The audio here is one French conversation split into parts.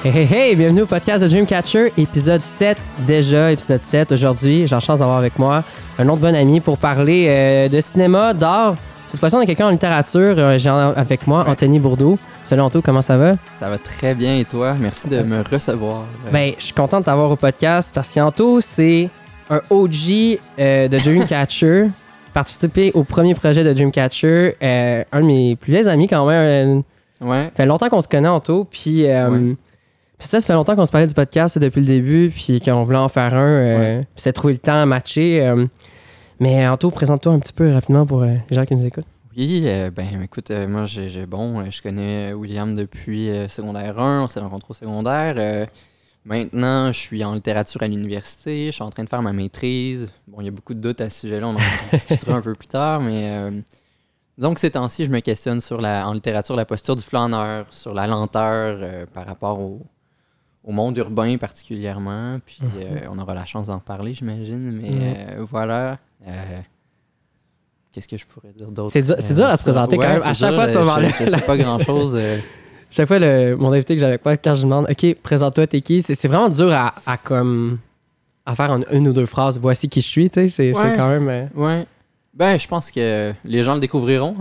Hey, hey, hey! Bienvenue au podcast de Dreamcatcher, épisode 7 déjà, épisode 7. Aujourd'hui, j'ai la chance d'avoir avec moi un autre bon ami pour parler de cinéma, d'art. Cette fois-ci, on a quelqu'un en littérature. J'ai avec moi Anthony Bourdeau. Salut Anto, comment ça va? Ça va très bien et toi? Merci de me recevoir. Ben, je suis content de t'avoir au podcast parce qu'Anto, c'est un OG de Dreamcatcher. Participé au premier projet de Dreamcatcher. Un de mes plus vieils amis quand même. Ouais. Ça fait longtemps qu'on se connaît, Anto. Puis ça fait longtemps qu'on se parlait du podcast depuis le début, puis qu'on voulait en faire un. Puis c'est trouvé le temps à matcher. Mais Anto, présente-toi un petit peu rapidement pour les gens qui nous écoutent. Oui, écoute, moi, je connais William depuis secondaire 1, on s'est rencontrés au secondaire. Maintenant, je suis en littérature à l'université, je suis en train de faire ma maîtrise. Bon, il y a beaucoup de doutes à ce sujet-là, on en discutera un peu plus tard, mais disons que ces temps-ci, je me questionne en littérature la posture du flâneur, sur la lenteur par rapport au monde urbain particulièrement. Puis on aura la chance d'en parler, j'imagine, mais voilà. Qu'est-ce que je pourrais dire d'autre? C'est dur à se présenter quand même. À chaque fois, ça va je sais pas grand-chose. Chaque fois, mon invité que j'avais avec moi, quand je demande « OK, présente-toi, t'es qui? » C'est vraiment dur à faire une ou deux phrases. « Voici qui je suis », tu sais, c'est quand même... Ouais. Ben, je pense que les gens le découvriront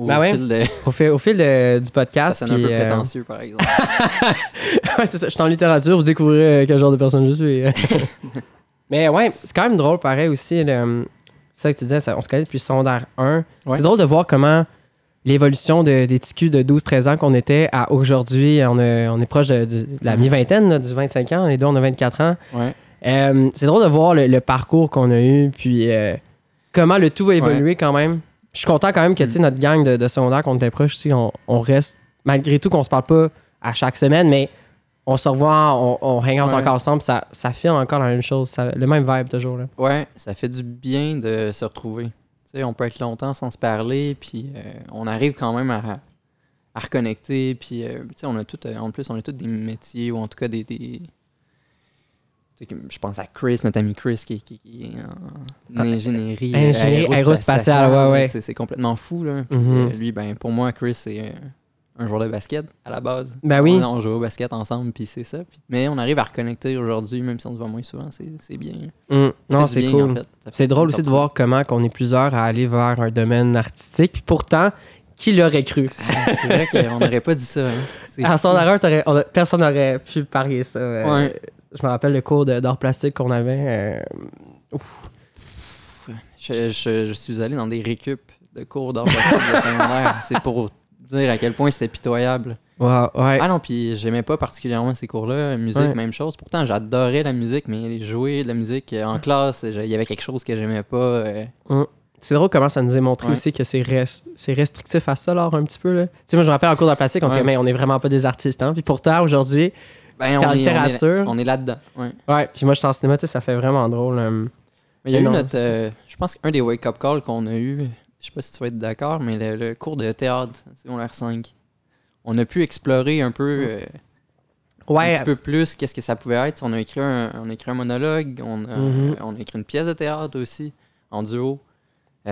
au fil du podcast. Ça sonne un peu prétentieux, par exemple. Ouais, c'est ça. Je suis en littérature, vous découvrirez quel genre de personne je suis. Mais ouais, c'est quand même drôle, pareil aussi. C'est ça que tu disais, on se connaît depuis secondaire 1. Ouais. C'est drôle de voir comment l'évolution des TQ de 12-13 ans qu'on était à aujourd'hui, on est proche de la mi-vingtaine, là, du 25 ans. Les deux, on a 24 ans. Ouais. C'est drôle de voir le parcours qu'on a eu, puis comment le tout a évolué quand même. Je suis content quand même que notre gang de secondaire qu'on était proche ici, on reste, malgré tout qu'on se parle pas à chaque semaine, mais on se revoit, on hang out encore ensemble, ça file encore la même chose, le même vibe toujours. Là. Ouais, ça fait du bien de se retrouver. Tu sais, on peut être longtemps sans se parler, puis on arrive quand même à reconnecter, puis tu sais, on a tous des métiers, ou en tout cas des je pense à Chris, notre ami Chris, qui est en ingénierie aérospatiale. Ouais. C'est complètement fou, là. Puis, lui, pour moi, Chris, c'est un joueur de basket, à la base. Ben oui. On joue au basket ensemble, puis c'est ça. Mais on arrive à reconnecter aujourd'hui, même si on se voit moins souvent, c'est bien. Non, c'est cool. En fait. C'est drôle aussi de voir comment on est plusieurs à aller vers un domaine artistique, puis pourtant, qui l'aurait cru? C'est vrai qu'on n'aurait pas dit ça. Hein. À son erreur, personne n'aurait pu parier ça. Je me rappelle le cours d'art plastique qu'on avait. Je suis allé dans des récup de cours d'art plastique de secondaire. C'est pour dire à quel point c'était pitoyable. Wow, ouais. Ah non, puis j'aimais pas particulièrement ces cours-là. Musique, même chose. Pourtant, j'adorais la musique, mais jouer de la musique en classe, il y avait quelque chose que j'aimais pas. C'est drôle comment ça nous est montré aussi que c'est restrictif à ça, l'art, un petit peu. Là. Tu sais, moi, je me rappelle en cours d'art plastique, on disait, mais on est vraiment pas des artistes. Hein? Puis pourtant, aujourd'hui, en littérature... On est là-dedans. Ouais, puis moi, je suis en cinéma, tu sais, ça fait vraiment drôle. Mais il y a eu je pense qu'un des wake-up calls qu'on a eu, je sais pas si tu vas être d'accord, mais le cours de théâtre, secondaire 5, on a pu explorer un peu... un petit peu plus qu'est-ce que ça pouvait être. On a écrit un monologue, on a écrit une pièce de théâtre aussi, en duo. Il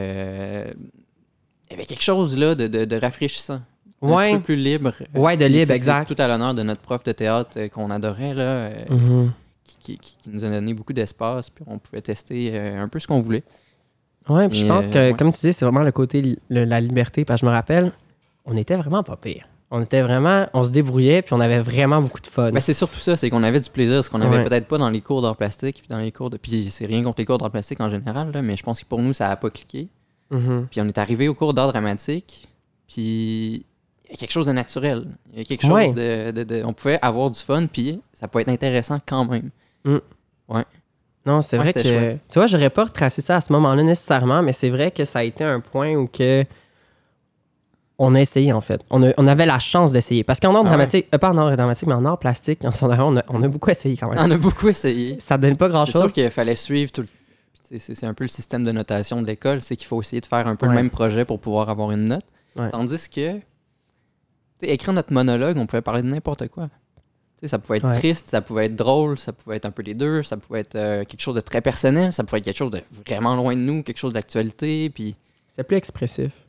y avait quelque chose là de rafraîchissant. Un petit peu plus libre. De libre, exact. C'est tout à l'honneur de notre prof de théâtre qu'on adorait, là, qui nous a donné beaucoup d'espace, puis on pouvait tester un peu ce qu'on voulait. Ouais, puis je pense que, comme tu dis, c'est vraiment le côté la liberté, parce que je me rappelle, on était vraiment pas pire. On se débrouillait, puis on avait vraiment beaucoup de fun. Ben, c'est surtout ça, c'est qu'on avait du plaisir, ce qu'on avait peut-être pas dans les cours d'art plastique, puis dans les cours puis c'est rien contre les cours d'art plastique en général, là, mais je pense que pour nous, ça a pas cliqué. Puis on est arrivé au cours d'art dramatique, puis il y a quelque chose de naturel. Il y a quelque chose de on pouvait avoir du fun, puis ça peut être intéressant quand même. Ouais. Non, c'est vrai que... Chouette. Tu vois, j'aurais pas retracé ça à ce moment-là nécessairement, mais c'est vrai que ça a été un point où que... On a essayé, en fait. On avait la chance d'essayer. Parce qu'en art dramatique, pas en art dramatique, mais en art plastique, en secondaire, on a beaucoup essayé quand même. On a beaucoup essayé. Ça donne pas grand-chose. C'est sûr qu'il fallait suivre tout le... C'est un peu le système de notation de l'école, c'est qu'il faut essayer de faire un peu le même projet pour pouvoir avoir une note. Tandis que, écrire notre monologue, on pouvait parler de n'importe quoi. Ça pouvait être triste, ça pouvait être drôle, ça pouvait être un peu les deux, ça pouvait être quelque chose de très personnel, ça pouvait être quelque chose de vraiment loin de nous, quelque chose d'actualité, puis... C'est plus expressif.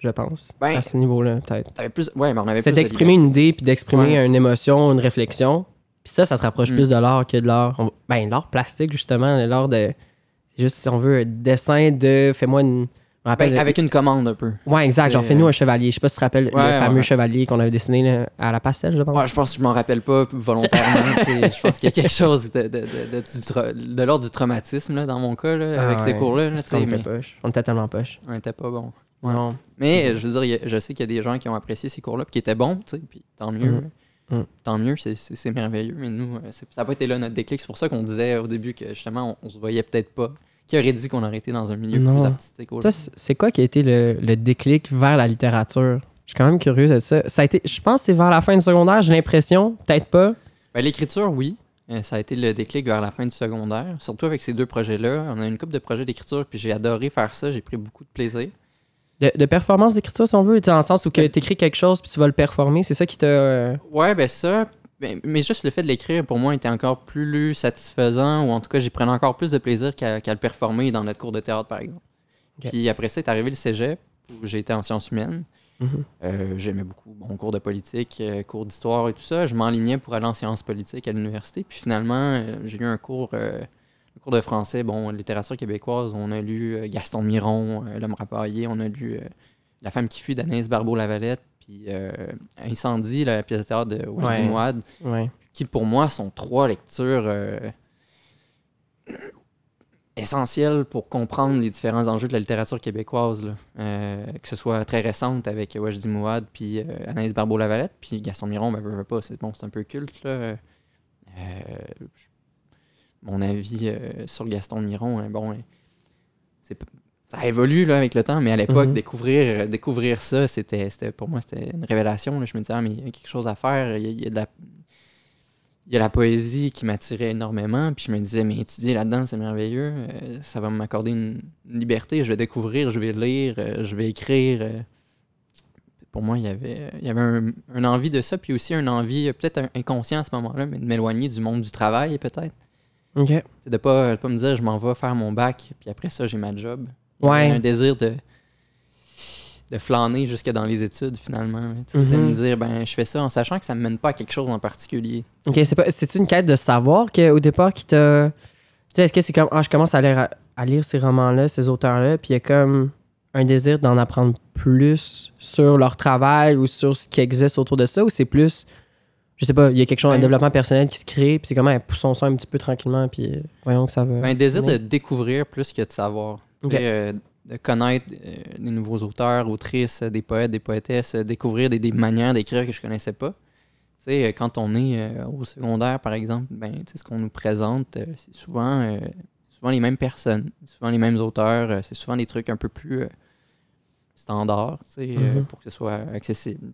je pense. Ben, à ce niveau-là, peut-être. T'avais plus... Ouais, mais on avait C'est plus de d'exprimer une liberté. idée, puis d'exprimer une émotion, une réflexion. Puis ça te rapproche plus de l'art que de l'art. Ben, l'art plastique, justement, l'art de... Juste, si on veut, un dessin de... Fais-moi une... Je me rappelle, avec une commande un peu. Ouais, exact. Genre, fais-nous un chevalier. Je sais pas si tu te rappelles le fameux ouais. chevalier qu'on avait dessiné là, à la pastel, je pense. Ouais, je pense que je m'en rappelle pas volontairement. Je pense qu'il y a quelque chose de l'ordre du traumatisme là, dans mon cas là, avec ces cours-là. Là, on était tellement poche. On était pas bon. Ouais. Non. Mais je veux dire, je sais qu'il y a des gens qui ont apprécié ces cours-là, puis qui étaient bons, puis tant mieux. Tant mieux, c'est merveilleux. Mais nous, ça n'a pas été là notre déclic. C'est pour ça qu'on disait au début que justement, on se voyait peut-être pas. Qui aurait dit qu'on aurait été dans un milieu plus artistique? Toi, c'est quoi qui a été le déclic vers la littérature? Je suis quand même curieux de ça. Ça a été, je pense que c'est vers la fin du secondaire, j'ai l'impression. Peut-être pas. Ben, l'écriture, oui. Ça a été le déclic vers la fin du secondaire. Surtout avec ces deux projets-là. On a une couple de projets d'écriture, puis j'ai adoré faire ça. J'ai pris beaucoup de plaisir. De performance d'écriture, si on veut, dans le sens où tu écris quelque chose puis tu vas le performer, c'est ça qui t'a... Ouais, ben ça... Mais juste le fait de l'écrire, pour moi, était encore plus satisfaisant, ou en tout cas, j'y prenais encore plus de plaisir qu'à le performer dans notre cours de théâtre, par exemple. Okay. Puis après ça, est arrivé le cégep, où j'ai été en sciences humaines. J'aimais beaucoup cours de politique, cours d'histoire et tout ça. Je m'enlignais pour aller en sciences politiques à l'université. Puis finalement, j'ai eu un cours de français, littérature québécoise. On a lu Gaston Miron, L'homme rapaillé. On a lu La femme qui fuit d'Anaïs Barbeau-Lavalette. Puis Incendie, la pièce de théâtre de Wajdi Mouad, qui pour moi sont trois lectures essentielles pour comprendre les différents enjeux de la littérature québécoise, là. Que ce soit très récente avec Wajdi Mouad puis Anaïs Barbeau-Lavalette, puis Gaston Miron, veux pas, c'est un peu culte, là. Mon avis sur Gaston Miron, ça évolue là, avec le temps, mais à l'époque, découvrir ça, pour moi, c'était une révélation. Là. Je me disais, mais il y a quelque chose à faire. Il y a la poésie qui m'attirait énormément. Puis je me disais, mais étudier là-dedans, c'est merveilleux. Ça va m'accorder une liberté. Je vais découvrir, je vais lire, je vais écrire. Pour moi, il y avait une envie de ça. Puis aussi une envie, peut-être inconscient à ce moment-là, mais de m'éloigner du monde du travail, peut-être. OK. C'est de pas me dire, je m'en vais faire mon bac, puis après ça, j'ai ma job. Un désir de flâner jusque dans les études, finalement. De me dire, je fais ça en sachant que ça me mène pas à quelque chose en particulier. OK, c'est-tu une quête de savoir qu'au départ qui t'a... Tu sais, est-ce que c'est comme, je commence à lire ces romans-là, ces auteurs-là, puis il y a comme un désir d'en apprendre plus sur leur travail ou sur ce qui existe autour de ça, ou c'est plus... Je sais pas, il y a quelque chose, un développement personnel qui se crée, puis c'est comme, poussons ça un petit peu tranquillement, puis voyons que ça va... Un désir de découvrir plus que de savoir. Okay. De connaître des nouveaux auteurs, autrices, des poètes, des poétesses, découvrir des manières d'écrire que je connaissais pas. Tu sais, quand on est au secondaire, par exemple, ce qu'on nous présente, c'est souvent les mêmes personnes, souvent les mêmes auteurs, c'est souvent des trucs un peu plus standards, pour que ce soit accessible.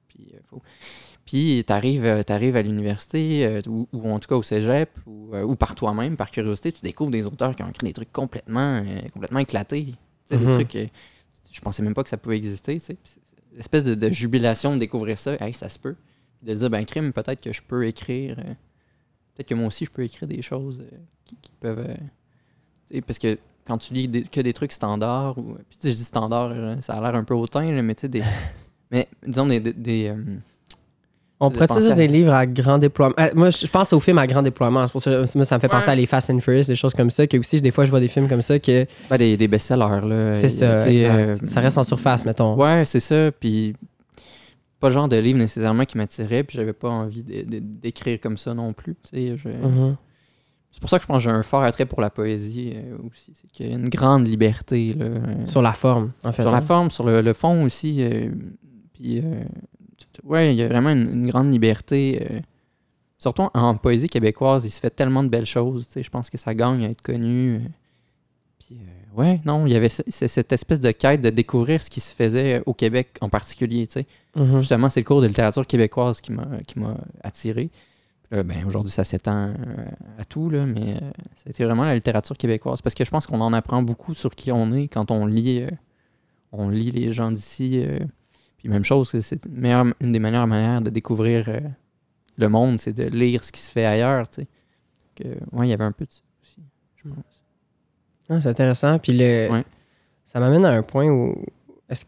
Puis t'arrives à l'université, ou en tout cas au cégep, ou par toi-même, par curiosité, tu découvres des auteurs qui ont écrit des trucs complètement éclatés. Des trucs je pensais même pas que ça pouvait exister. L'espèce de jubilation de découvrir ça, ça se peut. De se dire, crime, peut-être que je peux écrire. Peut-être que moi aussi, je peux écrire des choses qui peuvent... parce que quand tu lis que des trucs standards, puis je dis standard, ça a l'air un peu hautain, mais tu sais, mais disons des on pourrait dire des livres à grand déploiement. Moi, je pense aux films à grand déploiement. C'est pour ça que ça me fait penser à les Fast and Furious, des choses comme ça. Que aussi, des fois, je vois des films comme ça que... des best-sellers, là. C'est ça, ça reste en surface, mettons. Ouais, c'est ça. Puis pas le genre de livre nécessairement qui m'attirait. Puis j'avais pas envie d'écrire comme ça non plus. C'est pour ça que je pense que j'ai un fort attrait pour la poésie aussi. C'est qu'il y a une grande liberté, là. Sur la forme, en fait. Sur la forme, sur le fond aussi. Puis... ouais, il y a vraiment une grande liberté. Surtout en poésie québécoise, il se fait tellement de belles choses. Je pense que ça gagne à être connu. Puis, il y avait cette espèce de quête de découvrir ce qui se faisait au Québec en particulier. Justement, c'est le cours de littérature québécoise qui m'a attiré. Aujourd'hui, ça s'étend à tout, là, mais c'était vraiment la littérature québécoise. Parce que je pense qu'on en apprend beaucoup sur qui on est quand on lit les gens d'ici. Puis même chose, c'est une des meilleures manières de découvrir le monde, c'est de lire ce qui se fait ailleurs, tu sais. Il y avait un peu de ça aussi, je pense. C'est intéressant. Puis ça m'amène à un point où est-ce que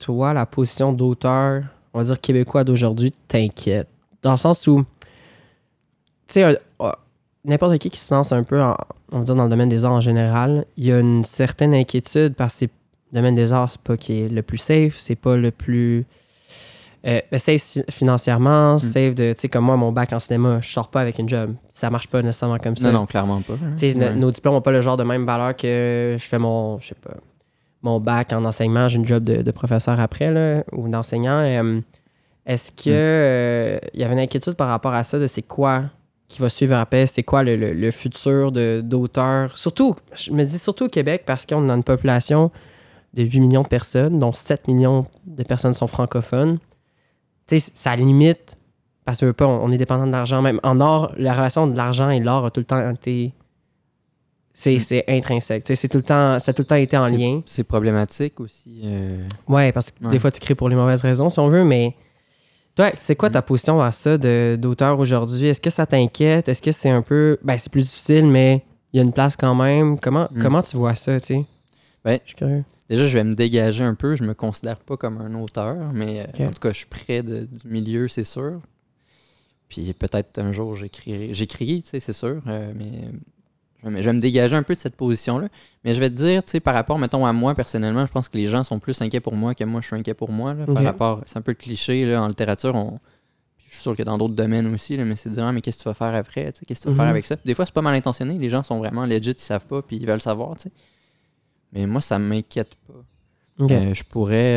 toi, la position d'auteur, on va dire québécois d'aujourd'hui, t'inquiète? Dans le sens où, tu sais, n'importe qui se lance un peu, on va dire, dans le domaine des arts en général, il y a une certaine inquiétude parce que le domaine des arts, c'est pas qui est le plus safe, c'est pas le plus safe financièrement, safe de, tu sais, comme moi, mon bac en cinéma, je sors pas avec une job. Ça marche pas nécessairement comme ça. Non, clairement pas. Hein. Tu sais, nos diplômes n'ont pas le genre de même valeur que je fais je sais pas, mon bac en enseignement, j'ai une job de professeur après, là, ou d'enseignant. Est-ce que il y avait une inquiétude par rapport à ça, de c'est quoi qui va suivre après, c'est quoi le futur d'auteur? Surtout, je me dis surtout au Québec, parce qu'on a une population de 8 millions de personnes, dont 7 millions de personnes sont francophones. Tu sais, ça limite, parce que pas, on est dépendant de l'argent. Même en art, la relation de l'argent et l'art a tout le temps été... C'est intrinsèque. Tu sais, ça a tout le temps été en lien. C'est problématique aussi. Ouais, parce que des fois, tu crées pour les mauvaises raisons, si on veut, mais... Toi, c'est quoi ta position à ça d'auteur aujourd'hui? Est-ce que ça t'inquiète? Est-ce que c'est un peu... Ben, c'est plus difficile, mais il y a une place quand même. Comment tu vois ça, tu sais? Ben, je suis curieux. Déjà, je vais me dégager un peu. Je me considère pas comme un auteur, mais en tout cas, je suis près du milieu, c'est sûr. Puis peut-être un jour, j'écris, tu sais, c'est sûr. Mais je vais me dégager un peu de cette position-là. Mais je vais te dire, tu sais, par rapport, mettons, à moi, personnellement, je pense que les gens sont plus inquiets pour moi que moi, je suis inquiet pour moi. Là, par rapport, c'est un peu cliché, là, en littérature, je suis sûr que dans d'autres domaines aussi, là, mais c'est de dire, mais qu'est-ce que tu vas faire après? Tu sais, qu'est-ce que tu vas faire avec ça? Puis des fois, c'est pas mal intentionné. Les gens sont vraiment legit, ils savent pas, puis ils veulent savoir, tu sais. Mais moi, ça m'inquiète pas. Je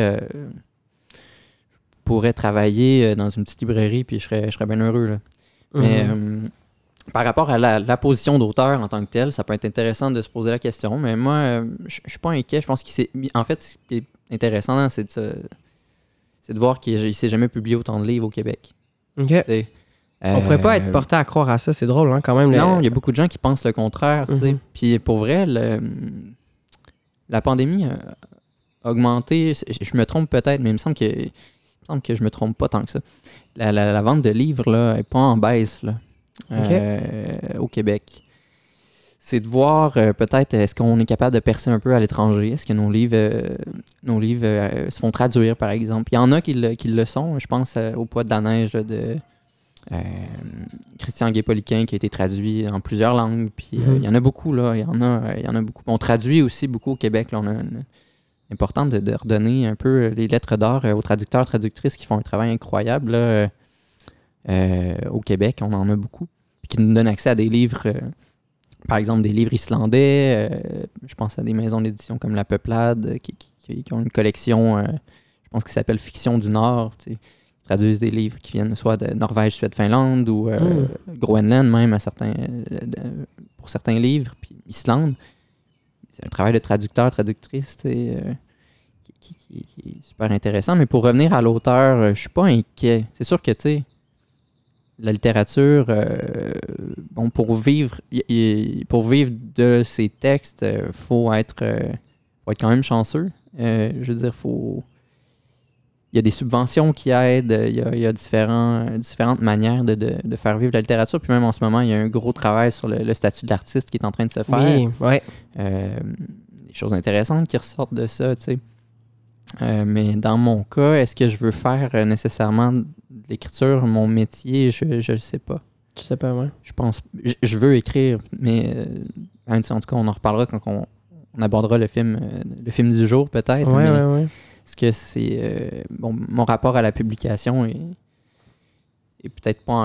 pourrais travailler dans une petite librairie, puis je serais bien heureux, là. Mais par rapport à la position d'auteur en tant que telle, ça peut être intéressant de se poser la question. Mais moi, je suis pas inquiet. Je pense en fait, ce qui est intéressant, c'est de voir qu'il s'est jamais publié autant de livres au Québec. On pourrait pas être porté à croire à ça. C'est drôle, hein, quand même. Non, il y a beaucoup de gens qui pensent le contraire. Puis pour vrai, la pandémie a augmenté. Je me trompe peut-être, mais il me semble que je me trompe pas tant que ça. La vente de livres là, est pas en baisse là, au Québec. C'est de voir peut-être est-ce qu'on est capable de percer un peu à l'étranger. Est-ce que nos livres se font traduire, par exemple. Il y en a qui le sont. Je pense au Poids de la neige là, de Christian Gué-Poliquin qui a été traduit en plusieurs langues. Puis il y en a beaucoup, là. Il y en a beaucoup. On traduit aussi beaucoup au Québec. Là, important de redonner un peu les lettres d'or aux traducteurs, traductrices qui font un travail incroyable là, au Québec. On en a beaucoup. Puis qui nous donnent accès à des livres, par exemple des livres islandais. Je pense à des maisons d'édition comme La Peuplade qui ont une collection, je pense, qui s'appelle Fiction du Nord. Tu sais, qui traduisent des livres qui viennent soit de Norvège, Suède, Finlande ou Groenland même pour certains livres. Puis Islande. C'est un travail de traducteur, traductrice, qui est super intéressant. Mais pour revenir à l'auteur, je suis pas inquiet. C'est sûr que, tu sais, la littérature, pour vivre de ses textes, faut être quand même chanceux. Je veux dire, il y a des subventions qui aident, il y a différentes manières de faire vivre la littérature. Puis même en ce moment, il y a un gros travail sur le statut de l'artiste qui est en train de se faire. Oui, ouais. Des choses intéressantes qui ressortent de ça, tu sais. Mais dans mon cas, est-ce que je veux faire nécessairement de l'écriture mon métier? Je ne sais pas. Je sais pas, ouais. Je pense... Je veux écrire, mais en tout cas, on en reparlera quand on abordera le film du jour, peut-être. Ouais, mais ouais. est-ce que c'est... mon rapport à la publication est peut-être pas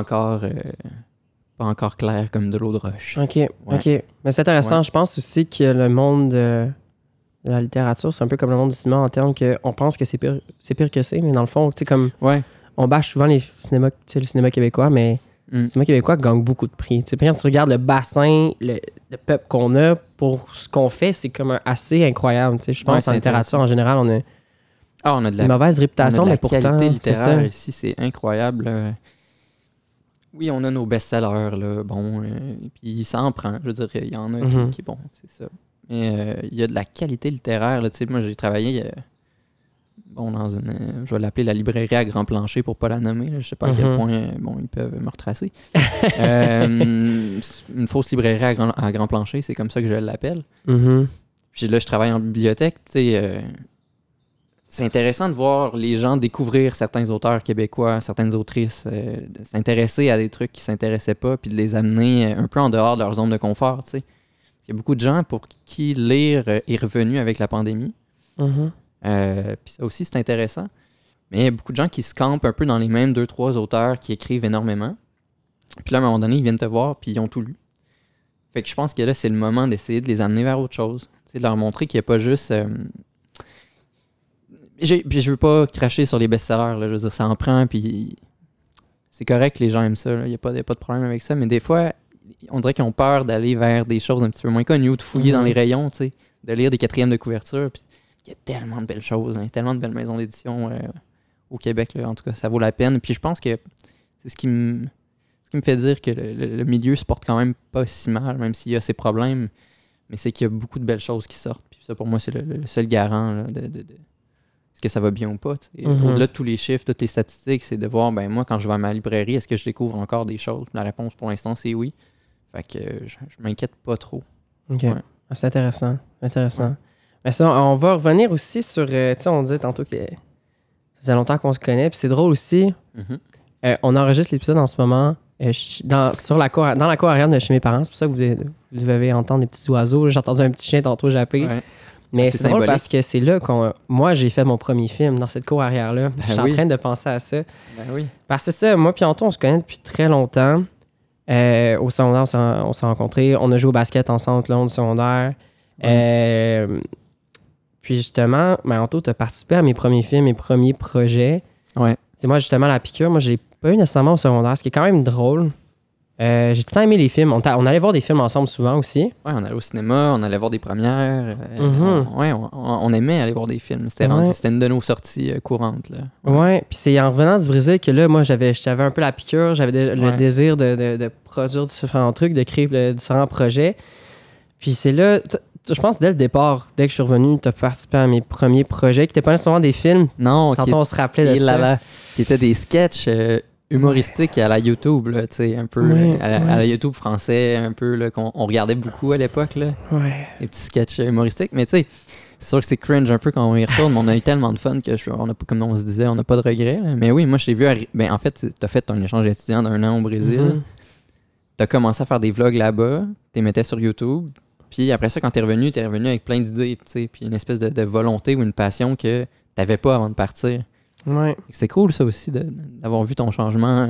encore clair comme de l'eau de roche. OK. Mais c'est intéressant. Ouais. Je pense aussi que le monde de la littérature, c'est un peu comme le monde du cinéma en termes qu'on pense que c'est pire que c'est, mais dans le fond, tu sais, comme on bâche souvent le cinéma québécois, mais le cinéma québécois gagne beaucoup de prix. Tu sais, quand tu regardes le bassin de peuple qu'on a pour ce qu'on fait, c'est comme assez incroyable. Tu sais, je pense en littérature, en général, on a de la mauvaise réputation, mais pourtant, qualité littéraire ici, c'est incroyable. Oui, on a nos best-sellers, là, puis ça en prend. Je veux dire, il y en a qui est bon, c'est ça. Mais il y a de la qualité littéraire, là, tu sais, moi, j'ai travaillé, dans une, je vais l'appeler la librairie à Grand Plancher pour pas la nommer, là, je sais pas à quel point, ils peuvent me retracer. Une fausse librairie à Grand Plancher, c'est comme ça que je l'appelle. Puis là, je travaille en bibliothèque, tu sais, c'est intéressant de voir les gens découvrir certains auteurs québécois, certaines autrices, s'intéresser à des trucs qui s'intéressaient pas, puis de les amener un peu en dehors de leur zone de confort, tu sais. Il y a beaucoup de gens pour qui lire est revenu avec la pandémie. Puis ça aussi, c'est intéressant. Mais il y a beaucoup de gens qui se campent un peu dans les mêmes 2-3 auteurs qui écrivent énormément. Puis là, à un moment donné, ils viennent te voir, puis ils ont tout lu. Fait que je pense que là, c'est le moment d'essayer de les amener vers autre chose. Tu sais, de leur montrer qu'il n'y a pas juste... Puis je veux pas cracher sur les best-sellers, là. Je veux dire, ça en prend, puis c'est correct que les gens aiment ça, là. Il n'y a pas de problème avec ça, mais des fois, on dirait qu'ils ont peur d'aller vers des choses un petit peu moins connues ou de fouiller dans les rayons, tu sais, de lire des 4e de couverture. Puis il y a tellement de belles choses, hein, tellement de belles maisons d'édition au Québec, là. En tout cas, ça vaut la peine. Puis je pense que c'est ce qui me fait dire que le milieu se porte quand même pas si mal, même s'il y a ses problèmes, mais c'est qu'il y a beaucoup de belles choses qui sortent. Puis ça, pour moi, c'est le seul garant là, de est-ce que ça va bien ou pas. Au-delà de tous les chiffres, toutes les statistiques, c'est de voir, ben moi, quand je vais à ma librairie, est-ce que je découvre encore des choses? La réponse, pour l'instant, c'est oui. Fait que je m'inquiète pas trop. OK. Ouais. Ah, c'est intéressant. Intéressant. Ouais. Mais sinon, on va revenir aussi sur... tu sais, on disait tantôt que ça faisait longtemps qu'on se connaît. Puis c'est drôle aussi. On enregistre l'épisode en ce moment dans la cour arrière de chez mes parents. C'est pour ça que vous devez entendre des petits oiseaux. J'ai entendu un petit chien tantôt japper. Ouais. Mais c'est drôle parce que c'est là moi, j'ai fait mon premier film dans cette cour arrière-là. Ben je suis en train de penser à ça. Ben oui. Parce que c'est ça, moi puis Anto, on se connaît depuis très longtemps. Au secondaire, on s'est rencontrés. On a joué au basket ensemble tout le long du secondaire. Puis justement, Anto, tu as participé à mes premiers films, mes premiers projets. Ouais. C'est moi, justement, la piqûre, moi, j'ai pas eu nécessairement au secondaire, ce qui est quand même drôle. J'ai tout le temps aimé les films. On allait voir des films ensemble souvent aussi. Ouais, on allait au cinéma, on allait voir des premières. On aimait aller voir des films. C'était une de nos sorties courantes. Là. Ouais, puis c'est en revenant du Brésil que là, moi, j'avais un peu la piqûre, j'avais le désir de produire différents trucs, de créer différents projets. Puis c'est là, je pense dès le départ, dès que je suis revenu, tu as participé à mes premiers projets, qui n'étaient pas nécessairement des films. Non, quand on se rappelait de ça. Qui étaient des sketchs humoristique à la YouTube, là, tu sais, un peu à la YouTube français, un peu là, qu'on regardait beaucoup à l'époque, là. Ouais. Les petits sketchs humoristiques, mais tu sais, c'est sûr que c'est cringe un peu quand on y retourne, mais on a eu tellement de fun que comme on se disait, on n'a pas de regrets. Là. Mais oui, moi je t'ai vu, en fait, t'as fait ton échange d'étudiant d'1 an au Brésil, t'as commencé à faire des vlogs là-bas, t'es mettais sur YouTube, puis après ça, quand t'es revenu avec plein d'idées, tu sais, puis une espèce de volonté ou une passion que t'avais pas avant de partir. Ouais. C'est cool ça aussi d'avoir vu ton changement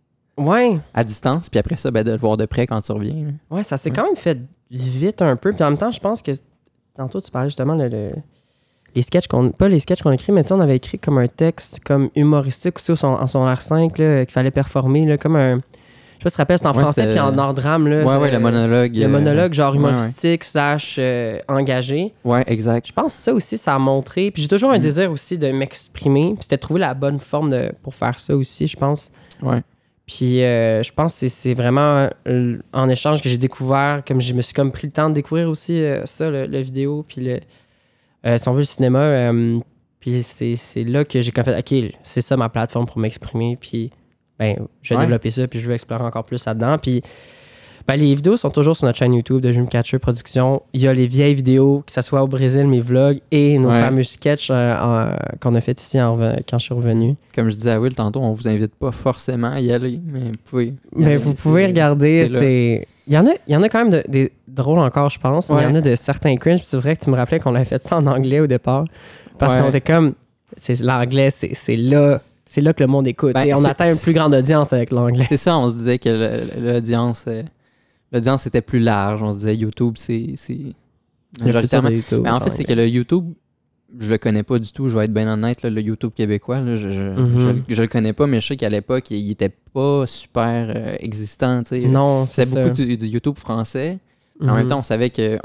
à distance, puis après ça, de le voir de près quand tu reviens. Là. Ouais, ça s'est quand même fait vite un peu, puis en même temps, je pense que tantôt tu parlais justement les sketchs pas les sketchs qu'on a écrits, mais tu sais, on avait écrit comme un texte comme humoristique aussi en secondaire 5 là, qu'il fallait performer, là, comme un... Je sais pas si tu te rappelles, c'est en français puis en art-drame. Là, le monologue. Le monologue genre humoristique / engagé. Ouais, exact. Je pense que ça aussi, ça a montré. Puis j'ai toujours un désir aussi de m'exprimer. Puis c'était de trouver la bonne forme pour faire ça aussi, je pense. Ouais. Puis je pense que c'est vraiment en échange que j'ai découvert, comme je me suis comme pris le temps de découvrir aussi ça, le vidéo, puis si on veut le cinéma. Puis c'est là que j'ai fait, OK, c'est ça ma plateforme pour m'exprimer. Puis je vais développer ça, puis je veux explorer encore plus là-dedans. Puis les vidéos sont toujours sur notre chaîne YouTube de Dreamcatcher Productions. Il y a les vieilles vidéos, que ce soit au Brésil, mes vlogs, et nos fameux sketchs qu'on a fait ici quand je suis revenu. Comme je disais à Will tantôt, on vous invite pas forcément à y aller, mais vous pouvez regarder. Il y en a quand même des drôles encore, je pense. Mais il y en a de certains cringe. Puis c'est vrai que tu me rappelais qu'on avait fait ça en anglais au départ. Parce qu'on était comme... L'anglais, c'est là... C'est là que le monde écoute. On atteint une plus grande audience avec l'anglais. C'est ça, on se disait que l'audience était plus large. On se disait YouTube, c'est majoritairement. Mais en fait, c'est que le YouTube, je le connais pas du tout. Je vais être bien honnête, là, le YouTube québécois, là, je le connais pas, mais je sais qu'à l'époque, il était pas super existant. T'sais. Non, c'est beaucoup du YouTube français. Mais en même temps, on savait que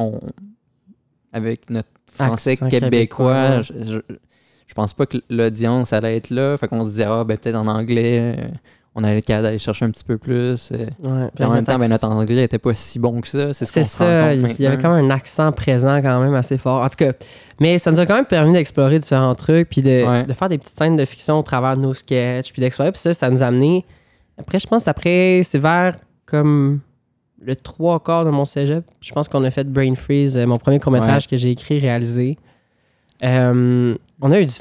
avec notre français québécois, je pense pas que l'audience allait être là. Fait qu'on se disait, peut-être en anglais, on allait être capable d'aller chercher un petit peu plus. Puis en même temps, notre anglais n'était pas si bon que ça. C'est ça. Il y avait quand même un accent présent quand même assez fort. En tout cas, mais ça nous a quand même permis d'explorer différents trucs, puis de faire des petites scènes de fiction au travers de nos sketchs, puis d'explorer. Puis ça nous a amené... Après, je pense c'est vers comme le 3/4 de mon cégep. Je pense qu'on a fait Brain Freeze, mon premier court-métrage que j'ai écrit, réalisé. On a eu du fun.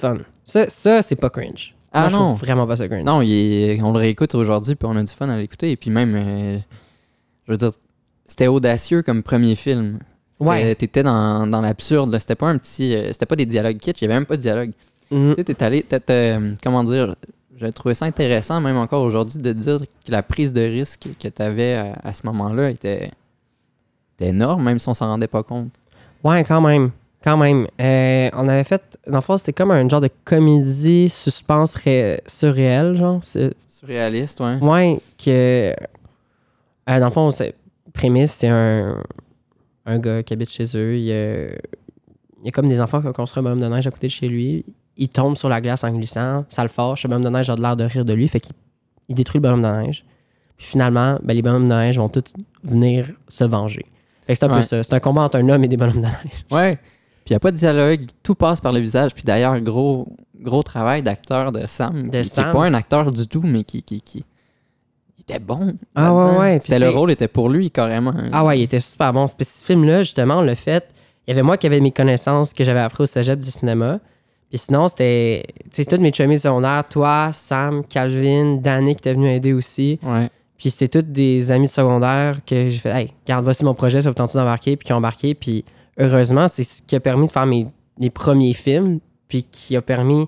Ça, c'est pas cringe. Ah Moi, je non. trouve vraiment pas ça cringe. Non, on le réécoute aujourd'hui, puis on a du fun à l'écouter. Et puis même, je veux dire, c'était audacieux comme premier film. Ouais. T'étais dans l'absurde. Là. C'était pas c'était pas des dialogues kitsch, il y avait même pas de dialogue. Mhm. Tu sais, t'es allé, comment dire, j'ai trouvé ça intéressant, même encore aujourd'hui, de dire que la prise de risque que t'avais à ce moment-là était énorme, même si on s'en rendait pas compte. Ouais, quand même. Quand même. On avait fait. Dans le fond, c'était comme un genre de comédie suspense surréel, genre. Surréaliste, ouais. Ouais, que. Dans le fond, prémisse, c'est un gars qui habite chez eux. Il y a comme des enfants qui ont construit un bonhomme de neige à côté de chez lui. Il tombe sur la glace en glissant. Ça le fâche. Le bonhomme de neige a l'air de rire de lui. Fait qu'il détruit le bonhomme de neige. Puis finalement, les bonhommes de neige vont tous venir se venger. Fait que c'est un peu ça. C'est un combat entre un homme et des bonhommes de neige. Ouais. Puis il n'y a pas de dialogue. Tout passe par le visage. Puis d'ailleurs, gros travail d'acteur de Sam. Qui n'est pas un acteur du tout, mais qui était bon. Ah ouais. Le rôle était pour lui, carrément. Ah ouais, il était super bon. Ce film-là, justement, le fait... Il y avait moi qui avais mes connaissances que j'avais appris au cégep du cinéma. Puis sinon, c'était... Tu sais, tous mes chummies secondaires. Toi, Sam, Calvin, Danny qui était venu aider aussi. Ouais. Puis c'était tous des amis de secondaire que j'ai fait « Hey, regarde, voici mon projet, ça vous tente d'embarquer? » Puis qui ont embarqué. Puis heureusement, c'est ce qui a permis de faire mes premiers films. Puis qui a permis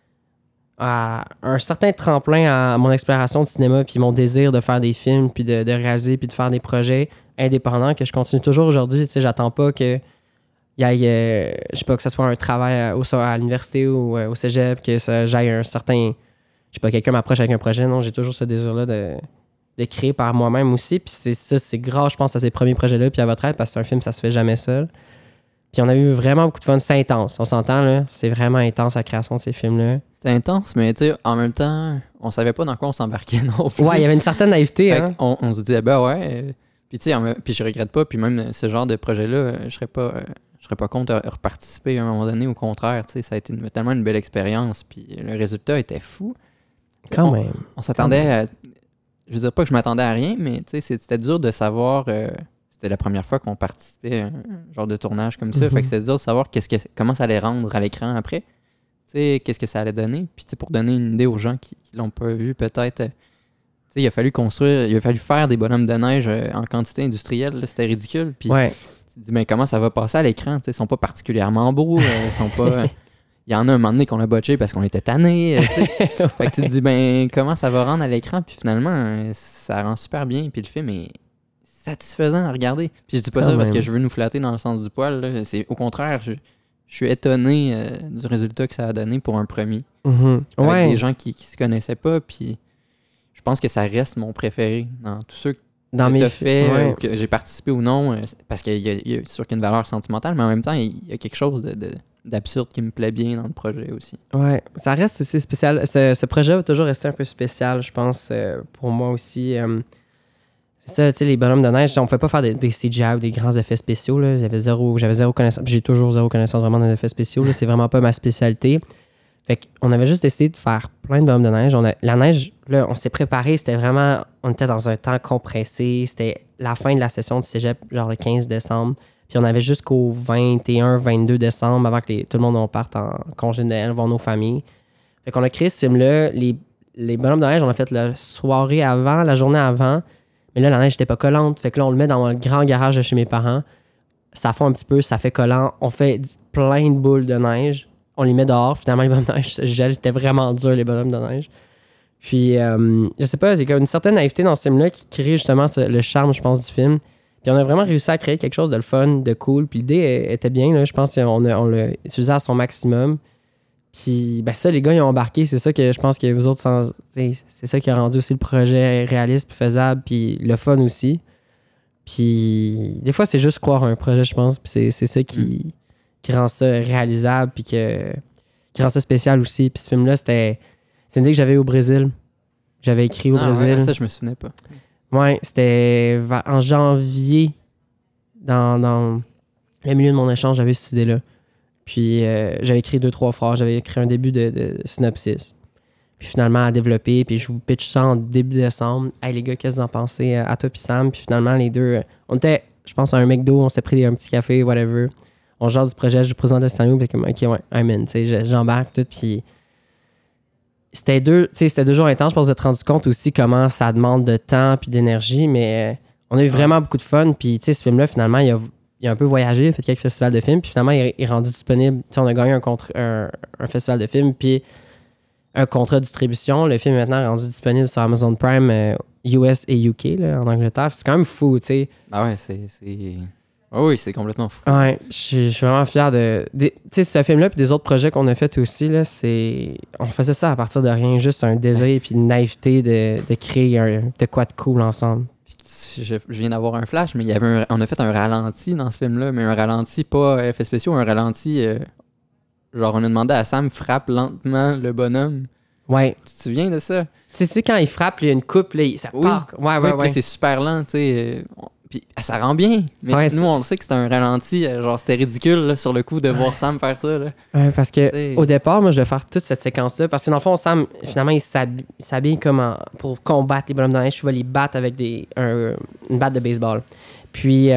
à un certain tremplin à mon exploration de cinéma puis mon désir de faire des films puis de réaliser puis de faire des projets indépendants que je continue toujours aujourd'hui. Tu sais, j'attends pas que il y ait, je sais pas, que ce soit un travail à l'université ou au cégep, que j'aille un certain, je sais pas, quelqu'un m'approche avec un projet. Non, j'ai toujours ce désir-là de créer par moi-même aussi. Puis c'est grâce, je pense, à ces premiers projets-là puis à votre aide, parce que un film, ça se fait jamais seul. Puis on a eu vraiment beaucoup de fun. C'est intense, on s'entend, là. C'est vraiment intense, la création de ces films-là. C'était intense, mais tu sais, en même temps, on savais pas dans quoi on s'embarquait non plus. Ouais, il y avait une certaine naïveté, hein. On se disait, ben ouais. Puis tu sais, puis je regrette pas, puis même ce genre de projet-là, je serais pas contre de reparticiper à un moment donné. Au contraire, tu sais, ça a été tellement une belle expérience, puis le résultat était fou. Quand même. On s'attendait à... Je veux dire pas que je m'attendais à rien, mais tu sais, c'était dur de savoir... C'était la première fois qu'on participait à un genre de tournage comme ça. Fait que c'était dur de savoir comment ça allait rendre à l'écran après. Tu sais, qu'est-ce que ça allait donner. Puis tu sais, pour donner une idée aux gens qui l'ont pas vu, peut-être, tu sais, il a fallu faire des bonhommes de neige en quantité industrielle. Là, c'était ridicule. Puis tu te dis, mais comment ça va passer à l'écran? Tu sais, ils sont pas particulièrement beaux. Ils sont pas... Il y en a un moment donné qu'on a botché parce qu'on était tannés. Fait que tu te dis, ben, comment ça va rendre à l'écran? Puis finalement, ça rend super bien. Puis le film est satisfaisant à regarder. Puis je dis pas ça parce que je veux nous flatter dans le sens du poil. Là. C'est, au contraire, je suis étonné du résultat que ça a donné pour un premier. Avec des gens qui se connaissaient pas. Puis je pense que ça reste mon préféré dans tous ceux que tu as fait, ou que j'ai participé ou non. Parce qu'il y a sûr qu'il y a une valeur sentimentale, mais en même temps, il y a quelque chose d'absurde qui me plaît bien dans le projet aussi. Ouais, ça reste aussi spécial. Ce projet va toujours rester un peu spécial, je pense, pour moi aussi. C'est ça, tu sais, les bonhommes de neige, on ne pouvait pas faire des CGI ou des grands effets spéciaux. Là. J'avais zéro connaissance. J'ai toujours zéro connaissance vraiment des effets spéciaux. Là. C'est vraiment pas ma spécialité. Fait qu'on avait juste décidé de faire plein de bonhommes de neige. La neige, là, on s'est préparé. C'était vraiment... On était dans un temps compressé. C'était la fin de la session du cégep, genre le 15 décembre. Puis on avait jusqu'au 21, 22 décembre avant que tout le monde parte en congé de Noël, voir nos familles. Fait qu'on a créé ce film-là. Les bonhommes de neige, on a fait la soirée avant, la journée avant. Mais là, la neige n'était pas collante. Fait que là, on le met dans le grand garage de chez mes parents. Ça fond un petit peu, ça fait collant. On fait plein de boules de neige. On les met dehors. Finalement, les bonhommes de neige se gèlent. C'était vraiment dur, les bonhommes de neige. Puis, je sais pas, c'est comme une certaine naïveté dans ce film-là qui crée justement le charme, je pense, du film. Puis on a vraiment réussi à créer quelque chose de le fun, de cool. Puis l'idée était bien, là. Je pense qu'on l'a utilisé à son maximum. Puis ça, les gars, ils ont embarqué. C'est ça que je pense que vous autres, c'est ça qui a rendu aussi le projet réaliste, puis faisable, puis le fun aussi. Puis des fois, c'est juste croire à un projet, je pense. Puis c'est ça qui rend ça réalisable, puis qui rend ça spécial aussi. Puis ce film-là, c'est une idée que j'avais au Brésil. J'avais écrit au Brésil. Ouais, ça, je me souvenais pas. Ouais, c'était en janvier, dans le milieu de mon échange, j'avais cette idée-là. Puis j'avais écrit 2-3 phrases, j'avais écrit un début de synopsis. Puis finalement, à développer, puis je vous pitch ça en début décembre. Hey les gars, qu'est-ce que vous en pensez à toi puis Sam? Puis finalement, les deux, on était, je pense, à un McDo, on s'était pris un petit café, whatever. On genre du projet, je vous présente le scénario, puis comme, ok, ouais, I'm in, tu sais, j'embarque tout, puis c'était 2 jours intenses. Je pense que vous êtes rendu compte aussi comment ça demande de temps puis d'énergie, mais on a eu vraiment beaucoup de fun. Puis, tu sais, ce film-là, finalement, il a un peu voyagé, il a fait quelques festivals de films, puis finalement, il est rendu disponible. Tu sais, on a gagné un festival de films, puis un contrat de distribution. Le film est maintenant rendu disponible sur Amazon Prime US et UK, là, en Angleterre. C'est quand même fou, tu sais. Ah ouais, oui, c'est complètement fou. Ouais, je suis vraiment fier tu sais, ce film-là, puis des autres projets qu'on a fait aussi, là, on faisait ça à partir de rien, juste un désir puis une naïveté de créer de quoi de cool ensemble. Je viens d'avoir un flash, mais on a fait un ralenti dans ce film-là, mais un ralenti pas effets spéciaux, un ralenti... genre, on a demandé à Sam frappe lentement le bonhomme. Ouais. Tu te souviens de ça? Sais-tu quand il frappe, il y a une coupe, là, ça part. Ouais. Puis c'est super lent, tu sais. Puis ça rend bien. Mais nous, on le sait que c'était un ralenti. Genre, c'était ridicule là, sur le coup de voir Sam faire ça. Là. Parce que au départ, moi, je vais faire toute cette séquence-là. Parce que dans le fond, Sam, finalement, il s'habille pour combattre les bonhommes de neige. Il va les battre avec une batte de baseball. Puis,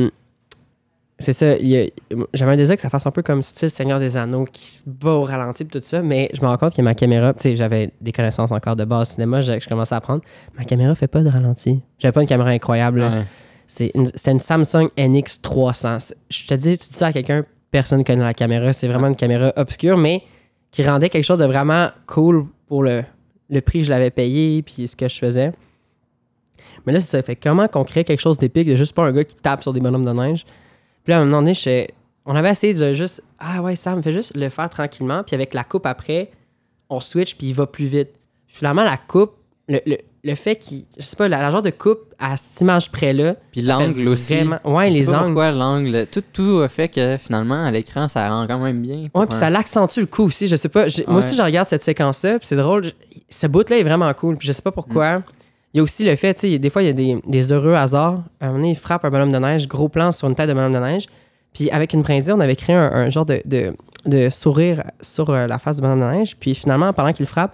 c'est ça. J'avais un désir que ça fasse un peu comme style Seigneur des Anneaux qui se bat au ralenti et tout ça. Mais je me rends compte que ma caméra, tu sais, j'avais des connaissances encore de base cinéma. Je commençais à apprendre. Ma caméra fait pas de ralenti. J'avais pas une caméra incroyable. Ouais. C'était une Samsung NX300. Je te dis, tu dis ça à quelqu'un, personne ne connaît la caméra. C'est vraiment une caméra obscure, mais qui rendait quelque chose de vraiment cool pour le prix que je l'avais payé puis ce que je faisais. Mais là, c'est ça. Fait comment qu'on crée quelque chose d'épique de juste pas un gars qui tape sur des bonhommes de neige. Puis là, à un moment donné, on avait essayé de juste... Ah ouais, ça me fait juste le faire tranquillement. Puis avec la coupe après, on switch puis il va plus vite. Finalement, la coupe... Le fait qu'il... Je sais pas, la genre de coupe à cette image près-là... Puis l'angle aussi. Vraiment, ouais, les angles. Pourquoi l'angle... Tout a fait que finalement, à l'écran, ça rend quand même bien. Ouais, puis ça l'accentue le coup aussi. Je sais pas. Moi aussi, je regarde cette séquence-là, puis c'est drôle. Ce bout-là est vraiment cool, puis je sais pas pourquoi. Il y a aussi le fait, tu sais, des fois, il y a des heureux hasards. À un moment donné, il frappe un bonhomme de neige, gros plan sur une tête de bonhomme de neige. Puis avec une brindille, on avait créé un genre de sourire sur la face du bonhomme de neige. Puis finalement, pendant qu'il frappe,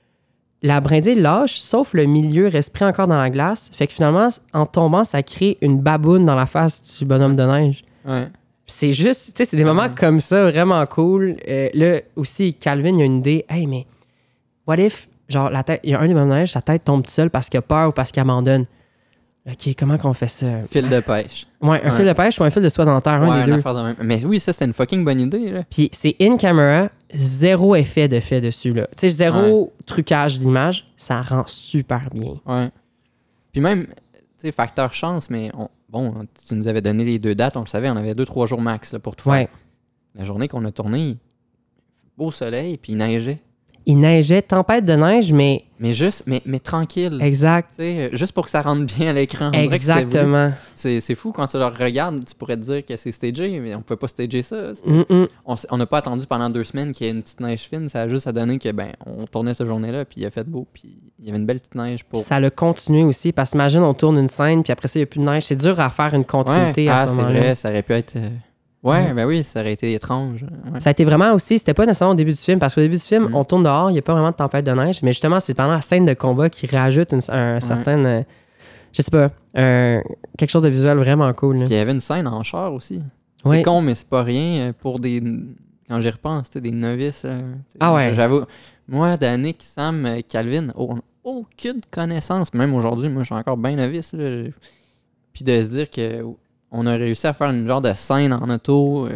la brindille lâche, sauf le milieu reste pris encore dans la glace. Fait que finalement, en tombant, ça crée une baboune dans la face du bonhomme de neige. Ouais. Puis c'est juste, tu sais, c'est des moments comme ça, vraiment cool. Là, aussi, Calvin, il a une idée. Hey, mais what if, genre, la tête, il y a un des bonhommes de neige, sa tête tombe toute seule parce qu'il a peur ou parce qu'il abandonne. OK, comment qu'on fait ça? Fil de pêche. Ouais, un fil de pêche ou un fil de soie dentaire, un des deux. De même. Mais oui, ça, c'était une fucking bonne idée, là. Puis c'est in-camera, zéro effet de fait dessus, là. Tu sais, zéro trucage d'image, ça rend super bien. Ouais. Puis même, tu sais, facteur chance, mais tu nous avais donné les 2 dates, on le savait, on avait 2-3 jours max là, pour tout faire. La journée qu'on a tourné, beau soleil, puis il neigeait. Il neigeait, tempête de neige, mais... Mais tranquille. Exact. Tu sais, juste pour que ça rentre bien à l'écran. Exactement. C'est fou, quand tu le regardes, tu pourrais te dire que c'est stagé, mais on pouvait pas stager ça. On n'a pas attendu pendant 2 semaines qu'il y ait une petite neige fine, ça a juste à donner que, on tournait cette journée-là, puis il a fait beau, puis il y avait une belle petite neige pour... Ça l'a continué aussi, parce que imagine, on tourne une scène, puis après ça, il n'y a plus de neige. C'est dur à faire une continuité à ce moment-là. Ah, c'est vrai, ça aurait pu être... Ben oui, ça aurait été étrange. Ouais. Ça a été vraiment aussi, c'était pas nécessairement au début du film, parce qu'au début du film, on tourne dehors, il n'y a pas vraiment de tempête de neige, mais justement, c'est pendant la scène de combat qui rajoute un certain, je sais pas, quelque chose de visuel vraiment cool. Puis il y avait une scène en char aussi. Oui. C'est con, mais c'est pas rien pour des... Quand j'y repense, c'était des novices. J'avoue, moi, Danick, Sam, Calvin, on n'a aucune connaissance. Même aujourd'hui, moi, je suis encore bien novice. Là. Puis de se dire que... On a réussi à faire une genre de scène en auto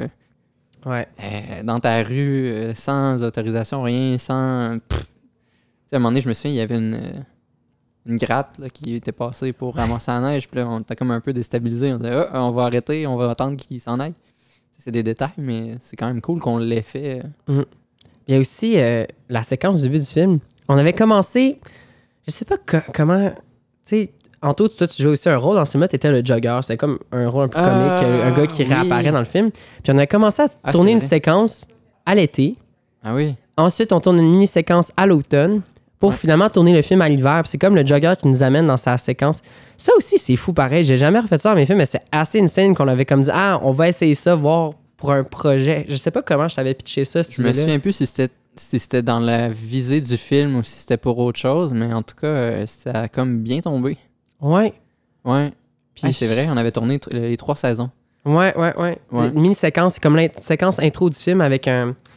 dans ta rue, sans autorisation, rien, sans... Tu sais, à un moment donné, je me souviens, il y avait une gratte là, qui était passée pour ramasser la neige. Puis là, on était comme un peu déstabilisé. On disait, on va arrêter, on va attendre qu'il s'en aille. C'est des détails, mais c'est quand même cool qu'on l'ait fait. Il y a aussi la séquence du début du film. On avait commencé... Je sais pas comment... Tu sais... Anto, toi, tu jouais aussi un rôle dans ce film-là, t'étais le jogger. C'est comme un rôle un peu comique, un gars qui réapparaît dans le film. Puis on a commencé à tourner une séquence à l'été. Ah oui? Ensuite, on tourne une mini-séquence à l'automne pour finalement tourner le film à l'hiver. Puis c'est comme le jogger qui nous amène dans sa séquence. Ça aussi, c'est fou pareil. J'ai jamais refait ça dans mes films, mais c'est assez une scène qu'on avait comme dit, on va essayer ça, voir pour un projet. Je sais pas comment je t'avais pitché ça. Je me souviens plus si c'était dans la visée du film ou si c'était pour autre chose, mais en tout cas, ça a comme bien tombé. Ouais. Puis c'est vrai, on avait tourné les 3 saisons. Ouais. Une mini-séquence, c'est comme la séquence intro du film avec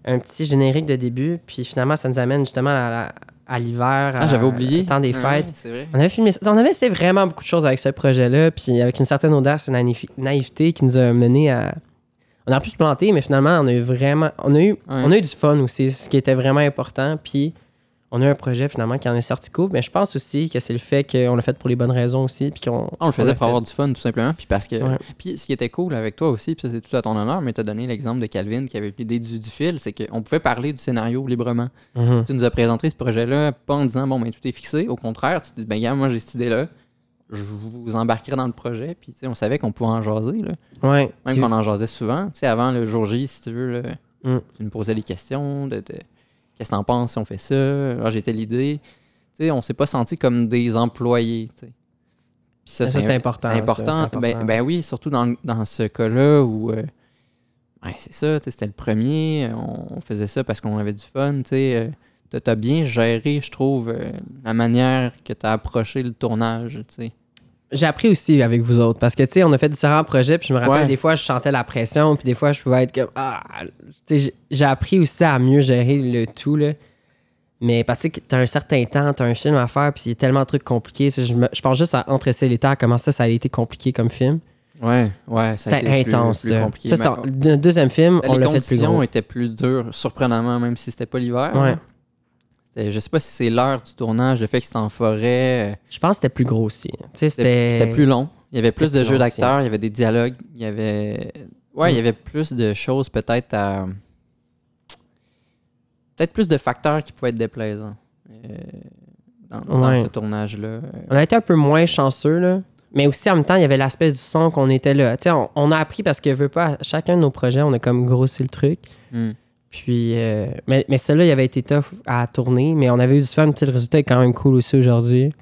un petit générique de début, puis finalement, ça nous amène justement à l'hiver, j'avais oublié. au temps des fêtes. C'est vrai. On avait filmé ça. On avait essayé vraiment beaucoup de choses avec ce projet-là, puis avec une certaine audace et naïveté qui nous a mené à... On a pu se planter, mais finalement, on a eu du fun aussi, ce qui était vraiment important, puis on a eu un projet finalement qui en est sorti cool, mais je pense aussi que c'est le fait qu'on l'a fait pour les bonnes raisons aussi, puis on le faisait pour avoir du fun tout simplement, puis parce que... Ouais. Puis ce qui était cool avec toi aussi, puis ça c'est tout à ton honneur, mais tu as donné l'exemple de Calvin qui avait l'idée du fil, c'est qu'on pouvait parler du scénario librement. Mhm. Tu nous as présenté ce projet-là pas en disant bon ben tout est fixé, au contraire, tu te dis ben gars, moi j'ai cette idée-là, je vous embarquerai dans le projet, puis on savait qu'on pouvait en jaser, là. Ouais. Même qu'on en jasait souvent. Tu sais, avant le jour J, si tu veux, là, tu nous posais des questions qu'est-ce que t'en penses si on fait ça? Alors, j'ai telle idée. Tu sais, on s'est pas senti comme des employés, tu sais. Puis ça, c'est important. C'est important. Ben oui, surtout dans ce cas-là où c'est ça, tu sais, c'était le premier, on faisait ça parce qu'on avait du fun, tu sais. T'as bien géré, je trouve, la manière que t'as approché le tournage, tu sais. J'ai appris aussi avec vous autres parce que, tu sais, on a fait différents projets, puis je me rappelle, des fois, je sentais la pression, puis des fois, je pouvais être comme, tu sais, j'ai appris aussi à mieux gérer le tout, là. Mais, parce que t'as un certain temps, t'as un film à faire, puis il y a tellement de trucs compliqués. Je pense juste à Entre ciel et terre, comment ça a été compliqué comme film. Ouais, c'était intense. Plus compliqué. Ça, le deuxième film, on l'a fait plus gros. Les conditions étaient plus dures, surprenamment, même si c'était pas l'hiver. Ouais. Je sais pas si c'est l'heure du tournage, le fait que c'était en forêt. Je pense que c'était plus gros aussi. C'était plus long. Il y avait plus de jeux d'acteurs, il y avait des dialogues, il y avait... Ouais, il y avait plus de choses peut-être à... Peut-être plus de facteurs qui pouvaient être déplaisants dans ce tournage-là. On a été un peu moins chanceux, là. Mais aussi, en même temps, il y avait l'aspect du son qu'on était là. Tu sais, on a appris parce que veut pas, à chacun de nos projets, on a comme grossi le truc. Puis, mais celui-là, il avait été tough à tourner, mais on avait eu du fun, puis le résultat est quand même cool aussi aujourd'hui.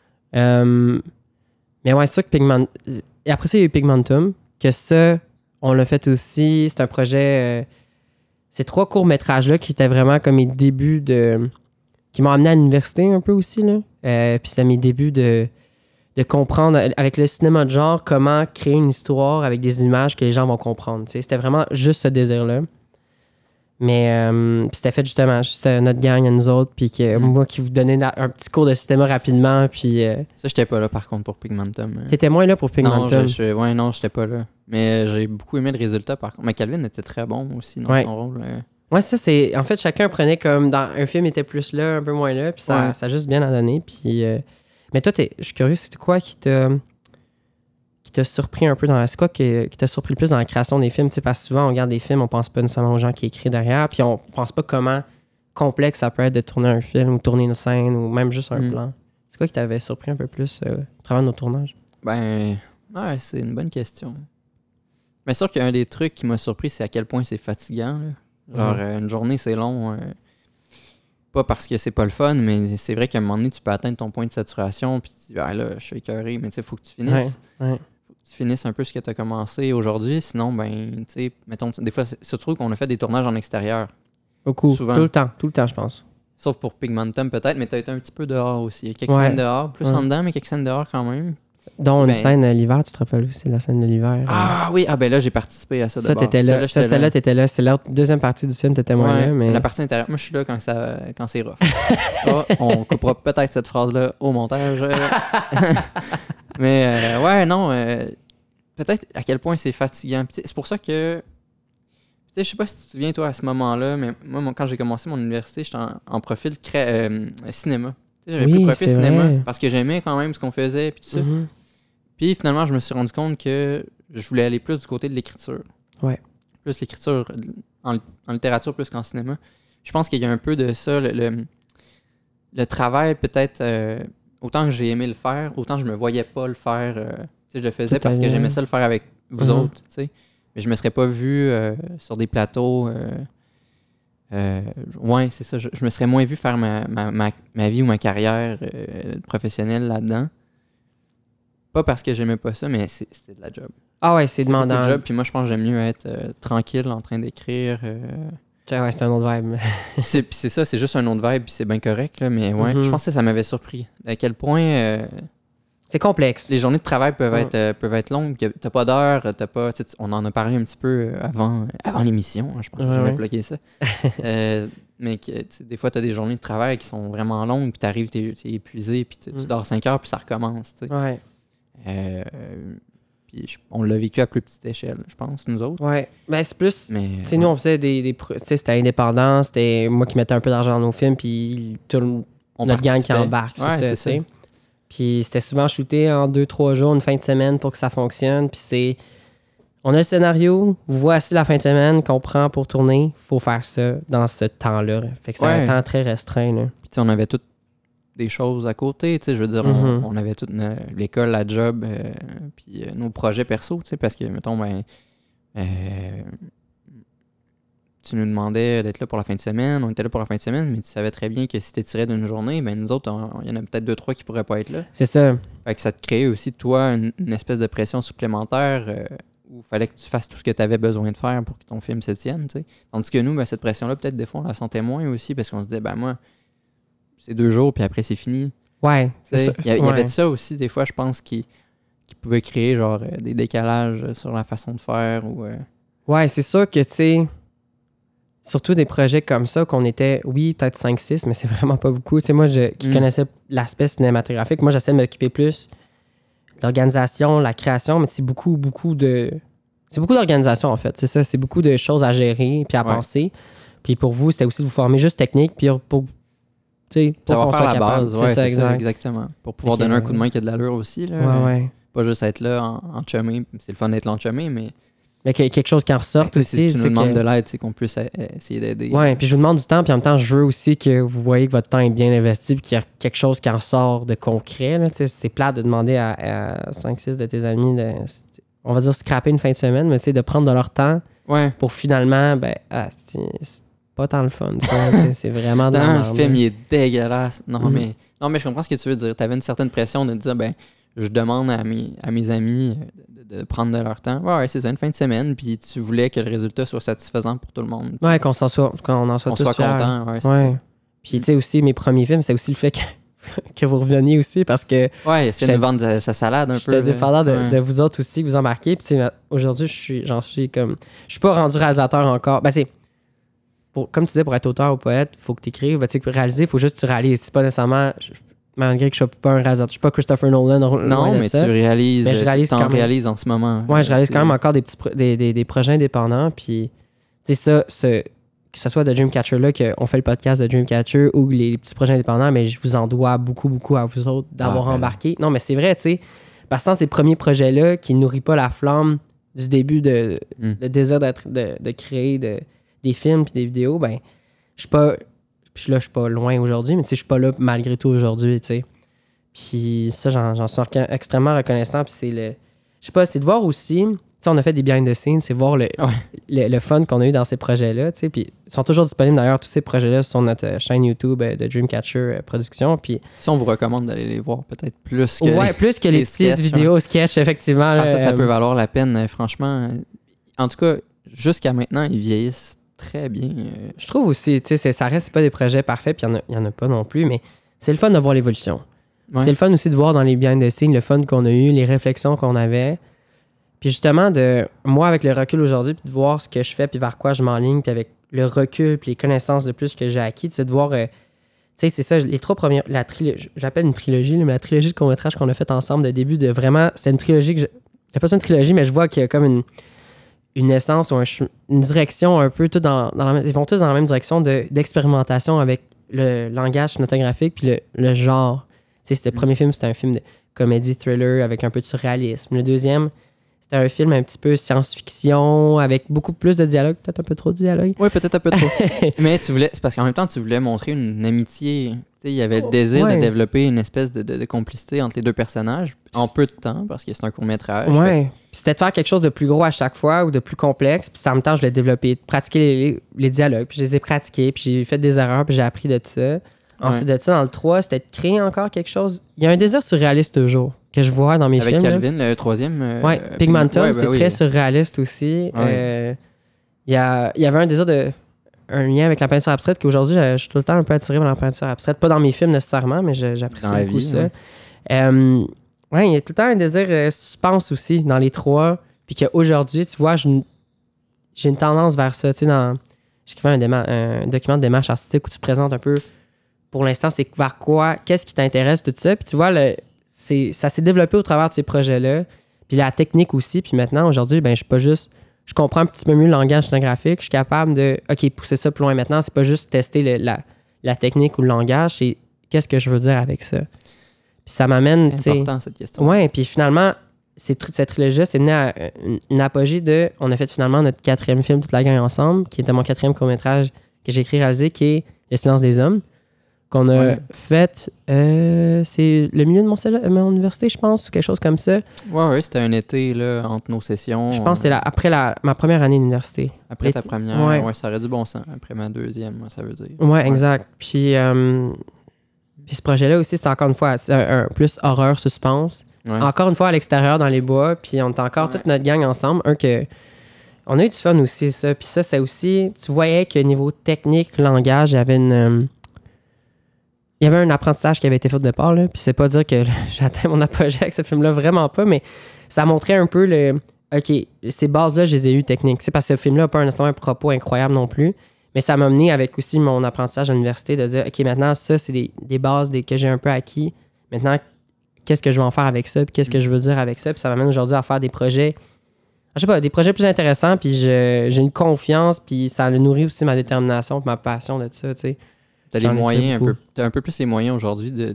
Mais ouais, c'est sûr que Et après ça, il y a eu Pigmentum, que ça, on l'a fait aussi. C'est un projet... ces 3 courts-métrages-là qui étaient vraiment comme mes débuts de... qui m'ont amené à l'université un peu aussi, là. Puis c'est mes débuts de comprendre, avec le cinéma de genre, comment créer une histoire avec des images que les gens vont comprendre. Tu sais, c'était vraiment juste ce désir-là. Mais c'était fait justement, c'était notre gang à nous autres, puis que moi qui vous donnais un petit cours de cinéma rapidement, puis... Ça, j'étais pas là par contre pour Pigmentum. T'étais moins là pour Pigmentum? Non, j'étais pas là. Mais j'ai beaucoup aimé le résultat par contre. Mais Calvin était très bon aussi dans son rôle. Ouais, ça c'est... En fait, chacun prenait comme... Dans un film était plus là, un peu moins là, puis ça a juste bien à donner, puis... Mais toi, je suis curieux, c'est quoi qui t'a surpris un peu c'est quoi qui t'a surpris le plus dans la création des films? Tu sais, parce que souvent, on regarde des films, on pense pas nécessairement aux gens qui écrivent derrière, puis on pense pas comment complexe ça peut être de tourner un film, ou tourner une scène, ou même juste un plan. C'est quoi qui t'avait surpris un peu plus au travers de nos tournages? C'est une bonne question. Mais sûr qu'un des trucs qui m'a surpris, c'est à quel point c'est fatigant, là. Genre, une journée, c'est long. Pas parce que c'est pas le fun, mais c'est vrai qu'à un moment donné, tu peux atteindre ton point de saturation, puis tu dis, là, je suis écœuré, mais tu sais, faut que tu finisses. Ouais. Faut que tu finisses un peu ce que tu as commencé aujourd'hui, sinon, ben, tu sais, mettons, des fois, surtout qu'on a fait des tournages en extérieur. Beaucoup. Souvent. Tout le temps, je pense. Sauf pour Pigmentum, peut-être, mais tu as été un petit peu dehors aussi. Il y a quelques scènes dehors, plus en dedans, mais quelques scènes dehors quand même. Dont une scène l'hiver, tu te rappelles aussi, la scène de l'hiver. Oui, ben là, j'ai participé à ça d'abord. T'étais là. Celle-là, t'étais là. C'est la deuxième partie du film, t'étais moins là. Mais... La partie intérieure, moi, je suis là quand c'est rough. On coupera peut-être cette phrase-là au montage. Mais peut-être à quel point c'est fatigant. C'est pour ça que... Je sais pas si tu te souviens, toi, à ce moment-là, mais moi, quand j'ai commencé mon université, j'étais en profil cinéma. J'avais pris profil cinéma parce que j'aimais quand même ce qu'on faisait, puis tout ça. Puis finalement, je me suis rendu compte que je voulais aller plus du côté de l'écriture. Ouais. Plus l'écriture en littérature plus qu'en cinéma. Je pense qu'il y a un peu de ça. Le travail, peut-être, autant que j'ai aimé le faire, autant je me voyais pas le faire. Je le faisais parce que j'aimais ça le faire avec vous autres. T'sais. Mais je me serais pas vu sur des plateaux. C'est ça. Je me serais moins vu faire ma vie ou ma carrière professionnelle là-dedans. Pas parce que j'aimais pas ça, mais c'était de la job. Ah ouais, c'est demandant. De job, puis moi, je pense que j'aime mieux être tranquille en train d'écrire. Ouais, c'est un autre vibe. c'est ça, c'est juste un autre vibe, puis c'est bien correct, là, mais ouais, je pense que ça m'avait surpris. À quel point C'est complexe. Les journées de travail peuvent être longues. T'as pas d'heure, on en a parlé un petit peu avant l'émission. Je pense que je vais bloquer ça. Mais des fois, t'as des journées de travail qui sont vraiment longues, puis t'arrives, t'es épuisé, puis tu dors 5 heures, puis ça recommence. Ouais. Puis on l'a vécu à plus petite échelle, je pense, nous autres. Ouais. Ben, c'est plus. Nous, on faisait c'était indépendant, c'était moi qui mettais un peu d'argent dans nos films, puis notre gang qui embarque. C'est ça. Puis c'était souvent shooté en 2-3 jours, une fin de semaine pour que ça fonctionne. Puis on a le scénario, voici la fin de semaine qu'on prend pour tourner. Il faut faire ça dans ce temps-là. Fait que c'est un temps très restreint. Là. Puis on avait toutes des choses à côté. Je veux dire, on avait toute l'école, la job, puis nos projets perso. Parce que, mettons, tu nous demandais d'être là pour la fin de semaine, on était là pour la fin de semaine, mais tu savais très bien que si tu tirais d'une journée, ben nous autres, il y en a peut-être 2-3 qui pourraient pas être là. C'est ça. Fait que ça te créait aussi, toi, une espèce de pression supplémentaire où il fallait que tu fasses tout ce que tu avais besoin de faire pour que ton film se tienne, tu sais. Tandis que nous, ben, cette pression-là, peut-être des fois, on la sentait moins aussi, parce qu'on se disait, ben moi, c'est 2 jours, puis après, c'est fini. Ouais. Il y avait de ça aussi, des fois, je pense, qui pouvait créer, genre, des décalages sur la façon de faire, ou... Ouais, c'est sûr que, tu sais... Surtout des projets comme ça, qu'on était, oui, peut-être 5-6, mais c'est vraiment pas beaucoup. Tu sais, moi, qui connaissais l'aspect cinématographique, moi, j'essaie de m'occuper plus de l'organisation, la création, mais c'est beaucoup d'organisation, en fait. C'est ça, c'est beaucoup de choses à gérer puis à penser. Puis pour vous, c'était aussi de vous former juste technique, puis pour qu'on soit faire la base. C'est ça, exactement. Pour pouvoir donner un coup de main qui a de l'allure aussi. Là, pas juste être là en chumé. C'est le fun d'être là en chumé, mais quelque chose qui en ressorte aussi. Si tu nous demandes de l'aide, c'est qu'on puisse essayer d'aider. Oui, puis je vous demande du temps, puis en même temps, je veux aussi que vous voyez que votre temps est bien investi, puis qu'il y a quelque chose qui en sort de concret. Là. C'est plate de demander à 5-6 de tes amis de, on va dire, scraper une fin de semaine, mais de prendre de leur temps pour finalement, c'est pas tant le fun. C'est vraiment dans le film, il est dégueulasse. Non, mais je comprends ce que tu veux dire. Tu avais une certaine pression de te dire, je demande à mes amis de prendre de leur temps. Ouais, c'est ça, une fin de semaine, puis tu voulais que le résultat soit satisfaisant pour tout le monde. Ouais, qu'on en soit tous content. Ouais, c'est ça. Puis, tu sais, aussi, mes premiers films, c'est aussi le fait que vous reveniez aussi, parce que... Ouais, c'est de vendre sa salade un peu. J'étais dépendant de vous autres aussi, vous embarquez. Puis, aujourd'hui, j'en suis comme... Je suis pas rendu réalisateur encore. Comme tu disais, pour être auteur ou poète, il faut que tu écrives. Pour réaliser, il faut juste que tu réalises. C'est pas nécessairement... Malgré que je ne suis pas un réalisateur, je ne suis pas Christopher Nolan. Non, mais tu réalises. Mais je réalise quand même. Réalises en ce moment. Ouais, je réalise quand même encore des projets indépendants. Puis, tu sais, que ce soit de Dreamcatcher là, qu'on fait le podcast de Dreamcatcher ou les petits projets indépendants, mais je vous en dois beaucoup, beaucoup à vous autres d'avoir embarqué. Non, mais c'est vrai, tu sais, parce que sans ces premiers projets-là qui ne nourrissent pas la flamme du début le désir de créer des films et des vidéos, je suis pas. Puis là, je suis pas loin aujourd'hui, mais je suis pas là malgré tout aujourd'hui, tu sais. Puis ça, j'en suis extrêmement reconnaissant. Puis je sais pas, c'est de voir aussi, tu sais, on a fait des behind the scenes, c'est voir le fun qu'on a eu dans ces projets-là, tu sais. Puis ils sont toujours disponibles d'ailleurs, tous ces projets-là sur notre chaîne YouTube de Dreamcatcher Productions. Puis si on vous recommande d'aller les voir, peut-être plus que plus que les petites vidéos sketch, effectivement. Là, ça peut valoir la peine, franchement. En tout cas, jusqu'à maintenant, ils vieillissent très bien. Je trouve aussi, tu sais, ça reste pas des projets parfaits, puis il y en a pas non plus, mais c'est le fun de voir l'évolution. Ouais. C'est le fun aussi de voir dans les behind the scenes le fun qu'on a eu, les réflexions qu'on avait. Puis justement, moi, avec le recul aujourd'hui, puis de voir ce que je fais, puis vers quoi je m'enligne, puis avec le recul, puis les connaissances de plus que j'ai acquis, c'est de voir... tu sais, c'est ça, les 3 premières... J'appelle une trilogie, mais la trilogie de court-métrage qu'on a fait ensemble de début, de vraiment... C'est une trilogie que... J'appelle ça une trilogie, mais je vois qu'il y a comme une essence ou une direction un peu, tout ils vont tous dans la même direction d'expérimentation avec le langage cinématographique puis le genre. Tu sais, le premier film, c'était un film de comédie thriller avec un peu de surréalisme. Le deuxième, c'était un film un petit peu science-fiction avec beaucoup plus de dialogue, peut-être un peu trop de dialogue. Oui, peut-être un peu trop. Mais c'est parce qu'en même temps, tu voulais montrer une amitié. Tu sais, il y avait le désir de développer une espèce de complicité entre les 2 personnages en peu de temps, parce que c'est un court-métrage. Ouais. Puis c'était de faire quelque chose de plus gros à chaque fois ou de plus complexe. Puis en même temps, je l'ai développé, de pratiquer les dialogues. Puis je les ai pratiqués, puis j'ai fait des erreurs, puis j'ai appris de ça. Ensuite de ça, dans le 3, c'était de créer encore quelque chose. Il y a un désir surréaliste toujours que je vois dans mes films. Avec Calvin, le 3e. Oui, Pigmentum, c'est très surréaliste aussi. Ouais. Il y avait un désir un lien avec la peinture abstraite qu'aujourd'hui, je suis tout le temps un peu attiré par la peinture abstraite. Pas dans mes films nécessairement, mais j'apprécie beaucoup ça. Ouais, il y a tout le temps un désir suspense aussi dans les trois. Puis qu'aujourd'hui, tu vois, j'ai une tendance vers ça. Tu sais, j'écrivais un document de démarche artistique où tu présentes un peu, pour l'instant, c'est vers quoi, qu'est-ce qui t'intéresse, tout ça. Puis tu vois, ça s'est développé au travers de ces projets-là. Puis la technique aussi. Puis maintenant, aujourd'hui, ben, je suis pas juste. Je comprends un petit peu mieux le langage scénographique. Je suis capable de, OK, pousser ça plus loin maintenant. C'est pas juste tester la technique ou le langage, c'est qu'est-ce que je veux dire avec ça. Puis ça m'amène. C'est important, cette question. Ouais, puis finalement, cette trilogie, c'est mené à une apogée de. On a fait finalement notre 4e film, toute la gang ensemble, qui était mon 4e court-métrage que j'ai écrit réalisé, qui est Le silence des hommes. Qu'on a fait, c'est le milieu de mon université, je pense, ou quelque chose comme ça. Ouais, c'était un été, là, entre nos sessions. Je pense que c'est après ma première année d'université. Après ta première, ouais, ça aurait du bon sens. Après ma deuxième, moi, ça veut dire. Ouais, exact. Puis ce projet-là aussi, c'est encore une fois un plus horreur, suspense. Ouais. Encore une fois, à l'extérieur, dans les bois, puis on était encore toute notre gang ensemble. On a eu du fun aussi, ça. Puis ça, c'est aussi, tu voyais que niveau technique, langage, il y avait un apprentissage qui avait été fait au départ, là. Puis c'est pas dire que j'atteins mon apogée avec ce film-là, vraiment pas, mais ça montrait un peu OK, ces bases-là, je les ai eues techniques. C'est parce que ce film-là n'a pas nécessairement un propos incroyable non plus, mais ça m'a mené avec aussi mon apprentissage à l'université de dire, OK, maintenant, ça, c'est des bases que j'ai un peu acquis. Maintenant, qu'est-ce que je vais en faire avec ça? Puis qu'est-ce que je veux dire avec ça? Puis ça m'amène aujourd'hui à faire des projets, je sais pas, des projets plus intéressants, puis j'ai une confiance, puis ça nourrit aussi ma détermination, puis ma passion de ça, tu sais. T'as les moyens t'as un peu plus les moyens aujourd'hui de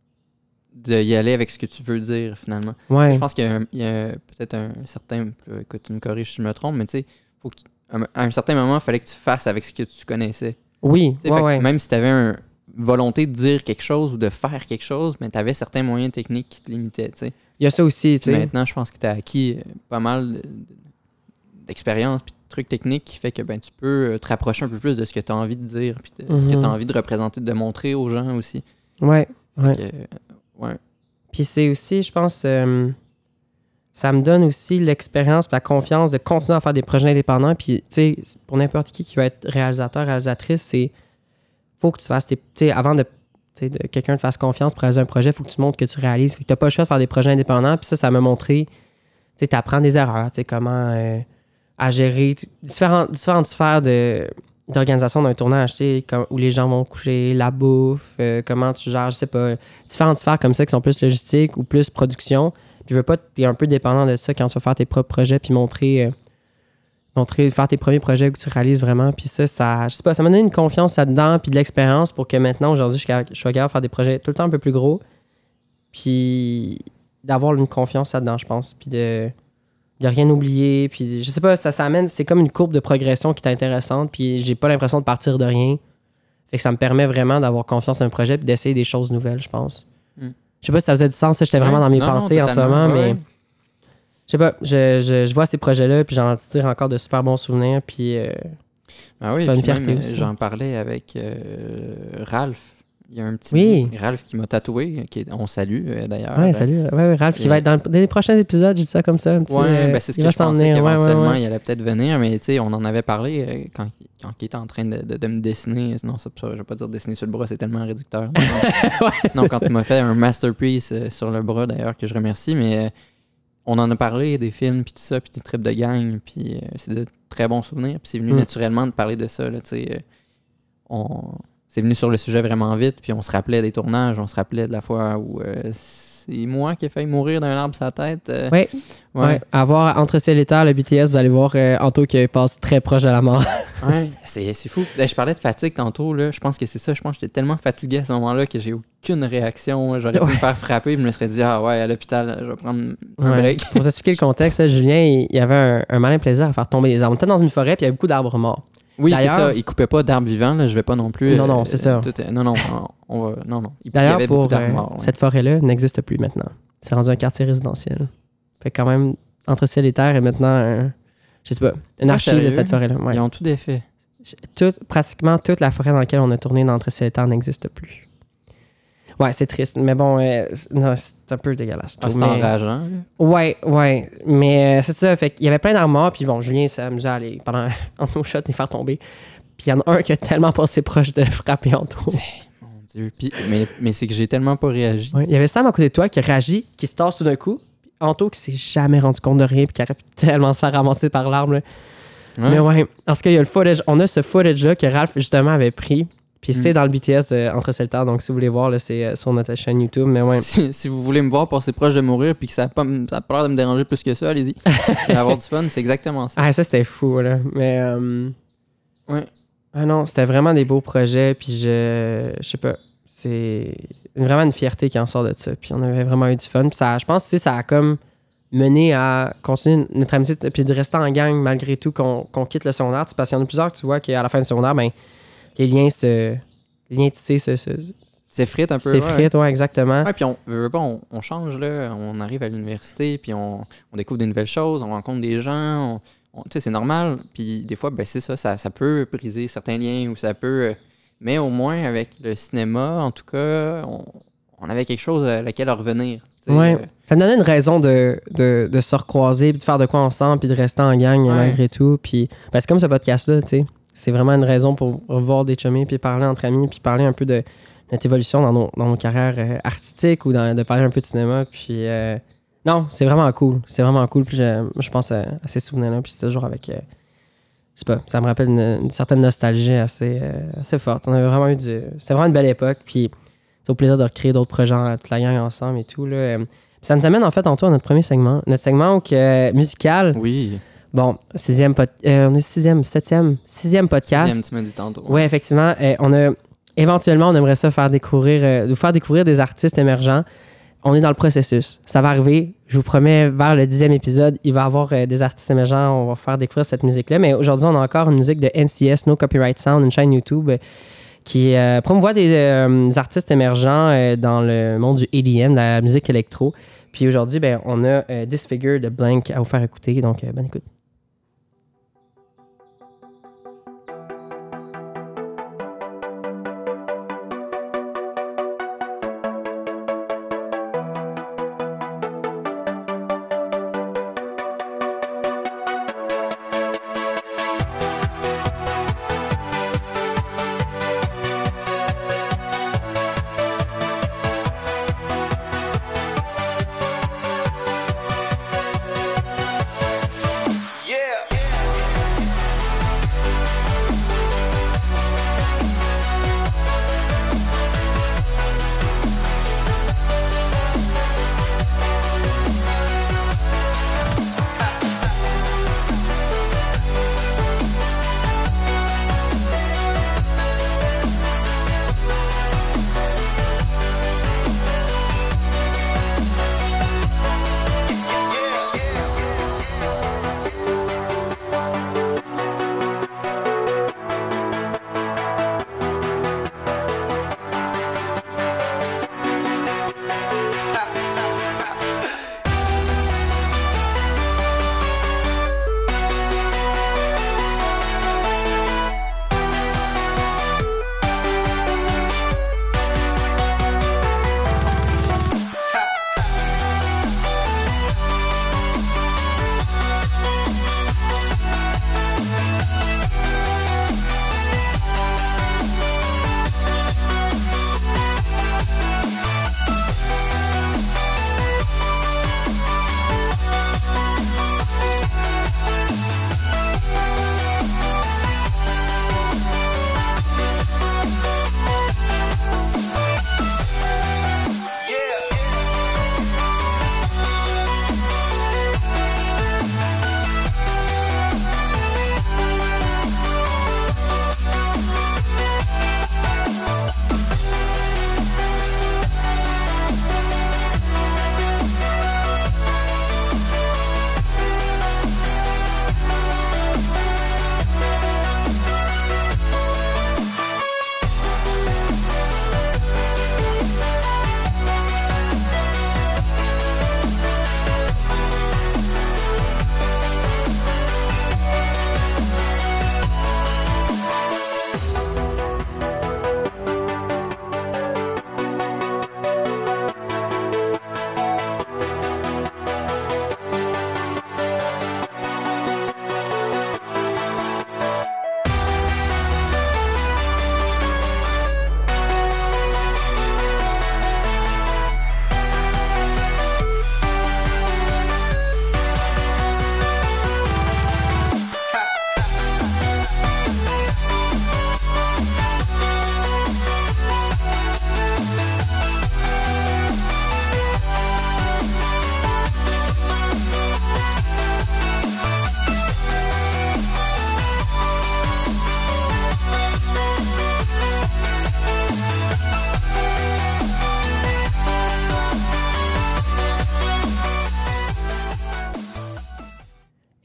y aller avec ce que tu veux dire finalement. Ouais. Je pense qu'il y a peut-être un certain, que tu me corriges si je me trompe, mais tu sais, à un certain moment, il fallait que tu fasses avec ce que tu connaissais. Oui, même si tu avais une volonté de dire quelque chose ou de faire quelque chose, mais tu avais certains moyens techniques qui te limitaient, tu sais. Il y a ça aussi, tu sais. Maintenant, je pense que tu as acquis pas mal d'expérience puis de trucs techniques qui fait que tu peux te rapprocher un peu plus de ce que tu as envie de dire puis de ce que tu as envie de représenter, de montrer aux gens aussi. Ouais. Ouais. Puis c'est aussi, je pense, ça me donne aussi l'expérience et la confiance de continuer à faire des projets indépendants. Puis, tu sais, pour n'importe qui va être réalisateur, réalisatrice, c'est faut que tu fasses avant de quelqu'un te fasse confiance pour réaliser un projet, il faut que tu montres que tu réalises. Tu n'as pas le choix de faire des projets indépendants. Puis ça m'a montré, tu apprends des erreurs, comment à gérer différentes sphères d'organisation d'un tournage, où les gens vont coucher, la bouffe, comment tu gères, je sais pas, différentes sphères comme ça qui sont plus logistiques ou plus production. Puis je veux pas, t'es un peu dépendant de ça quand tu vas faire tes propres projets puis faire tes premiers projets que tu réalises vraiment. Puis ça, je sais pas, ça m'a donné une confiance là-dedans puis de l'expérience pour que maintenant, aujourd'hui, je sois capable de faire des projets tout le temps un peu plus gros puis d'avoir une confiance là-dedans, je pense, puis de rien oublier, puis je sais pas, ça amène, c'est comme une courbe de progression qui est intéressante, puis j'ai pas l'impression de partir de rien. Fait que ça me permet vraiment d'avoir confiance dans un projet puis d'essayer des choses nouvelles, je pense. Je sais pas si ça faisait du sens, ça, j'étais vraiment dans mes pensées en ce moment, mais je sais pas, je vois ces projets-là, puis j'en tire encore de super bons souvenirs, puis oui, une fierté aussi. J'en parlais avec Ralph. Il y a un petit Ralph qui m'a tatoué, on salue d'ailleurs. Oui, salut. Ouais, Ralph qui va être dans les prochains épisodes, je dis ça comme ça. C'est ce que je pensais qu'éventuellement il allait peut-être venir, mais tu sais, on en avait parlé quand il était en train de me dessiner. Non, ça, je vais pas dire dessiner sur le bras, c'est tellement réducteur. Non, quand il m'a fait un masterpiece sur le bras d'ailleurs, que je remercie, mais on en a parlé des films, puis tout ça, puis du trip de gang, puis c'est de très bons souvenirs, puis c'est venu naturellement de parler de ça, là, tu sais. C'est venu sur le sujet vraiment vite, puis on se rappelait des tournages, on se rappelait de la fois où c'est moi qui ai failli mourir d'un arbre sur la tête. Oui. Avoir Entre ciel et terre, le BTS, vous allez voir Anto qui passe très proche de la mort. Oui, c'est fou. Là, je parlais de fatigue tantôt, là. Je pense que c'est ça. Je pense que j'étais tellement fatigué à ce moment-là que j'ai aucune réaction. J'aurais pu me faire frapper, je me serais dit, à l'hôpital, je vais prendre un break. Pour vous expliquer le contexte, Julien, il avait un malin plaisir à faire tomber les arbres. On était dans une forêt, puis il y avait beaucoup d'arbres morts. Oui, c'est ça. Il coupait pas d'arbres vivants. Là. Je vais pas non plus... Non, c'est ça. Non. D'ailleurs, pour cette forêt-là, n'existe plus maintenant. C'est rendu un quartier résidentiel. Fait quand même, Entre ciel et terre est maintenant, je sais pas, une archive de cette forêt-là. Ouais. Ils ont tout défait. Pratiquement toute la forêt dans laquelle on a tourné dans Entre ciel et terre n'existe plus. Ouais, c'est triste. Mais bon, c'est un peu dégueulasse. C'est enrageant. Ouais. Mais c'est ça. Fait qu'il y avait plein d'arbres morts. Puis bon, Julien s'est amusé à aller pendant nos shots les faire tomber. Puis il y en a un qui a tellement passé proche de frapper Anto. Mon Dieu. Puis, mais c'est que j'ai tellement pas réagi. Ouais, il y avait Sam à côté de toi qui a réagi, qui se tasse tout d'un coup. Puis Anto qui s'est jamais rendu compte de rien puis qui aurait pu tellement se faire ramasser par l'arbre. Là. Ouais. Mais ouais, parce qu'il y a le footage. On a ce footage-là que Ralph justement avait pris. Puis c'est dans le BTS entre Celtar. Donc si vous voulez voir, là, c'est sur notre chaîne YouTube. Mais ouais. Si vous voulez me voir passer proche de mourir puis que ça a pas l'air de me déranger plus que ça, allez-y. Avoir du fun, c'est exactement ça. Ah, ça c'était fou, là. Mais Ouais. ah non, c'était vraiment des beaux projets. Puis je sais pas. C'est vraiment une fierté qui en sort de ça. Puis on avait vraiment eu du fun. Puis ça, je pense aussi ça a comme mené à continuer notre amitié puis de rester en gang malgré tout qu'on quitte le secondaire. Parce qu'il y en a plusieurs, tu vois, qu'à la fin du secondaire, ben, les liens tissés s'effritent un peu. S'effritent, ouais, exactement. Ouais, puis on change, là. On arrive à l'université, puis on découvre des nouvelles choses, on rencontre des gens. Tu sais, c'est normal. Puis des fois, ben, c'est ça peut briser certains liens ou ça peut... mais au moins, avec le cinéma, en tout cas, on avait quelque chose à laquelle revenir. Ouais. Ça nous donnait une raison de se recroiser, puis de faire de quoi ensemble, puis de rester en gang malgré tout. Puis ben, c'est comme ce podcast-là, tu sais. C'est vraiment une raison pour revoir des chummies, puis parler entre amis, puis parler un peu de notre évolution dans nos carrières artistiques ou de parler un peu de cinéma. Puis non, c'est vraiment cool. C'est vraiment cool. Puis je pense à ces souvenirs-là. Puis c'est toujours avec... je sais pas, ça me rappelle une certaine nostalgie assez forte. On avait vraiment eu c'était vraiment une belle époque. Puis c'est au plaisir de recréer d'autres projets toute la gang ensemble et tout. Là. Ça nous amène en fait, Antoine, à notre premier segment. Notre segment musical. Oui. Bon, on est sixième podcast. Sixième, tu m'as dit tantôt. Oui, effectivement. Éventuellement, on aimerait ça vous faire découvrir des artistes émergents. On est dans le processus. Ça va arriver. Je vous promets, vers le 10e épisode, il va y avoir des artistes émergents. On va faire découvrir cette musique-là. Mais aujourd'hui, on a encore une musique de NCS, No Copyright Sound, une chaîne YouTube qui promouvoit des artistes émergents dans le monde du EDM, de la musique électro. Puis aujourd'hui, ben, on a Disfigure de Blank à vous faire écouter. Donc, bonne écoute.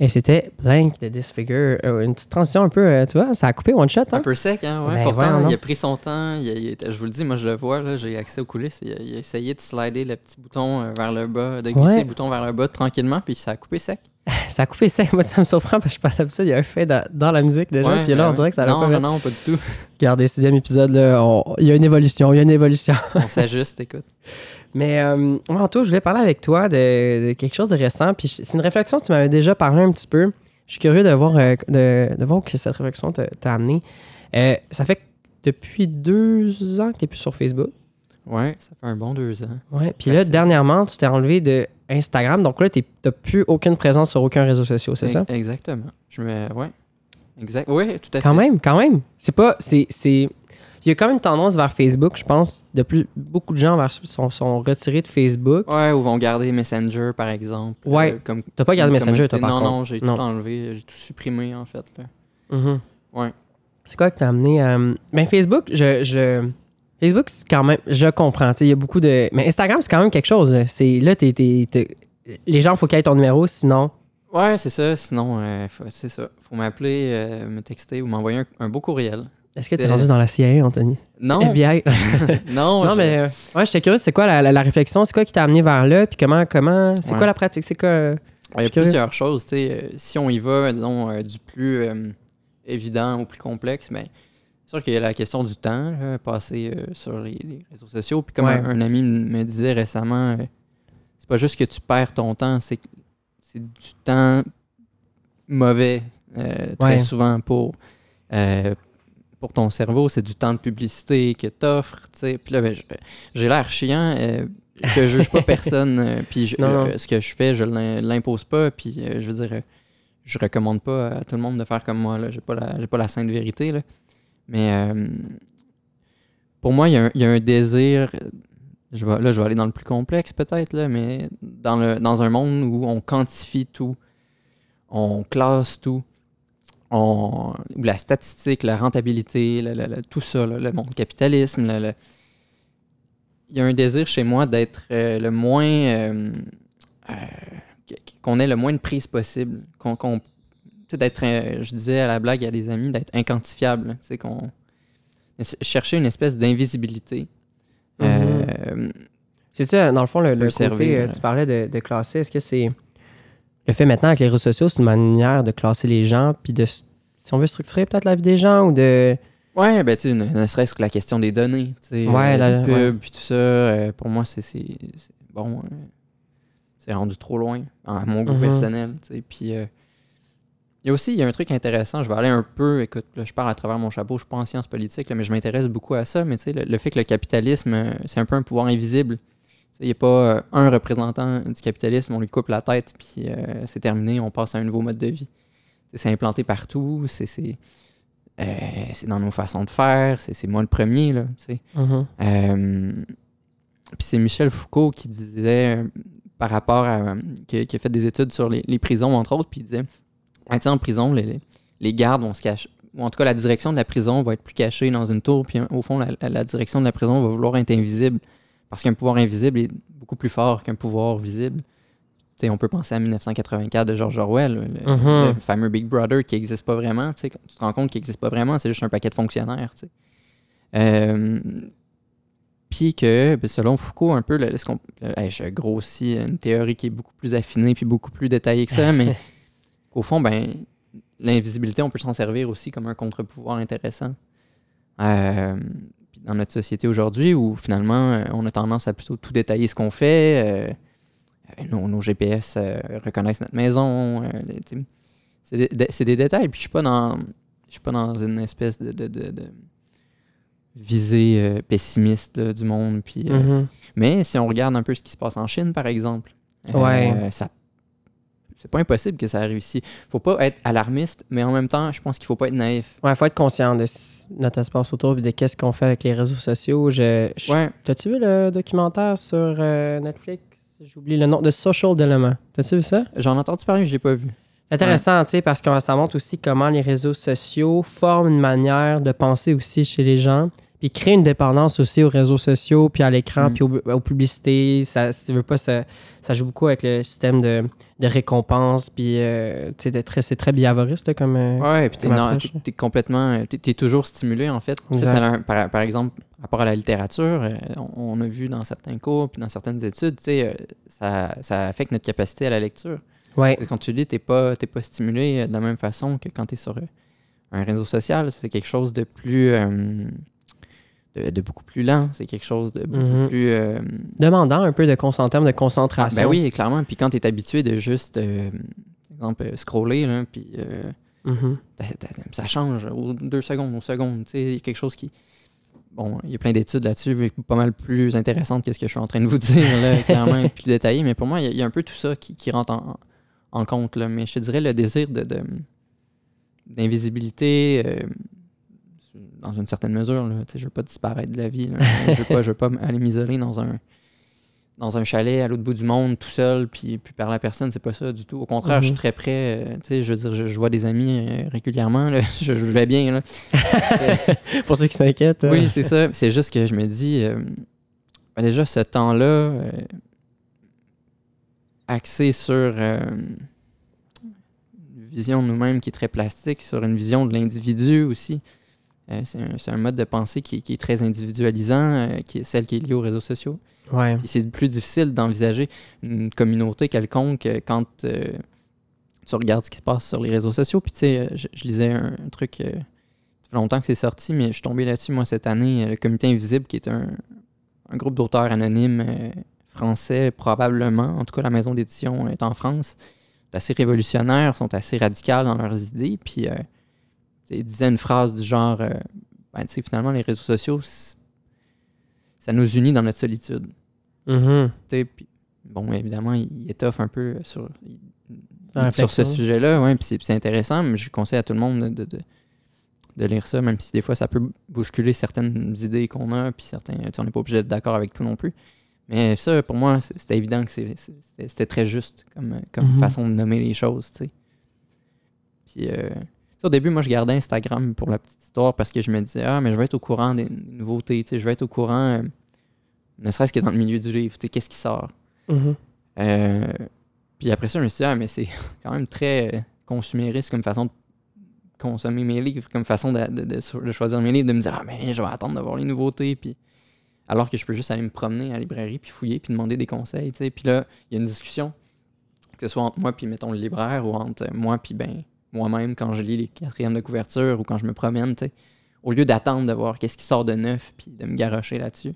Et c'était Blank de Disfigure. Une petite transition un peu, tu vois, ça a coupé one shot. Hein? Un peu sec, hein, ouais. Ben, Pourtant, il a pris son temps. Je vous le dis, moi, je le vois, là, j'ai accès aux coulisses. Il a essayé de slider le petit bouton vers le bas, de glisser le bouton vers le bas tranquillement, puis ça a coupé sec. Ça a coupé sec. Moi, ça me surprend parce que je parlais de ça. Il y a un fait dans la musique déjà. Puis là, on dirait que ça a pas... Non, pas du tout. Regardez, 6e épisode, là, il y a une évolution. On s'ajuste, écoute. Mais Anto, je voulais parler avec toi de quelque chose de récent. Puis c'est une réflexion que tu m'avais déjà parlé un petit peu. Je suis curieux de voir, de voir que cette réflexion t'a amené. Ça fait que depuis 2 ans que tu n'es plus sur Facebook. Ouais, ça fait un bon 2 ans. Ouais, puis là, dernièrement, tu t'es enlevé de Instagram. Donc là, tu n'as plus aucune présence sur aucun réseau social, c'est ça? Exactement. Ouais. Exact. Oui, tout à fait. Quand même. C'est pas... Il y a quand même une tendance vers Facebook, je pense. Beaucoup de gens sont retirés de Facebook. Ouais, ou vont garder Messenger, par exemple. Ouais. T'as pas gardé Messenger, toi, par contre? Non, j'ai tout enlevé. J'ai tout supprimé, en fait. Là. Mm-hmm. Ouais. C'est quoi que t'as amené à... Ben, Facebook, Facebook, c'est quand même... Je comprends, tu sais, il y a beaucoup de... Mais Instagram, c'est quand même quelque chose. C'est... Là, les gens, il faut qu'ils aient ton numéro, sinon... Ouais, c'est ça. Sinon, c'est ça. Faut m'appeler, me texter ou m'envoyer un beau courriel. Est-ce que t'es rendu dans la CIA, Anthony? Non. FBI? Non, mais... Ouais, j'étais curieux, c'est quoi la réflexion? C'est quoi qui t'a amené vers là? Puis comment... C'est quoi la pratique? C'est quoi... Il y a plusieurs choses, tu sais. Si on y va, disons, du plus évident au plus complexe, mais c'est sûr qu'il y a la question du temps, là, passer sur les réseaux sociaux. Puis comme un ami me disait récemment, c'est pas juste que tu perds ton temps, c'est du temps mauvais, très souvent pour ton cerveau. C'est du temps de publicité que t'offres, tu sais. Puis là, ben, j'ai l'air chiant, je juge pas personne, puis ce que je fais, je l'impose pas, puis je veux dire, je recommande pas à tout le monde de faire comme moi, là. J'ai pas la sainte vérité, là. Mais pour moi, il y a un désir, je vais aller dans le plus complexe peut-être, là, mais dans un monde où on quantifie tout, on classe tout, où la statistique, la rentabilité, tout ça, le monde capitalisme, il y a un désir chez moi d'être le moins... qu'on ait le moins de prise possible. D'être, je disais à la blague à des amis, d'être inquantifiable. Chercher une espèce d'invisibilité. C'est ça, dans le fond, le côté, tu parlais de classer. Est-ce que c'est... Le fait maintenant avec les réseaux sociaux, c'est une manière de classer les gens, puis si on veut structurer peut-être la vie des gens, ou de... Ouais, ben tu sais, ne serait-ce que la question des données, tu sais, les pubs, puis tout ça, pour moi, c'est bon, c'est rendu trop loin, à mon goût personnel, tu sais, puis il y a un truc intéressant, je vais aller un peu, écoute, là, je parle à travers mon chapeau, je suis pas en sciences politiques, là, mais je m'intéresse beaucoup à ça, mais tu sais, le fait que le capitalisme, c'est un peu un pouvoir invisible. Il n'y a pas un représentant du capitalisme, on lui coupe la tête, puis c'est terminé, on passe à un nouveau mode de vie. C'est implanté partout, c'est dans nos façons de faire, c'est moi le premier, là, tu sais. Puis c'est Michel Foucault qui disait, par rapport à... qui a fait des études sur les prisons, entre autres, puis il disait, en prison, les gardes vont se cacher, ou en tout cas, la direction de la prison va être plus cachée dans une tour, puis au fond, la direction de la prison va vouloir être invisible. Parce qu'un pouvoir invisible est beaucoup plus fort qu'un pouvoir visible. T'sais, on peut penser à 1984 de George Orwell, le fameux Big Brother qui n'existe pas vraiment. Tu te rends compte qu'il n'existe pas vraiment, c'est juste un paquet de fonctionnaires. Puis que, selon Foucault, un peu, je grossis une théorie qui est beaucoup plus affinée puis beaucoup plus détaillée que ça, mais au fond, l'invisibilité, on peut s'en servir aussi comme un contre-pouvoir intéressant. Dans notre société aujourd'hui, où finalement, on a tendance à plutôt tout détailler ce qu'on fait. Nos GPS reconnaissent notre maison. C'est des détails. Puis je suis pas dans une espèce de visée pessimiste là, du monde. Puis, mais si on regarde un peu ce qui se passe en Chine, par exemple, c'est pas impossible que ça arrive ici. Faut pas être alarmiste, mais en même temps, je pense qu'il faut pas être naïf. Ouais, faut être conscient de notre espace autour et de qu'est-ce qu'on fait avec les réseaux sociaux. T'as-tu vu le documentaire sur Netflix? J'ai oublié le nom, de Social Dilemma. T'as-tu vu ça? J'en ai entendu parler, mais je l'ai pas vu. Intéressant, tu sais, parce que ça montre aussi comment les réseaux sociaux forment une manière de penser aussi chez les gens. Puis Puis créer une dépendance aussi aux réseaux sociaux, puis à l'écran, Mm. puis aux publicités. Ça, si tu veux pas, ça joue beaucoup avec le système de récompense, puis tu sais, c'est très biavoriste là, comme. Ouais, puis comme approche. t'es complètement. T'es toujours stimulé, en fait. Puis Exact. par exemple, par rapport à la littérature, on a vu dans certains cours, puis dans certaines études, tu sais, ça affecte notre capacité à la lecture. Ouais. Quand tu lis, t'es pas stimulé de la même façon que quand t'es sur un réseau social. C'est quelque chose de plus. De beaucoup plus lent. C'est quelque chose de beaucoup Mhm. plus. Demandant un peu de en termes de Ah, concentration. ben oui, clairement. Puis quand t'es habitué de juste, par exemple, scroller, là, puis Mhm. ça change aux 2 secondes, aux secondes. Tu sais, il y a quelque chose qui. Bon, il y a plein d'études là-dessus, pas mal plus intéressantes que ce que je suis en train de vous dire, là, clairement, et plus détaillé. Mais pour moi, il y a un peu tout ça qui rentre en compte. Là. Mais je te dirais le désir d'invisibilité, dans une certaine mesure. Là. Tu sais, je veux pas disparaître de la vie. Là. Je veux pas aller m'isoler dans un chalet à l'autre bout du monde tout seul puis parler à personne, c'est pas ça du tout. Au contraire, je suis très prêt. Tu sais, je veux dire, je vois des amis régulièrement. Là. Je vais bien. Là. Pour ceux qui s'inquiètent. Oui, c'est ça. C'est juste que je me dis, ben déjà, ce temps-là, axé sur une vision de nous-mêmes qui est très plastique, sur une vision de l'individu aussi. C'est un mode de pensée qui est très individualisant, qui est celle qui est liée aux réseaux sociaux. Ouais. Puis c'est plus difficile d'envisager une communauté quelconque quand tu regardes ce qui se passe sur les réseaux sociaux. Puis tu sais, je lisais un truc, ça fait longtemps que c'est sorti, mais je suis tombé là-dessus, moi, cette année, le Comité Invisible, qui est un groupe d'auteurs anonymes français, probablement. En tout cas, la maison d'édition est en France. C'est assez révolutionnaires, sont assez radicales dans leurs idées. Puis ils disaient une phrase du genre, ben, tu sais, finalement, les réseaux sociaux, ça nous unit dans notre solitude. Mhm. Puis, bon, évidemment, il étoffe un peu sur La ce réflexion. sujet-là, ouais, puis c'est intéressant, mais je conseille à tout le monde de lire ça, même si des fois ça peut bousculer certaines idées qu'on a, puis certains, on n'est pas obligé d'être d'accord avec tout non plus. Mais ça, pour moi, c'était évident que c'était très juste comme Mhm. façon de nommer les choses, tu sais. Puis, au début, moi, je gardais Instagram pour la petite histoire parce que je me disais, mais je vais être au courant des nouveautés, tu sais, je vais être au courant, ne serait-ce que dans le milieu du livre, tu sais, qu'est-ce qui sort. Mhm. Puis après ça, je me suis dit, mais c'est quand même très consumériste comme façon de consommer mes livres, comme façon de choisir mes livres, de me dire, mais je vais attendre d'avoir les nouveautés, puis alors que je peux juste aller me promener à la librairie, puis fouiller, puis demander des conseils, tu sais. Puis là, il y a une discussion, que ce soit entre moi puis, mettons, le libraire, ou entre moi puis, moi-même, quand je lis les 4e de couverture, ou quand je me promène, tu sais. Au lieu d'attendre de voir qu'est-ce qui sort de neuf, puis de me garrocher là-dessus.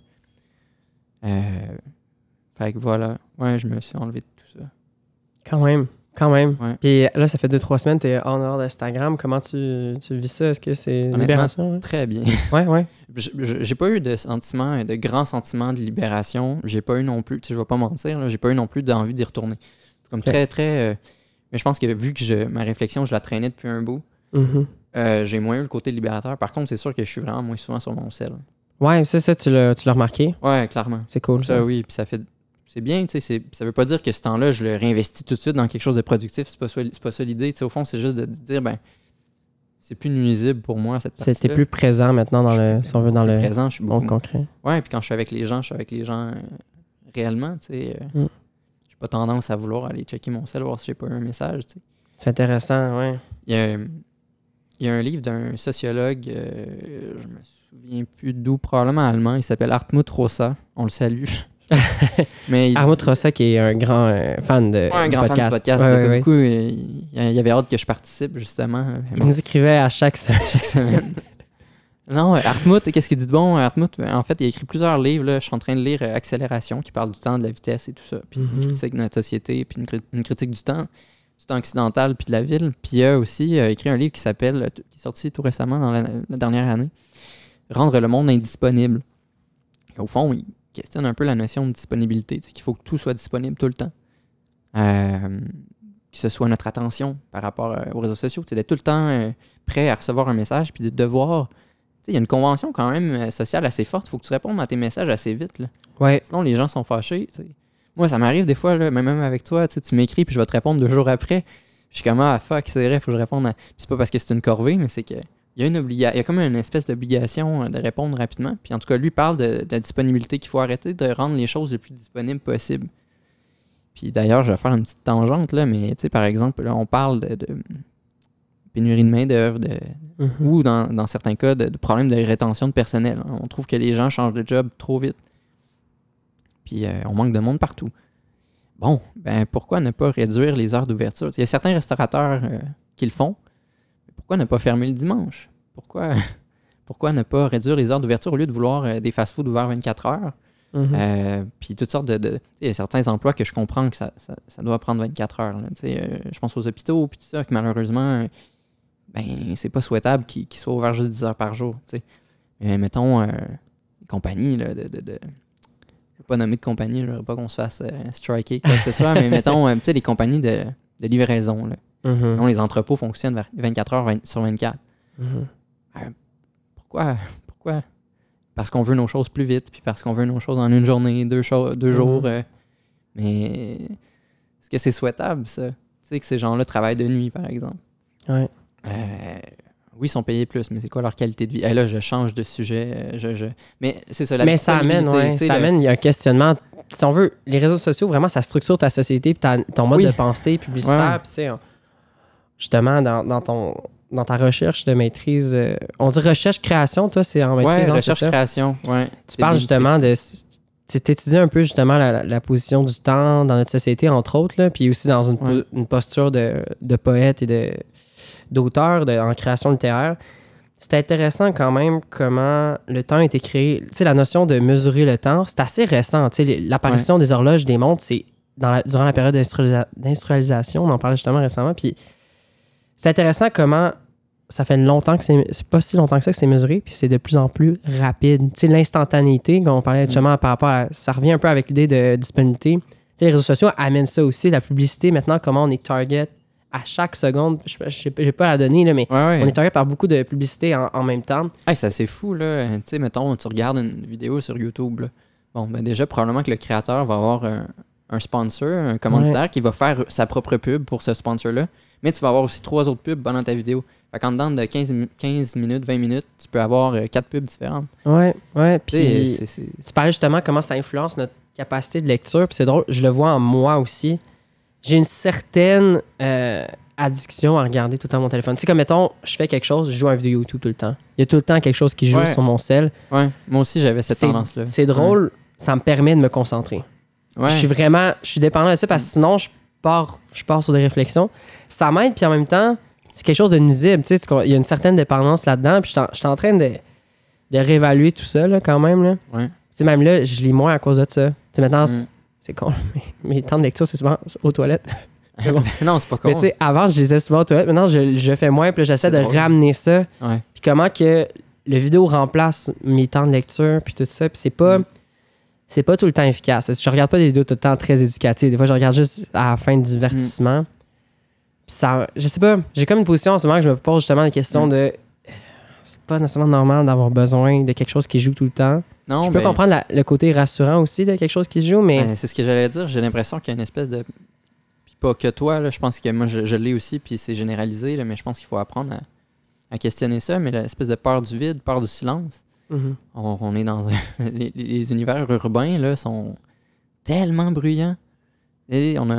Fait que voilà. Ouais, je me suis enlevé de tout ça. Quand même. Ouais. Puis là, ça fait 2-3 semaines que tu es en dehors d'Instagram. Comment tu vis ça? Est-ce que c'est une Honnêtement, libération? Hein? très bien. Ouais. J'ai pas eu de grands sentiments de libération. J'ai pas eu non plus, tu sais, je vais pas mentir, là, j'ai pas eu non plus d'envie d'y retourner. Comme très, très... mais je pense que vu que ma réflexion, je la traînais depuis un bout, Mhm. j'ai moins eu le côté libérateur. Par contre, c'est sûr que je suis vraiment moins souvent sur mon cell. Ouais, ça, tu l'as remarqué. Ouais, clairement. C'est cool, ça. Oui, puis ça fait... C'est bien, tu sais, ça veut pas dire que ce temps-là, je le réinvestis tout de suite dans quelque chose de productif. C'est pas ça l'idée. Tu sais, au fond, c'est juste de dire, c'est plus nuisible pour moi, cette partie-là. C'était plus présent maintenant si on veut, dans le présent, je suis beaucoup concret. Ouais, puis quand je suis avec les gens, réellement, tu sais. J'ai pas tendance à vouloir aller checker mon cell, voir si j'ai pas eu un message, tu sais. C'est intéressant, ouais. Il y a un livre d'un sociologue, je me souviens plus d'où, probablement allemand, il s'appelle Hartmut Rosa. On le salue. Mais Hartmut Rosa, qui est un grand fan un du grand podcast. fan du podcast. Ouais. Du coup, il avait hâte que je participe, justement. Il nous écrivait à chaque semaine. Non, Hartmut, qu'est-ce qu'il dit de bon? Hartmut, en fait, il a écrit plusieurs livres. Là. Je suis en train de lire Accélération, qui parle du temps, de la vitesse et tout ça. Puis une critique de notre société, puis une critique du temps occidental, puis de la ville. Puis il a aussi écrit un livre qui est sorti tout récemment, dans la dernière année, Rendre le monde indisponible. Au fond, il questionne un peu la notion de disponibilité, qu'il faut que tout soit disponible tout le temps. Que ce soit notre attention par rapport aux réseaux sociaux, d'être tout le temps prêt à recevoir un message, puis de devoir... Il y a une convention quand même sociale assez forte, il faut que tu répondes à tes messages assez vite. Là. Ouais. Sinon, les gens sont fâchés. T'sais. Moi, ça m'arrive des fois, là, même avec toi, tu m'écris, puis je vais te répondre 2 jours après. Je suis comme, fuck, c'est vrai, il faut que je réponde. Puis c'est pas parce que c'est une corvée, mais c'est qu'il il y a comme une espèce d'obligation de répondre rapidement. Puis en tout cas, lui parle de la disponibilité, qu'il faut arrêter de rendre les choses le plus disponibles possible. Puis d'ailleurs, je vais faire une petite tangente, là, mais tu sais, par exemple, là, on parle de pénurie de main-d'œuvre, ou dans certains cas, de problèmes de rétention de personnel. On trouve que les gens changent de job trop vite. Puis on manque de monde partout. Bon, ben pourquoi ne pas réduire les heures d'ouverture? Il y a certains restaurateurs qui le font. Pourquoi ne pas fermer le dimanche? Pourquoi ne pas réduire les heures d'ouverture au lieu de vouloir des fast-foods ouverts 24 heures? Puis toutes sortes il y a certains emplois que je comprends que ça doit prendre 24 heures. Là, je pense aux hôpitaux puis tout ça, que malheureusement, ben c'est pas souhaitable qu'ils soient ouverts juste 10 heures par jour. Mais mettons, les compagnies là, je vais pas nommer de compagnie, je veux pas qu'on se fasse striker quoi que ce soit, mais mettons, les compagnies de livraison, là, dont les entrepôts fonctionnent 24 heures sur 24. Pourquoi? Parce qu'on veut nos choses plus vite, puis parce qu'on veut nos choses en une journée, deux jours. Mais est-ce que c'est souhaitable, ça? Tu sais, que ces gens-là travaillent de nuit, par exemple. Ouais. Oui, ils sont payés plus, mais c'est quoi leur qualité de vie? Là, je change de sujet. Mais c'est ça, mais ça amène, il y a un questionnement. Si on veut, les réseaux sociaux, vraiment, ça structure ta société, puis ton mode de pensée publicitaire. Puis, justement, dans ta recherche de maîtrise, on dit recherche-création, toi, c'est en maîtrise. Oui, recherche-création, oui. Tu parles justement de... Tu étudies un peu justement la position du temps dans notre société, entre autres, là, puis aussi dans une posture de poète et d'auteur en création littéraire. C'est intéressant quand même comment le temps a été créé. Tu sais, la notion de mesurer le temps, c'est assez récent. Tu sais, l'apparition des horloges, des montres, c'est durant la période d'industrialisation. On en parlait justement récemment. Puis c'est intéressant comment ça fait longtemps que c'est pas si longtemps que ça que c'est mesuré, puis c'est de plus en plus rapide. Tu sais, l'instantanéité, quand on parlait justement par rapport à... Ça revient un peu avec l'idée de disponibilité. Tu sais, les réseaux sociaux amènent ça aussi, la publicité, maintenant, comment on est target à chaque seconde. Je n'ai pas la donnée, là, mais on est target par beaucoup de publicité en même temps. Hey, c'est assez fou, là. Tu sais, mettons, tu regardes une vidéo sur YouTube, là. Bon, ben déjà, probablement que le créateur va avoir un sponsor, un commanditaire qui va faire sa propre pub pour ce sponsor-là. Mais tu vas avoir aussi 3 autres pubs pendant ta vidéo. Fait qu'en dedans de 15 minutes, 20 minutes, tu peux avoir 4 pubs différentes. Ouais. Puis tu parlais justement comment ça influence notre capacité de lecture. Puis c'est drôle, je le vois en moi aussi. J'ai une certaine addiction à regarder tout le temps mon téléphone. Tu sais, comme mettons, je fais quelque chose, je joue à une vidéo YouTube tout le temps. Il y a tout le temps quelque chose qui joue sur mon cell. Ouais, moi aussi j'avais cette tendance-là. C'est drôle, ça me permet de me concentrer. Ouais. Je suis dépendant de ça parce que sinon, je pars sur des réflexions. Ça m'aide, puis en même temps, c'est quelque chose de nuisible. Tu sais, il y a une certaine dépendance là-dedans, puis je suis en train de réévaluer tout ça, là, quand même. Là. Ouais. Tu sais, même là, je lis moins à cause de ça. Tu sais, maintenant, c'est con, mes temps de lecture, c'est souvent aux toilettes. Bon. Non, c'est pas con. Mais tu sais, avant, je lisais souvent aux toilettes. Maintenant, je fais moins, puis là, j'essaie de ramener ça. Ouais. Puis comment que le vidéo remplace mes temps de lecture, puis tout ça. Puis c'est pas... C'est pas tout le temps efficace. Je regarde pas des vidéos tout le temps très éducatives. Des fois, je regarde juste à la fin de divertissement. Puis ça, je sais pas, j'ai comme une position en ce moment que je me pose justement la question de... C'est pas nécessairement normal d'avoir besoin de quelque chose qui joue tout le temps. Non, je peux comprendre le côté rassurant aussi de quelque chose qui joue, mais... c'est ce que j'allais dire. J'ai l'impression qu'il y a une espèce de... Puis pas que toi, là, je pense que moi, je l'ai aussi, puis c'est généralisé, là, mais je pense qu'il faut apprendre à questionner ça. Mais l'espèce de peur du vide, peur du silence... On est dans les univers urbains là sont tellement bruyants et on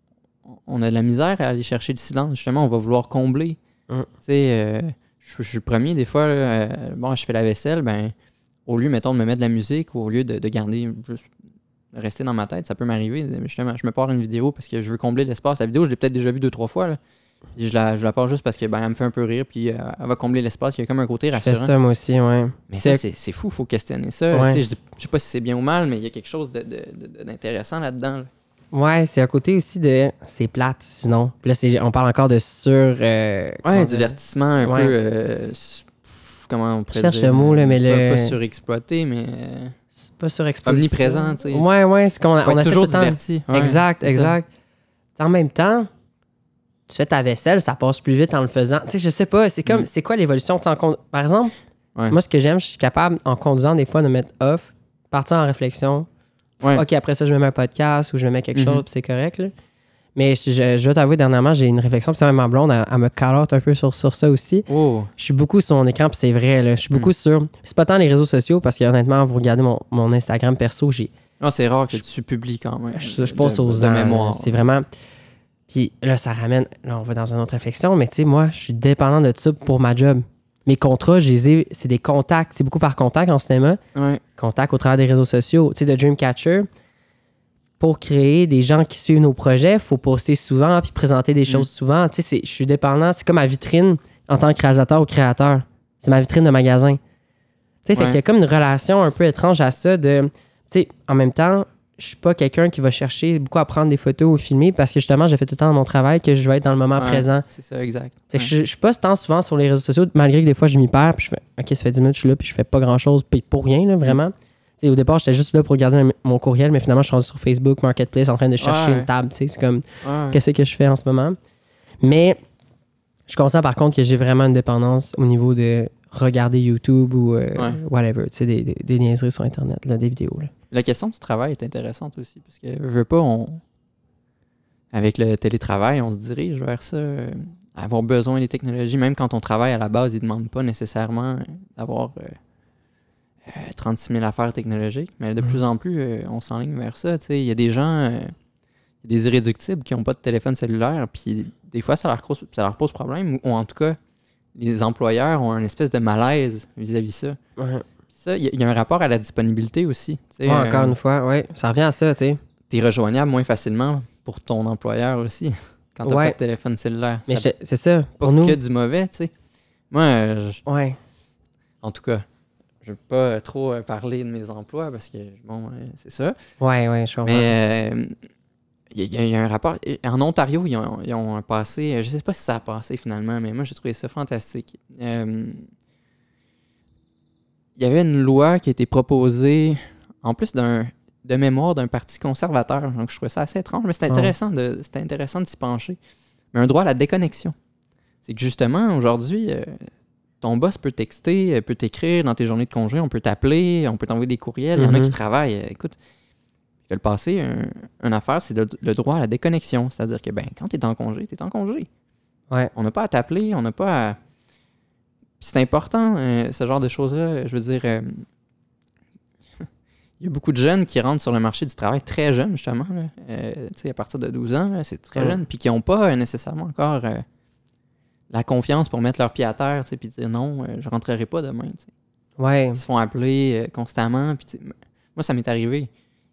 a de la misère à aller chercher le silence. Justement, on va vouloir combler. Tu sais, je suis le premier des fois je fais la vaisselle, ben au lieu mettons de me mettre de la musique ou au lieu de garder juste de rester dans ma tête, ça peut m'arriver. Justement, je me pars une vidéo parce que je veux combler l'espace. La vidéo, je l'ai peut-être déjà vue 2-3 fois là. Je la pars juste parce que elle me fait un peu rire, puis elle va combler l'espace. Il y a comme un côté rassurant. Je fais ça, moi aussi, ouais. Mais c'est fou, il faut questionner ça. Ouais. Je sais pas si c'est bien ou mal, mais il y a quelque chose d'intéressant là-dedans. Là. Ouais, c'est un côté aussi de... C'est plate, sinon. Puis là, on parle encore de divertissement un peu... comment on pourrait dire? Je cherche le mot, là, mais pas surexploité, mais... C'est pas surexploité. Omniprésent, tu sais. Ouais, c'est qu'on a toujours diverti. Ouais, exact. En même temps... Tu fais ta vaisselle, ça passe plus vite en le faisant. Tu sais, je sais pas, c'est comme, c'est quoi l'évolution? Par exemple, moi, ce que j'aime, je suis capable, en conduisant, des fois, de mettre off, partir en réflexion. OK, après ça, je me mets un podcast ou je me mets quelque chose, puis c'est correct. Là. Mais je dois t'avouer, dernièrement, j'ai une réflexion, puis même ma blonde, elle me calote un peu sur ça aussi. Oh. Je suis beaucoup sur mon écran, puis c'est vrai, là, je suis beaucoup sur... C'est pas tant les réseaux sociaux, parce que honnêtement, vous regardez mon Instagram perso, Non, c'est rare que tu publies quand même. Je passe aux ans, mémoire. C'est vraiment... Puis là, ça ramène... Là, on va dans une autre réflexion, mais tu sais, moi, je suis dépendant de ça pour ma job. Mes contrats, c'est des contacts. C'est beaucoup par contact en cinéma. Ouais. Contacts au travers des réseaux sociaux. Tu sais, de Dreamcatcher... Pour créer des gens qui suivent nos projets, il faut poster souvent puis présenter des choses souvent. Tu sais, je suis dépendant. C'est comme ma vitrine en tant que réalisateur ou créateur. C'est ma vitrine de magasin. Tu sais, fait qu'il y a comme une relation un peu étrange à ça de... Tu sais, en même temps, je suis pas quelqu'un qui va chercher beaucoup à prendre des photos ou filmer parce que justement, j'ai fait tout le temps dans mon travail que je vais être dans le moment présent. C'est ça, exact. Fait que je suis pas tant souvent sur les réseaux sociaux, malgré que des fois, je m'y perds puis je fais « OK, ça fait 10 minutes que je suis là puis je fais pas grand-chose puis pour rien, là, vraiment. » Au départ, j'étais juste là pour regarder mon courriel, mais finalement, je suis rendu sur Facebook, Marketplace, en train de chercher une table. C'est comme, qu'est-ce que je fais en ce moment? Mais je constate par contre que j'ai vraiment une dépendance au niveau de regarder YouTube ou whatever, des niaiseries sur Internet, là, des vidéos. Là. La question du travail est intéressante aussi, parce que, je veux pas, avec le télétravail, on se dirige vers ça, avoir besoin des technologies, même quand on travaille à la base, ils ne demandent pas nécessairement d'avoir... 36 000 affaires technologiques, mais de plus en plus, on s'enligne vers ça. Il y a des gens, des irréductibles qui n'ont pas de téléphone cellulaire, puis des fois, ça leur pose problème, ou en tout cas, les employeurs ont une espèce de malaise vis-à-vis ça. Ouais. Puis ça, il y a un rapport à la disponibilité aussi. Encore une fois, oui, ça revient à ça. Tu es rejoignable moins facilement pour ton employeur aussi, quand tu n'as pas de téléphone cellulaire. Mais c'est ça, pour nous. Que du mauvais, tu sais. Moi, en tout cas, je ne veux pas trop parler de mes emplois parce que, bon, c'est ça. Ouais, je comprends. Mais il y a un rapport. En Ontario, ils ont passé, je ne sais pas si ça a passé finalement, mais moi, j'ai trouvé ça fantastique. Il y avait une loi qui a été proposée, en plus de mémoire d'un parti conservateur. Donc, je trouvais ça assez étrange, mais c'était intéressant, de s'y pencher. Mais un droit à la déconnexion. C'est que justement, aujourd'hui... ton boss peut texter, peut t'écrire dans tes journées de congé, on peut t'appeler, on peut t'envoyer des courriels. Il y en a qui travaillent. Écoute, je vais le passer. Une affaire, c'est le droit à la déconnexion. C'est-à-dire que quand tu es en congé, tu es en congé. Ouais. On n'a pas à t'appeler, on n'a pas à... Puis c'est important, ce genre de choses-là. Je veux dire, il y a beaucoup de jeunes qui rentrent sur le marché du travail très jeunes, justement. À partir de 12 ans, là, c'est très jeune. Puis qui n'ont pas nécessairement encore... la confiance pour mettre leur pied à terre, puis dire non, je rentrerai pas demain. T'sais. Ouais. Ils se font appeler constamment. Moi, ça m'est arrivé.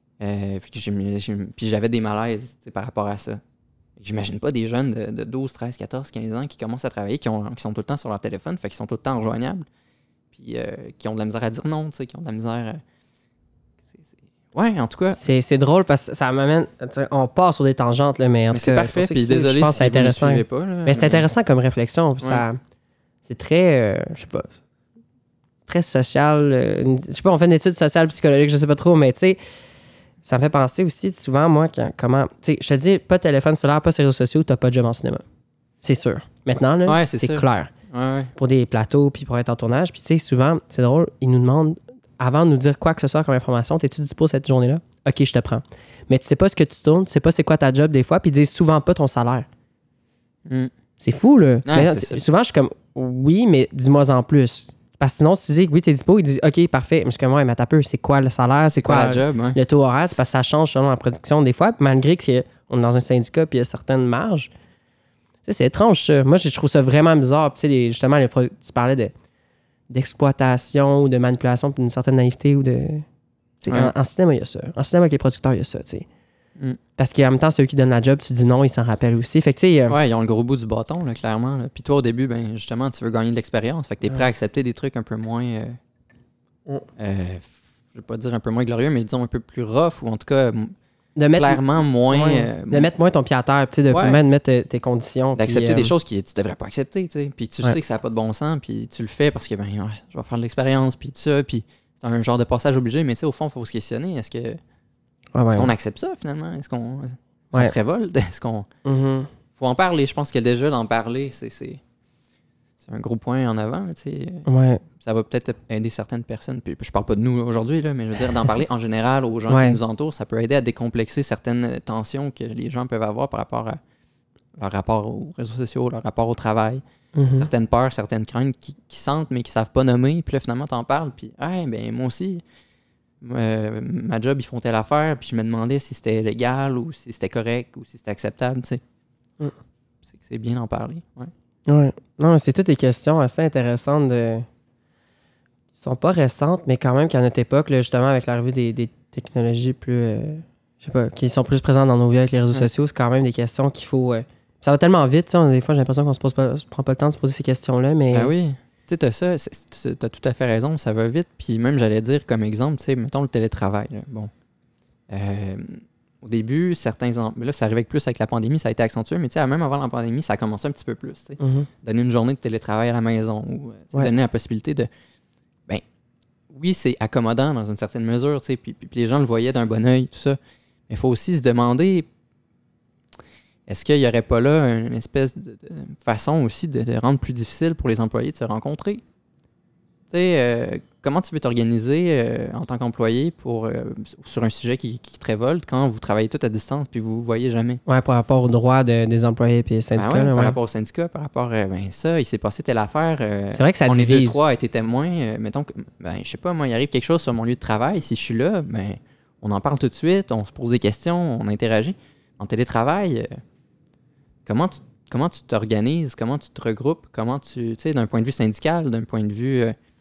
Puis j'avais des malaises par rapport à ça. J'imagine pas des jeunes de 12, 13, 14, 15 ans qui commencent à travailler, qui sont tout le temps sur leur téléphone, fait qu'ils sont tout le temps rejoignables, puis qui ont de la misère à dire non, qui ont de la misère... Ouais, en tout cas. C'est drôle parce que ça m'amène. On part sur des tangentes, là, mais en tout cas. C'est parfait, puis désolé si vous ne suivez pas. Là, mais c'est intéressant comme réflexion. C'est très. Je sais pas. Très social. Je sais pas, on fait une étude sociale, psychologique, je sais pas trop, mais tu sais, ça me fait penser aussi souvent, moi, comment. Tu sais, je te dis, pas de téléphone cellulaire, pas sur les réseaux sociaux, t'as pas de job en cinéma. C'est sûr. Maintenant, là, c'est clair. Ouais. Pour des plateaux, puis pour être en tournage. Puis tu sais, souvent, c'est drôle, ils nous demandent. Avant de nous dire quoi que ce soit comme information, t'es-tu dispo cette journée-là? OK, je te prends. Mais tu sais pas ce que tu tournes, tu sais pas c'est quoi ta job des fois, puis ils disent souvent pas ton salaire. C'est fou, là. Mais souvent, je suis comme, oui, mais dis-moi en plus. Parce que sinon, si tu dis que oui, t'es dispo, ils disent, OK, parfait. Mais je suis comme, ouais, mais t'as peu, c'est quoi le salaire? C'est quoi la job? Le taux horaire? C'est parce que ça change selon la production des fois, malgré qu'on est dans un syndicat puis il y a certaines marges. Tu sais, c'est étrange, ça. Moi, je trouve ça vraiment bizarre. Tu sais, justement, tu parlais d'exploitation ou de manipulation d'une certaine naïveté ou de... En cinéma, il y a ça. En cinéma, avec les producteurs, il y a ça, tu sais. Parce qu'en même temps, c'est eux qui donnent la job, tu dis non, ils s'en rappellent aussi. Fait que, tu sais... Ouais, ils ont le gros bout du bâton, là, clairement. Là. Puis toi, au début, justement, tu veux gagner de l'expérience. Fait que t'es prêt à accepter des trucs un peu moins... je vais pas dire un peu moins glorieux, mais disons un peu plus rough, ou en tout cas... clairement moins... de mettre moins ton pied à terre, tu sais, de mettre tes conditions. D'accepter des choses que tu devrais pas accepter, tu sais. Puis tu sais que ça n'a pas de bon sens, puis tu le fais parce que, je vais faire de l'expérience, puis tout ça, puis c'est un genre de passage obligé, mais tu sais, au fond, il faut se questionner. Est-ce qu'on accepte ça, finalement? Est-ce qu'on se révolte? Est-ce qu'on... Faut en parler. Je pense que déjà, d'en parler, c'est un gros point en avant. Tu sais. Ouais. Ça va peut-être aider certaines personnes. Puis je parle pas de nous aujourd'hui, là, mais je veux dire, d'en parler en général aux gens qui nous entourent, ça peut aider à décomplexer certaines tensions que les gens peuvent avoir par rapport à leur rapport aux réseaux sociaux, leur rapport au travail. Certaines peurs, certaines craintes qui sentent, mais qui savent pas nommer. Puis là, finalement, t'en parles. Puis, ben, moi aussi, ma job, ils font telle affaire. Puis je me demandais si c'était légal ou si c'était correct ou si c'était acceptable, tu sais. C'est bien d'en parler, Ouais. Non, c'est toutes des questions assez intéressantes qui sont pas récentes, mais quand même qu'à notre époque, là, justement, avec l'arrivée des technologies plus... je sais pas, qui sont plus présentes dans nos vies avec les réseaux sociaux, c'est quand même des questions qu'il faut... ça va tellement vite, des fois, j'ai l'impression qu'on se prend pas le temps de se poser ces questions-là, mais... Ben oui. Tu sais, t'as tout à fait raison, ça va vite. Puis même, j'allais dire comme exemple, tu sais, mettons le télétravail. Là. Bon. Au début, là, ça arrivait plus avec la pandémie, ça a été accentué, mais tu sais, même avant la pandémie, ça a commencé un petit peu plus. Tu sais. Donner une journée de télétravail à la maison ou donner la possibilité de... Ben, oui, c'est accommodant dans une certaine mesure, tu sais, puis les gens le voyaient d'un bon œil, tout ça. Mais il faut aussi se demander, est-ce qu'il n'y aurait pas là une espèce de façon aussi de rendre plus difficile pour les employés de se rencontrer? Tu sais, comment tu veux t'organiser en tant qu'employé sur un sujet qui te révolte quand vous travaillez tout à distance puis vous ne voyez jamais? Ouais, par rapport aux droits des employés et des syndicats. Ben ouais, par rapport aux syndicats, par rapport ça, il s'est passé telle affaire. C'est vrai que ça on divise. On est 2-3 été témoins. Mettons que, je sais pas, moi, il arrive quelque chose sur mon lieu de travail. Si je suis là, on en parle tout de suite, on se pose des questions, on interagit. En télétravail, comment tu t'organises, comment tu te regroupes, comment tu sais, d'un point de vue syndical, d'un point de vue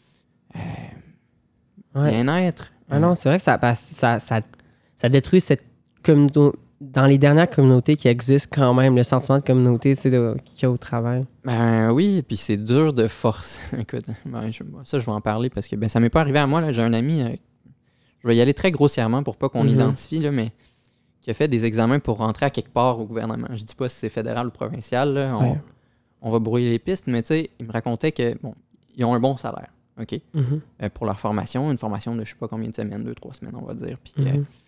bien-être. Ah non, c'est vrai que ça détruit cette communauté. Dans les dernières communautés qui existent quand même, le sentiment de communauté qu'il y a au travail. Ben oui, puis c'est dur de forcer. Écoute, ça, je vais en parler parce que ça m'est pas arrivé à moi. Là, j'ai un ami, je vais y aller très grossièrement pour pas qu'on l'identifie, là, mais qui a fait des examens pour rentrer à quelque part au gouvernement. Je dis pas si c'est fédéral ou provincial, là, on va brouiller les pistes, mais tu sais, il me racontait que ils ont un bon salaire, OK? Pour leur formation, une formation de je sais pas combien de semaines, 2-3 semaines, on va dire. Puis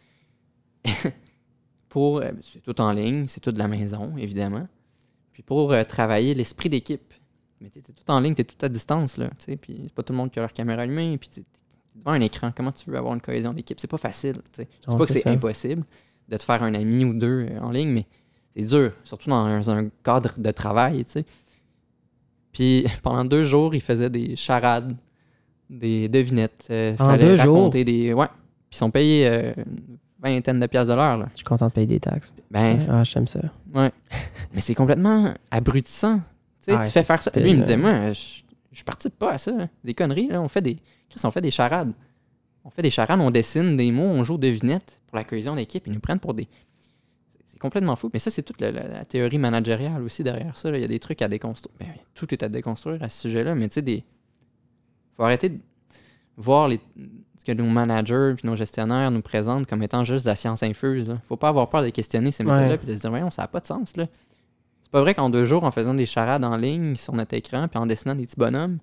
c'est tout en ligne, c'est tout de la maison, évidemment. Puis pour travailler l'esprit d'équipe, mais t'es tout en ligne, t'es tout à distance, là, tu sais, puis c'est pas tout le monde qui a leur caméra allumée, puis t'es devant un écran, comment tu veux avoir une cohésion d'équipe? C'est pas facile, tu sais. Je dis pas que c'est impossible de te faire un ami ou deux en ligne, mais c'est dur, surtout dans un cadre de travail, tu sais. Puis pendant 2 jours, ils faisaient des charades, des devinettes. Fallait raconter des... Ouais, puis ils sont payés... vingtaine de piastres de l'heure. Là. Je suis content de payer des taxes. J'aime ça. Ouais. Mais c'est complètement abrutissant. Tu fais faire ça. Lui, il me disait, moi, je participe pas à ça. Là. Des conneries. Là. On fait des charades. On dessine des mots, on joue aux devinettes pour la cohésion d'équipe. Ils nous prennent pour des... C'est complètement fou. Mais ça, c'est toute la théorie managériale aussi derrière ça. Là. Il y a des trucs à déconstruire. Tout est à déconstruire à ce sujet-là. Mais tu sais, faut arrêter de voir ce que nos managers et nos gestionnaires nous présentent comme étant juste de la science infuse. Il ne faut pas avoir peur de questionner ces méthodes-là et de se dire, voyons, ça n'a pas de sens. Là. C'est pas vrai qu'en 2 jours, en faisant des charades en ligne sur notre écran puis en dessinant des petits bonhommes,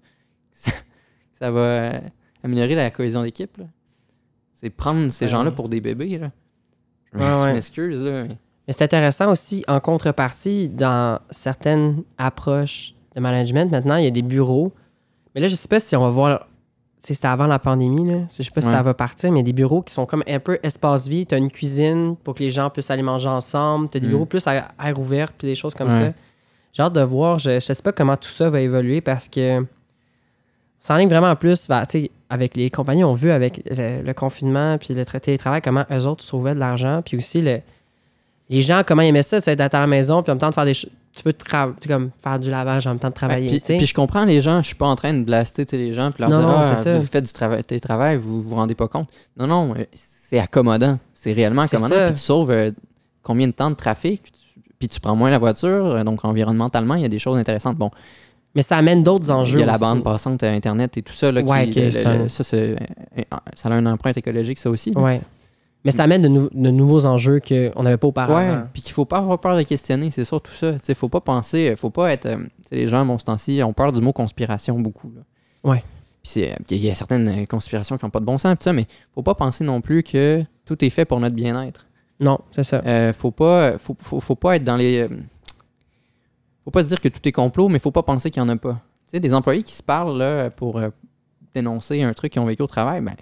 ça va améliorer la cohésion d'équipe. Là. C'est prendre ces gens-là pour des bébés. Là. Je m'excuse. Là, mais c'est intéressant aussi, en contrepartie, dans certaines approches de management, maintenant, il y a des bureaux. Mais là, je ne sais pas si on va voir... C'était avant la pandémie, là. Je sais pas si ça va partir, mais il y a des bureaux qui sont comme un peu espace-vie. Tu as une cuisine pour que les gens puissent aller manger ensemble. Tu as des bureaux plus à air ouvert puis des choses comme ça. J'ai hâte de voir. Je sais pas comment tout ça va évoluer parce que ça enligne vraiment plus avec les compagnies. On veut avec le confinement puis le télétravail, comment eux autres sauvaient de l'argent. Puis aussi, les gens, comment ils aimaient ça, d'être à la maison puis en même temps de faire des choses. Tu peux comme faire du lavage en même temps de travailler. Puis je comprends les gens, je suis pas en train de blaster les gens puis leur dire vous faites du télétravail, vous vous rendez pas compte. Non, c'est accommodant. C'est réellement accommodant. Puis tu sauves combien de temps de trafic, puis tu prends moins la voiture, donc environnementalement, il y a des choses intéressantes. Bon. Mais ça amène d'autres enjeux. Il y a la bande passante à Internet et tout ça. Là, ça a une empreinte écologique, ça aussi. Oui. Mais ça amène de nouveaux enjeux qu'on n'avait pas auparavant. Ouais, puis qu'il ne faut pas avoir peur de questionner, c'est surtout ça. Il ne faut pas penser, faut pas être... les gens, bon, ce temps-ci, ont peur du mot conspiration beaucoup. Oui. Puis il y a certaines conspirations qui n'ont pas de bon sens, ça, mais il ne faut pas penser non plus que tout est fait pour notre bien-être. Non, c'est ça. Faut pas être dans les... faut pas se dire que tout est complot, mais il ne faut pas penser qu'il n'y en a pas. sais, des employés qui se parlent là, pour dénoncer un truc qu'ils ont vécu au travail, ben,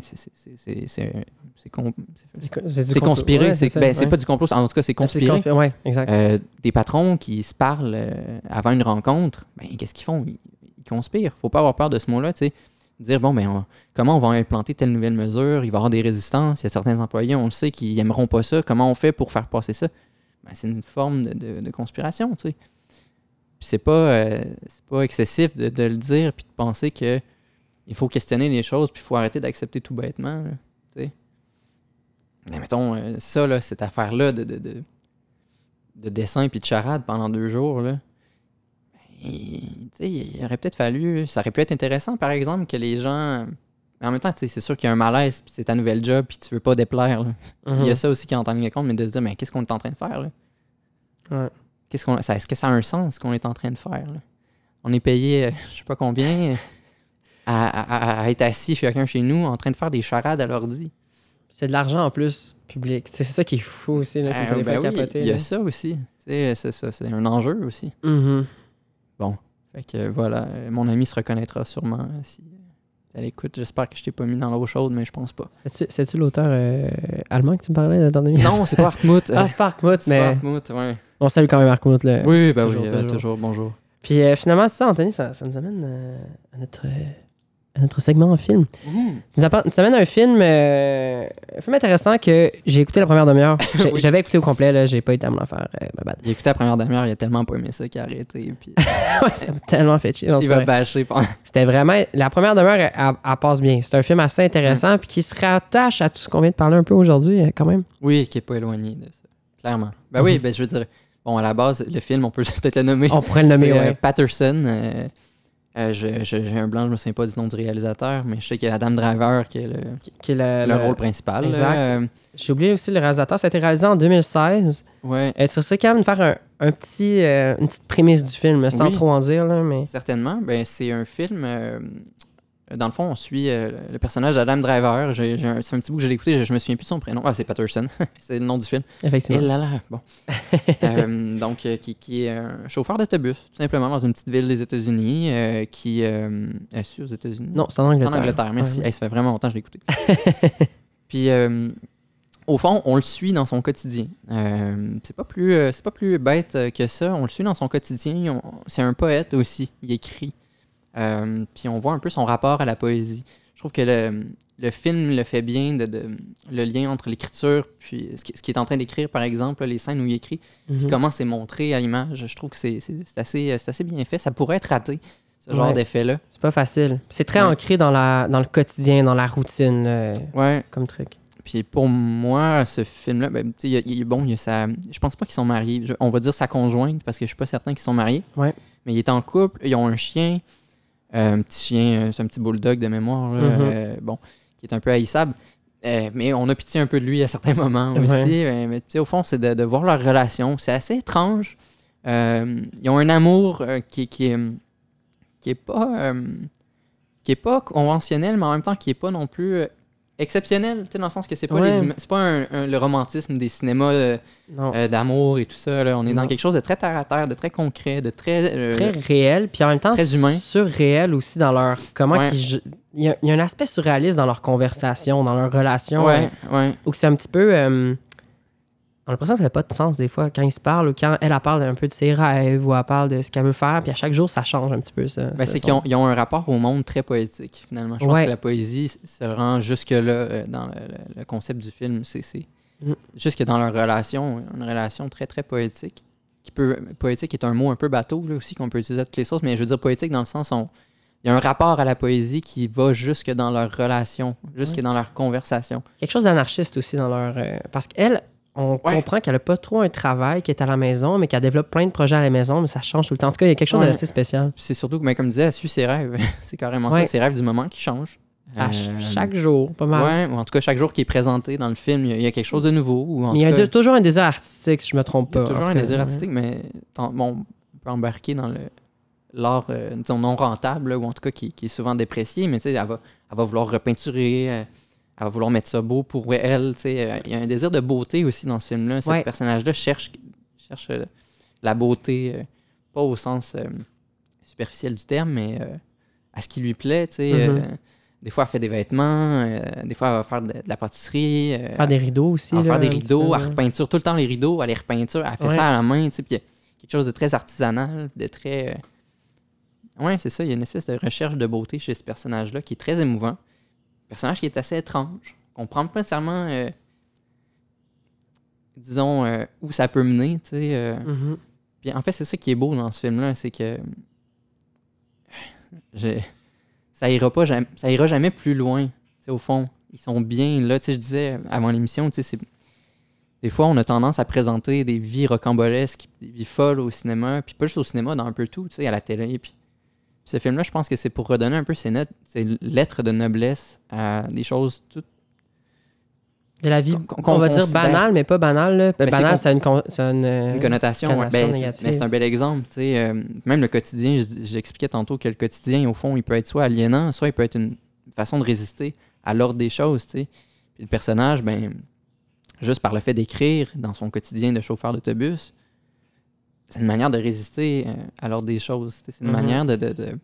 c'est conspiré. Ouais, c'est pas du complot, en tout cas, c'est conspiré. Ouais, exact. Des patrons qui se parlent avant une rencontre, ben, qu'est-ce qu'ils font? Ils conspirent. Faut pas avoir peur de ce mot-là, tu sais. Dire, bon, ben, comment on va implanter telle nouvelle mesure? Il va y avoir des résistances. Il y a certains employés, on le sait, qui n'aimeront pas ça. Comment on fait pour faire passer ça? Ben, c'est une forme de conspiration, tu sais. Puis c'est pas excessif de le dire puis de penser que il faut questionner les choses puis il faut arrêter d'accepter tout bêtement, là, tu sais. Mais mettons, ça, là, cette affaire-là de dessin puis de charade pendant 2 jours, là, il aurait peut-être fallu... Ça aurait pu être intéressant, par exemple, que les gens... Mais en même temps, c'est sûr qu'il y a un malaise, puis c'est ta nouvelle job, puis tu veux pas déplaire. Là. Il y a ça aussi qui est en train de compte, mais de se dire, mais qu'est-ce qu'on est en train de faire? Là? Ouais. Est-ce que ça a un sens, ce qu'on est en train de faire? Là? On est payé, je sais pas combien, à être assis chez quelqu'un chez nous, en train de faire des charades à l'ordi. C'est de l'argent en plus public. C'est ça qui est fou aussi. Là, il y a ça aussi. C'est un enjeu aussi. Mm-hmm. Bon, fait que voilà, mon ami se reconnaîtra sûrement si elle écoute. J'espère que je t'ai pas mis dans l'eau chaude, mais je pense pas. C'est-tu l'auteur allemand que tu me parlais la dernière minute? Non, c'est pas Hartmut. C'est pas Hartmut, mais... C'est pas Hartmut, ouais. On salue quand même Hartmut. Là. Oui, ben toujours, bonjour. Puis finalement, c'est ça, Anthony, ça nous amène à notre segment en film. Ça amène à un film intéressant que j'ai écouté la première demi-heure. J'avais écouté au complet, là, j'ai pas été à m'en faire. Il a écouté la première demi-heure, il a tellement pas aimé ça qu'il a arrêté. Puis... ouais, ça m'a tellement fait chier. Il va bâcher pendant... C'était vraiment... La première demi-heure, elle passe bien. C'est un film assez intéressant puis qui se rattache à tout ce qu'on vient de parler un peu aujourd'hui, quand même. Oui, qui est pas éloigné de ça. Clairement. Ben oui, ben je veux dire... Bon, à la base, le film, on peut peut-être le nommer. On pourrait le nommer, oui. Patterson. J'ai un blanc, je me souviens pas du nom du réalisateur, mais je sais qu'il y a Adam Driver qui est le rôle principal. Exact. J'ai oublié aussi le réalisateur. Ça a été réalisé en 2016. Ouais. Tu serais quand même de faire une petite prémisse du film, sans trop en dire. Là, mais... Certainement. Ben, c'est un film... dans le fond, on suit le personnage d'Adam Driver. C'est un petit bout que je l'ai écouté, je me souviens plus de son prénom. Ah, c'est Patterson. C'est le nom du film. Effectivement. Et là là, bon. Donc, qui est un chauffeur d'autobus, tout simplement, dans une petite ville des États-Unis. Est-ce aux États-Unis? Non, c'est en Angleterre. En Angleterre, merci. Ouais. Hey, ça fait vraiment longtemps que je l'ai écouté. Puis, au fond, on le suit dans son quotidien. C'est pas plus bête que ça. On le suit dans son quotidien. C'est un poète aussi. Il écrit. Puis on voit un peu son rapport à la poésie. Je trouve que le film le fait bien, le lien entre l'écriture puis ce qu'il est en train d'écrire, par exemple, les scènes où il écrit, puis comment c'est montré à l'image. Je trouve que c'est assez bien fait. Ça pourrait être raté, ce genre d'effet-là. C'est pas facile. C'est très ancré dans le quotidien, dans la routine, comme truc. Puis pour moi, ce film-là, ben, il y a sa... Je pense pas qu'ils sont mariés. On va dire sa conjointe, parce que je suis pas certain qu'ils sont mariés. Ouais. Mais il est en couple, ils ont un chien. Un petit chien, c'est un petit bulldog de mémoire, là, qui est un peu haïssable. Mais on a pitié un peu de lui à certains moments aussi. Mais au fond, c'est de voir leur relation. C'est assez étrange. Ils ont un amour qui est pas conventionnel, mais en même temps qui est pas non plus exceptionnel, dans le sens que c'est pas, c'est pas le romantisme des cinémas d'amour et tout ça. Là. On est dans quelque chose de très terre-à-terre, de très concret, de très réel, puis en même temps très humain. Surréel aussi dans leur... il y a un aspect surréaliste dans leur conversation, dans leur relation, où c'est un petit peu... on a l'impression que ça n'a pas de sens des fois quand ils se parlent ou quand elle parle un peu de ses rêves ou elle parle de ce qu'elle veut faire, puis à chaque jour ça change un petit peu ça. C'est qu'ils ont un rapport au monde très poétique finalement. Je pense que la poésie se rend jusque-là dans le concept du film. C'est jusque dans leur relation, une relation très très poétique. Poétique est un mot un peu bateau là, aussi qu'on peut utiliser à toutes les sauces, mais je veux dire poétique dans le sens où il y a un rapport à la poésie qui va jusque dans leur relation, jusque dans leur conversation. Quelque chose d'anarchiste aussi dans leur... parce qu'elle... On comprend qu'elle n'a pas trop un travail, qu'elle est à la maison, mais qu'elle développe plein de projets à la maison, mais ça change tout le temps. En tout cas, il y a quelque chose d'assez spécial. C'est surtout que, comme je disais, elle suit ses rêves. C'est carrément ça, ses rêves du moment qui changent. Chaque jour, pas mal. Oui, en tout cas, chaque jour qui est présenté dans le film, il y a quelque chose de nouveau. Mais il y a toujours un désir artistique, si je ne me trompe pas. Il y a toujours un désir artistique, mais on peut embarquer dans l'art non rentable, là, ou en tout cas qui est souvent déprécié, mais elle va vouloir repeinturer... Elle va vouloir mettre ça beau pour elle. Il y a un désir de beauté aussi dans ce film-là. Ce personnage-là cherche la beauté, pas au sens superficiel du terme, mais à ce qui lui plaît, tu sais. Des fois, elle fait des vêtements, des fois, elle va faire de la pâtisserie. Faire des rideaux aussi. Elle va là, faire des un petit rideaux, peu, elle repeinture tout le temps les rideaux, elle les repeinture, elle fait ça à la main, tu sais, puis il y a quelque chose de très artisanal, de très... Ouais, c'est ça, il y a une espèce de recherche de beauté chez ce personnage-là qui est très émouvant. Un personnage qui est assez étrange, qu'on prend pas nécessairement, disons, où ça peut mener, tu sais. Puis en fait, c'est ça qui est beau dans ce film-là, c'est que ça ira jamais plus loin, tu sais, au fond. Ils sont bien là, tu sais, je disais avant l'émission, tu sais, des fois, on a tendance à présenter des vies rocambolesques, des vies folles au cinéma, puis pas juste au cinéma, dans un peu tout, tu sais, à la télé, puis ce film-là, je pense que c'est pour redonner un peu ces lettres de noblesse à des choses toutes... De la vie, on va dire banale, mais pas banale. Là. Banale, ça a une connotation. négative. Mais c'est un bel exemple. Tu sais, même le quotidien, j'expliquais tantôt que le quotidien, au fond, il peut être soit aliénant, soit il peut être une façon de résister à l'ordre des choses. Tu sais. Puis le personnage, ben, juste par le fait d'écrire dans son quotidien de chauffeur d'autobus, c'est une manière de résister à l'ordre des choses. Tu sais. C'est une manière de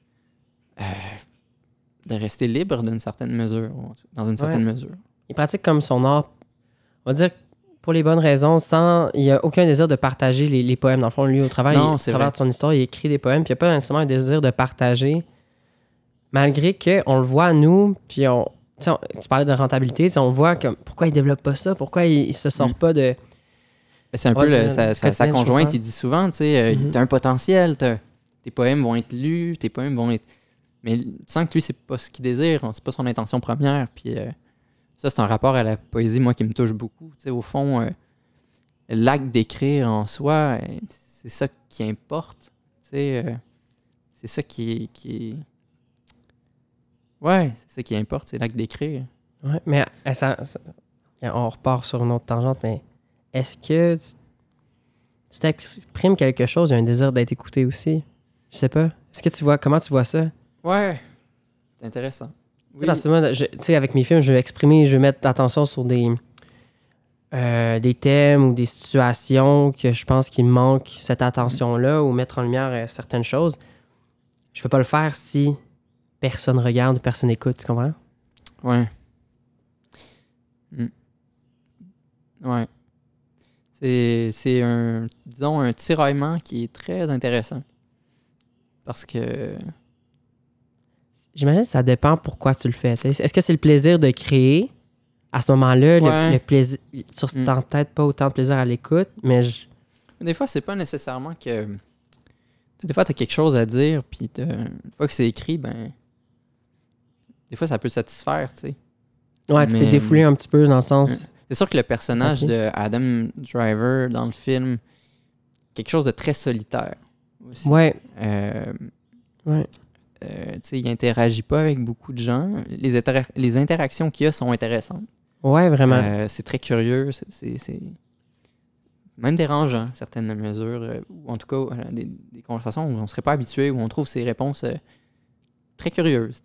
rester libre d'une certaine mesure, dans une certaine mesure. Il pratique comme son art, on va dire, pour les bonnes raisons, il n'y a aucun désir de partager les poèmes. Dans le fond, lui, au travers de son histoire, il écrit des poèmes, puis il n'y a pas nécessairement un désir de partager, malgré qu'on le voit, nous, puis tu parlais de rentabilité, on voit pourquoi il ne développe pas ça, pourquoi il ne se sort pas de... C'est un peu sa conjointe, il dit souvent, tu sais, t'as un potentiel, tes poèmes vont être lus, tes poèmes vont être... Mais tu sens que lui, c'est pas ce qu'il désire, c'est pas son intention première, puis... Ça, c'est un rapport à la poésie, moi, qui me touche beaucoup. Tu sais, au fond, l'acte d'écrire en soi, c'est ça qui importe. Tu sais, c'est ça qui est... Ouais, c'est ça qui importe, c'est l'acte d'écrire. Ouais, mais on repart sur une autre tangente, mais est-ce que tu t'exprimes quelque chose, il y a un désir d'être écouté aussi? Je sais pas. Est-ce que comment tu vois ça? Ouais, c'est intéressant. Oui. Parce que moi, avec mes films, je vais mettre l'attention sur des thèmes ou des situations que je pense qu'il me manque cette attention-là ou mettre en lumière certaines choses. Je peux pas le faire si personne regarde ou personne écoute, tu comprends? Ouais. Ouais. C'est disons, un tiraillement qui est très intéressant. Parce que... J'imagine que ça dépend pourquoi tu le fais. Est-ce que c'est le plaisir de créer? À ce moment-là, le plaisir... T'as peut-être pas autant de plaisir à l'écoute, mais des fois, c'est pas nécessairement que... Des fois, t'as quelque chose à dire, puis une fois que c'est écrit, ben... Des fois, ça peut satisfaire, tu sais. Ouais, tu t'es défoulé un petit peu dans le sens... C'est sûr que le personnage de Adam Driver dans le film, quelque chose de très solitaire aussi. Ouais. Il interagit pas avec beaucoup de gens. Les interactions qu'il y a sont intéressantes. Ouais, vraiment. C'est très curieux. C'est même dérangeant, à certaines mesures. Ou en tout cas, des conversations où on serait pas habitué, où on trouve ces réponses très curieuses.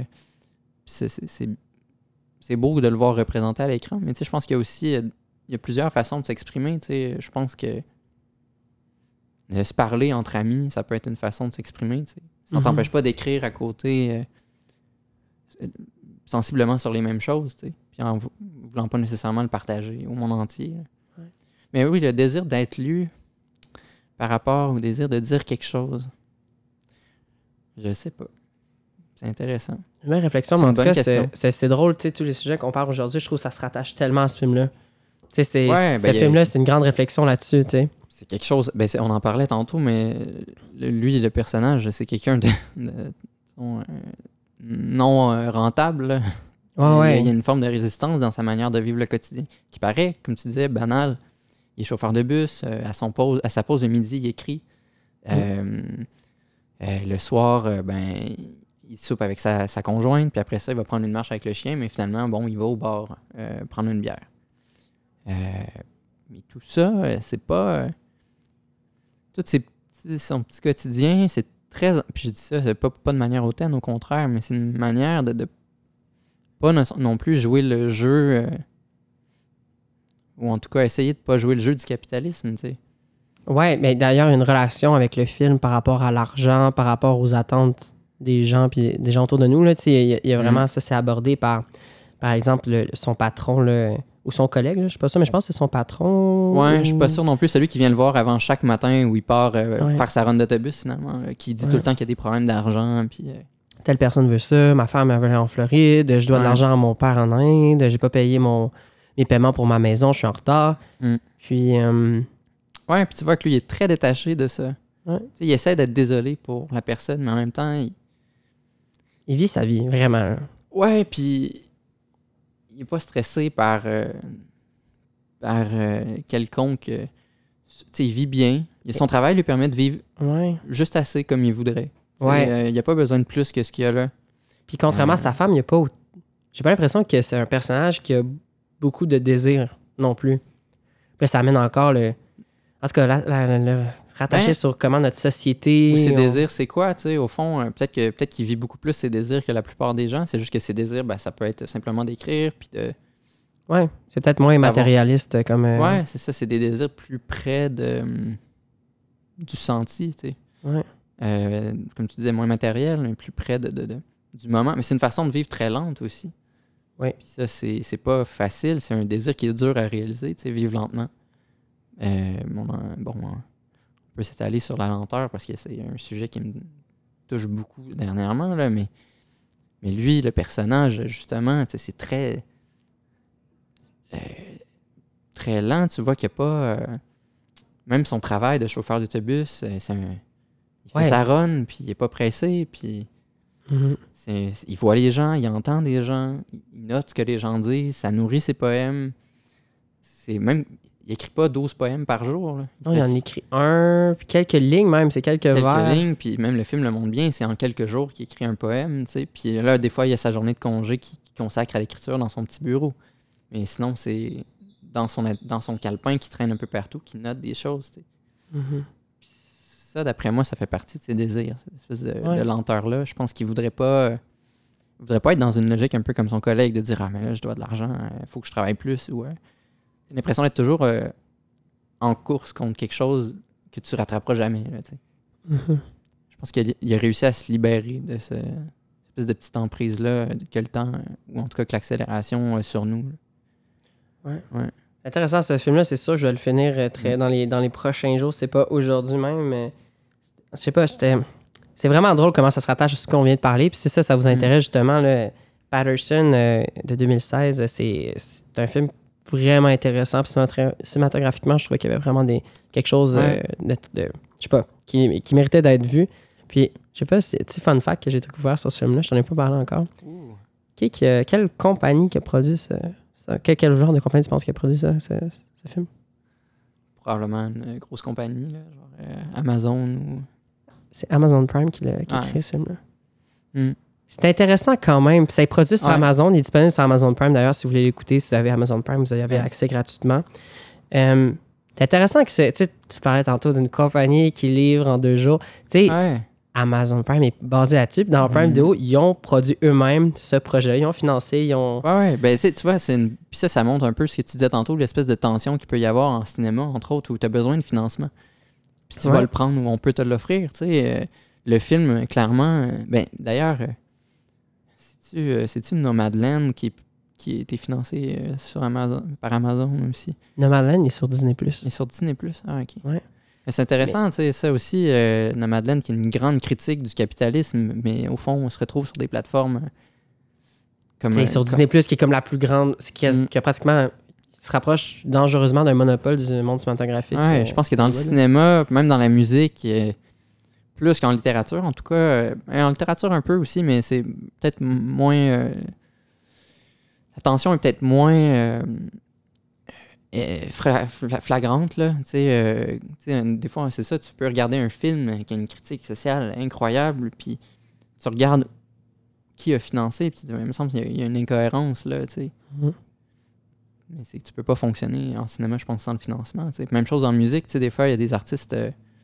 C'est beau de le voir représenté à l'écran. Mais je pense qu'il y a aussi il y a plusieurs façons de s'exprimer. Je pense que se parler entre amis, ça peut être une façon de s'exprimer. Ça ne t'empêche pas d'écrire à côté sensiblement sur les mêmes choses, puis en voulant pas nécessairement le partager au monde entier. Ouais. Mais oui, le désir d'être lu par rapport au désir de dire quelque chose, je sais pas. C'est intéressant. Une belle réflexion, mais en tout cas, c'est drôle, tous les sujets qu'on parle aujourd'hui, je trouve que ça se rattache tellement à ce film-là. Ce film-là, c'est une grande réflexion là-dessus, tu sais. C'est quelque chose... on en parlait tantôt, mais lui, le personnage, c'est quelqu'un de non rentable. Ouais, il y a une forme de résistance dans sa manière de vivre le quotidien qui paraît, comme tu disais, banal. Il est chauffeur de bus, à sa pause de midi, il écrit. Le soir, il soupe avec sa conjointe, puis après ça, il va prendre une marche avec le chien, mais finalement, il va au bar prendre une bière. Mais tout ça, c'est pas... son petit quotidien, c'est très... Puis je dis ça, c'est pas de manière hautaine, au contraire, mais c'est une manière de pas non plus jouer le jeu... ou en tout cas, essayer de pas jouer le jeu du capitalisme, tu sais. Ouais, mais d'ailleurs, il y a une relation avec le film par rapport à l'argent, par rapport aux attentes des gens, puis des gens autour de nous. Là, il y a vraiment ça, c'est abordé par exemple, son patron, là, ou son collègue, là, je suis pas sûr, mais je pense que c'est son patron. Ouais, ou... je suis pas sûr non plus. Celui qui vient le voir avant chaque matin où il part Ouais. faire sa run d'autobus, finalement, qui dit tout le temps qu'il y a des problèmes d'argent. Puis, Telle personne veut ça, ma femme elle veut aller en Floride, je dois de l'argent à mon père en Inde, j'ai pas payé mes paiements pour ma maison, je suis en retard. Puis. Ouais, puis tu vois que lui, il est très détaché de ça. Ouais. Il essaie d'être désolé pour la personne, mais en même temps, il vit sa vie, vraiment. Ouais, puis il est pas stressé par quelconque. Il vit bien. Son travail lui permet de vivre juste assez comme il voudrait. Il n'y a pas besoin de plus que ce qu'il y a là. Puis contrairement à sa femme, il n'y a pas... J'ai pas l'impression que c'est un personnage qui a beaucoup de désirs non plus. Puis ça amène encore le... En tout cas, le rattacher sur comment notre société... Ou ses désirs, c'est quoi, tu sais, au fond? Peut-être qu'il vit beaucoup plus ses désirs que la plupart des gens. C'est juste que ses désirs, ça peut être simplement d'écrire, puis de... Ouais, c'est peut-être moins matérialiste comme... Ouais, c'est ça, c'est des désirs plus près du senti, tu sais. Ouais. Comme tu disais, moins matériel, mais plus près du moment. Mais c'est une façon de vivre très lente aussi. Oui. Puis ça, c'est pas facile. C'est un désir qui est dur à réaliser, tu sais, vivre lentement. On peut s'étaler sur la lenteur parce que c'est un sujet qui me touche beaucoup dernièrement, là, mais lui, le personnage, justement, tu sais, c'est très... très lent. Tu vois qu'il n'y a pas... même son travail de chauffeur d'autobus, il fait sa run, puis il n'est pas pressé, puis... il voit les gens, il entend des gens, il note ce que les gens disent, ça nourrit ses poèmes. Il écrit pas 12 poèmes par jour. Là. Il en écrit un, puis quelques lignes même, c'est quelques vers. Quelques lignes, puis même le film le montre bien, c'est en quelques jours qu'il écrit un poème, tu sais. Puis là, des fois, il y a sa journée de congé qu'il consacre à l'écriture dans son petit bureau. Mais sinon, c'est dans son calepin qui traîne un peu partout, qui note des choses, tu sais. Ça, d'après moi, ça fait partie de ses désirs, cette espèce de lenteur-là. Je pense qu'il voudrait pas être dans une logique un peu comme son collègue, de dire « Ah, mais là, je dois de l'argent, il faut que je travaille plus. » ou j'ai l'impression d'être toujours en course contre quelque chose que tu rattraperas jamais. Là, je pense qu'il a réussi à se libérer de cette espèce de petite emprise-là que le temps, ou en tout cas que l'accélération sur nous. Ouais. Intéressant ce film-là, c'est sûr, je vais le finir dans les prochains jours. C'est pas aujourd'hui même, mais je sais pas, c'est vraiment drôle comment ça se rattache à ce qu'on vient de parler. Puis si ça vous intéresse justement, là, Patterson de 2016, c'est un film vraiment intéressant. Puis cinématographiquement, je trouvais qu'il y avait vraiment quelque chose de je sais pas, qui méritait d'être vu. Puis, je sais pas, c'est un petit fun fact que j'ai découvert sur ce film-là, je t'en ai pas parlé encore. Quelle compagnie qui a produit ça? Quel genre de compagnie tu penses qui a produit ce film? Probablement une grosse compagnie, là, genre Amazon ou... C'est Amazon Prime qui a créé ce film-là. C'est intéressant quand même. Puis ça est produit sur Amazon. Il est disponible sur Amazon Prime. D'ailleurs, si vous voulez l'écouter, si vous avez Amazon Prime, vous y avez accès gratuitement. C'est intéressant que tu parlais tantôt d'une compagnie qui livre en 2 jours. Tu sais, Amazon Prime est basé là-dessus. Puis dans Prime Video, ils ont produit eux-mêmes ce projet-là. Ils ont financé, ils ont... Ben, tu vois, puis ça montre un peu ce que tu disais tantôt, l'espèce de tension qu'il peut y avoir en cinéma, entre autres, où tu as besoin de financement. Puis tu vas le prendre où on peut te l'offrir, tu sais. Le film, clairement... ben, d'ailleurs, c'est-tu Nomadland qui a été financé par Amazon aussi? Nomadland est sur Disney+. Il est sur Disney+. Ah, OK. Ouais. C'est intéressant, tu sais, ça aussi, Nomadland, qui est une grande critique du capitalisme, mais au fond, on se retrouve sur des plateformes comme... sur Disney+, qui est comme la plus grande, qui a pratiquement... se rapproche dangereusement d'un monopole du monde cinématographique. Ouais, je pense que dans le cinéma, même dans la musique, plus qu'en littérature, en tout cas, en littérature un peu aussi, mais c'est peut-être moins... la tension est peut-être moins... flagrante, là. Tu sais, des fois, c'est ça, tu peux regarder un film qui a une critique sociale incroyable, puis tu regardes qui a financé, puis il me semble qu'il y a une incohérence, là, tu sais. Mais c'est que tu peux pas fonctionner en cinéma, je pense, sans le financement, tu sais. Même chose en musique, tu sais, des fois, il y a des artistes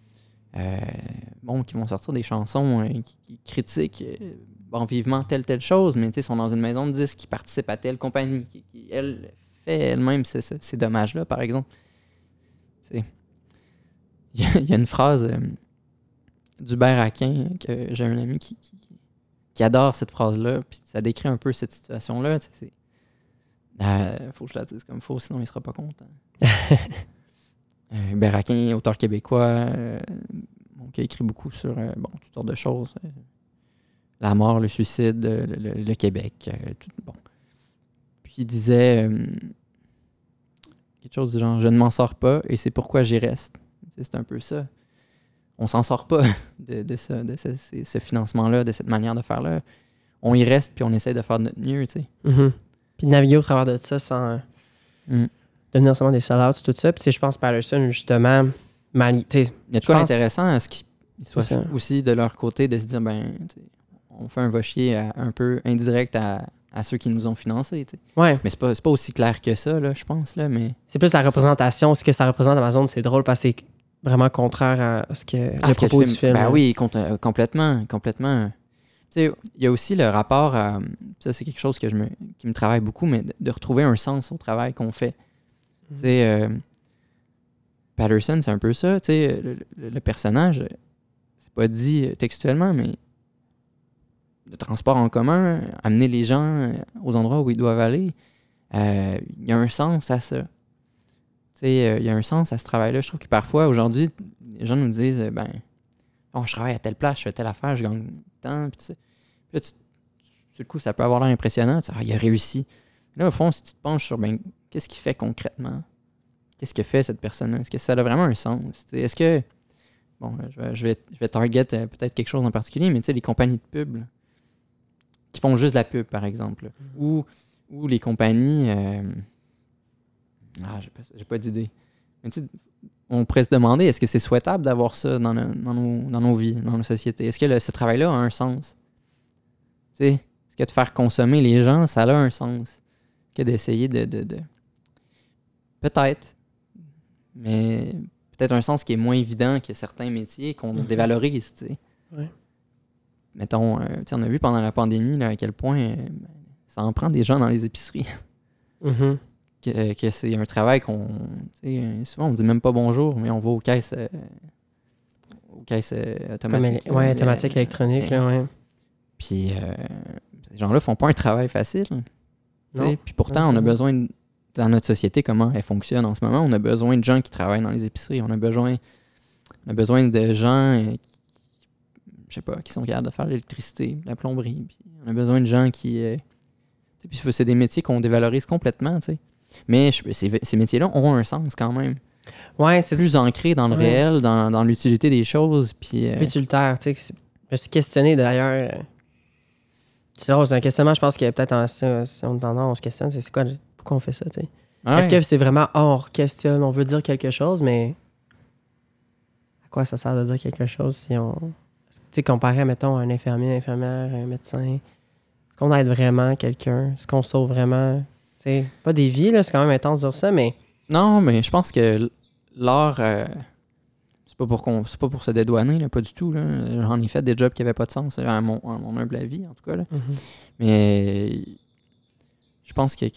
qui vont sortir des chansons qui critiquent vivement telle chose, mais tu sais, sont dans une maison de disques qui participe à telle compagnie, qui elle... fait elle-même ces dommages-là, par exemple. il y a une phrase d'Hubert Aquin que j'ai un ami qui adore cette phrase-là, puis ça décrit un peu cette situation-là. Faut que je la dise comme faut, sinon il sera pas content. Hubert Aquin, auteur québécois, qui a écrit beaucoup sur toutes sortes de choses. La mort, le suicide, le Québec, tout, bon. Puis il disait quelque chose du genre « Je ne m'en sors pas et c'est pourquoi j'y reste ». C'est un peu ça. On s'en sort pas de ce financement-là, de cette manière de faire-là. On y reste puis on essaie de faire de notre mieux, tu sais. Mm-hmm. Puis de naviguer au travers de ça sans devenir seulement des sell-outs, tout ça. Puis je pense Patterson, justement, il y a de quoi d'intéressant à ce qu'ils soient aussi de leur côté de se dire, on fait un va chier un peu indirect à ceux qui nous ont financés. Ouais. Mais c'est pas aussi clair que ça, là, je pense. Là, mais... C'est plus la représentation. Ce que ça représente Amazon, c'est drôle parce que c'est vraiment contraire à ce que le propos du film. Ben oui, complètement. Il y a aussi le rapport à... Ça, c'est quelque chose qui me travaille beaucoup, mais de retrouver un sens au travail qu'on fait. Patterson, c'est un peu ça. Le personnage, c'est pas dit textuellement, mais le transport en commun, amener les gens aux endroits où ils doivent aller, il y a un sens à ça. Il y a un sens à ce travail-là. Je trouve que parfois, aujourd'hui, les gens nous disent je travaille à telle place, je fais telle affaire, je gagne tant. Puis là, sur le coup, ça peut avoir l'air impressionnant. Il a réussi. Là, au fond, si tu te penches sur qu'est-ce qu'il fait concrètement? Qu'est-ce que fait cette personne-là? Est-ce que ça a vraiment un sens? Est-ce que. Bon, je vais target peut-être quelque chose en particulier, mais les compagnies de pub là, qui font juste de la pub, par exemple. Ou les compagnies. J'ai pas d'idée. Mais on pourrait se demander, est-ce que c'est souhaitable d'avoir ça dans nos vies, dans nos sociétés? Est-ce que ce travail-là a un sens? Est-ce que de faire consommer les gens, ça a un sens? Que d'essayer de... Peut-être. Mais peut-être un sens qui est moins évident que certains métiers qu'on dévalorise, Ouais. Mettons, on a vu pendant la pandémie là, à quel point ça en prend des gens dans les épiceries. Mm-hmm. Que c'est un travail qu'on... souvent, on dit même pas bonjour, mais on va aux caisses automatiques. Automatique, électronique, là, ouais. Puis, ces gens-là font pas un travail facile. Puis pourtant, on a besoin, dans notre société, comment elle fonctionne en ce moment, on a besoin de gens qui travaillent dans les épiceries. On a besoin de gens qui sont capables de faire l'électricité, la plomberie. Puis on a besoin de gens qui... puis c'est des métiers qu'on dévalorise complètement, tu sais. Mais ces métiers-là ont un sens quand même. Ouais, c'est plus ancré dans le réel, dans l'utilité des choses. Puis, utilitaire, tu sais. Je me suis questionné d'ailleurs. C'est drôle, c'est un questionnement, je pense qu'il y a peut-être si on se questionne, c'est quoi, pourquoi on fait ça, tu sais. Est-ce que c'est vraiment, on questionne, on veut dire quelque chose, mais à quoi ça sert de dire quelque chose si on... Tu sais, comparé, mettons, à un infirmier, infirmière, un médecin, est-ce qu'on aide vraiment quelqu'un? Est-ce qu'on sauve vraiment... T'sais, pas des vies, là, c'est quand même intense de dire ça, mais... Non, mais je pense que l'art, c'est pas pour se dédouaner, là, pas du tout. Là. J'en ai fait des jobs qui n'avaient pas de sens, à mon humble avis, en tout cas. Là. Mm-hmm. Mais je pense que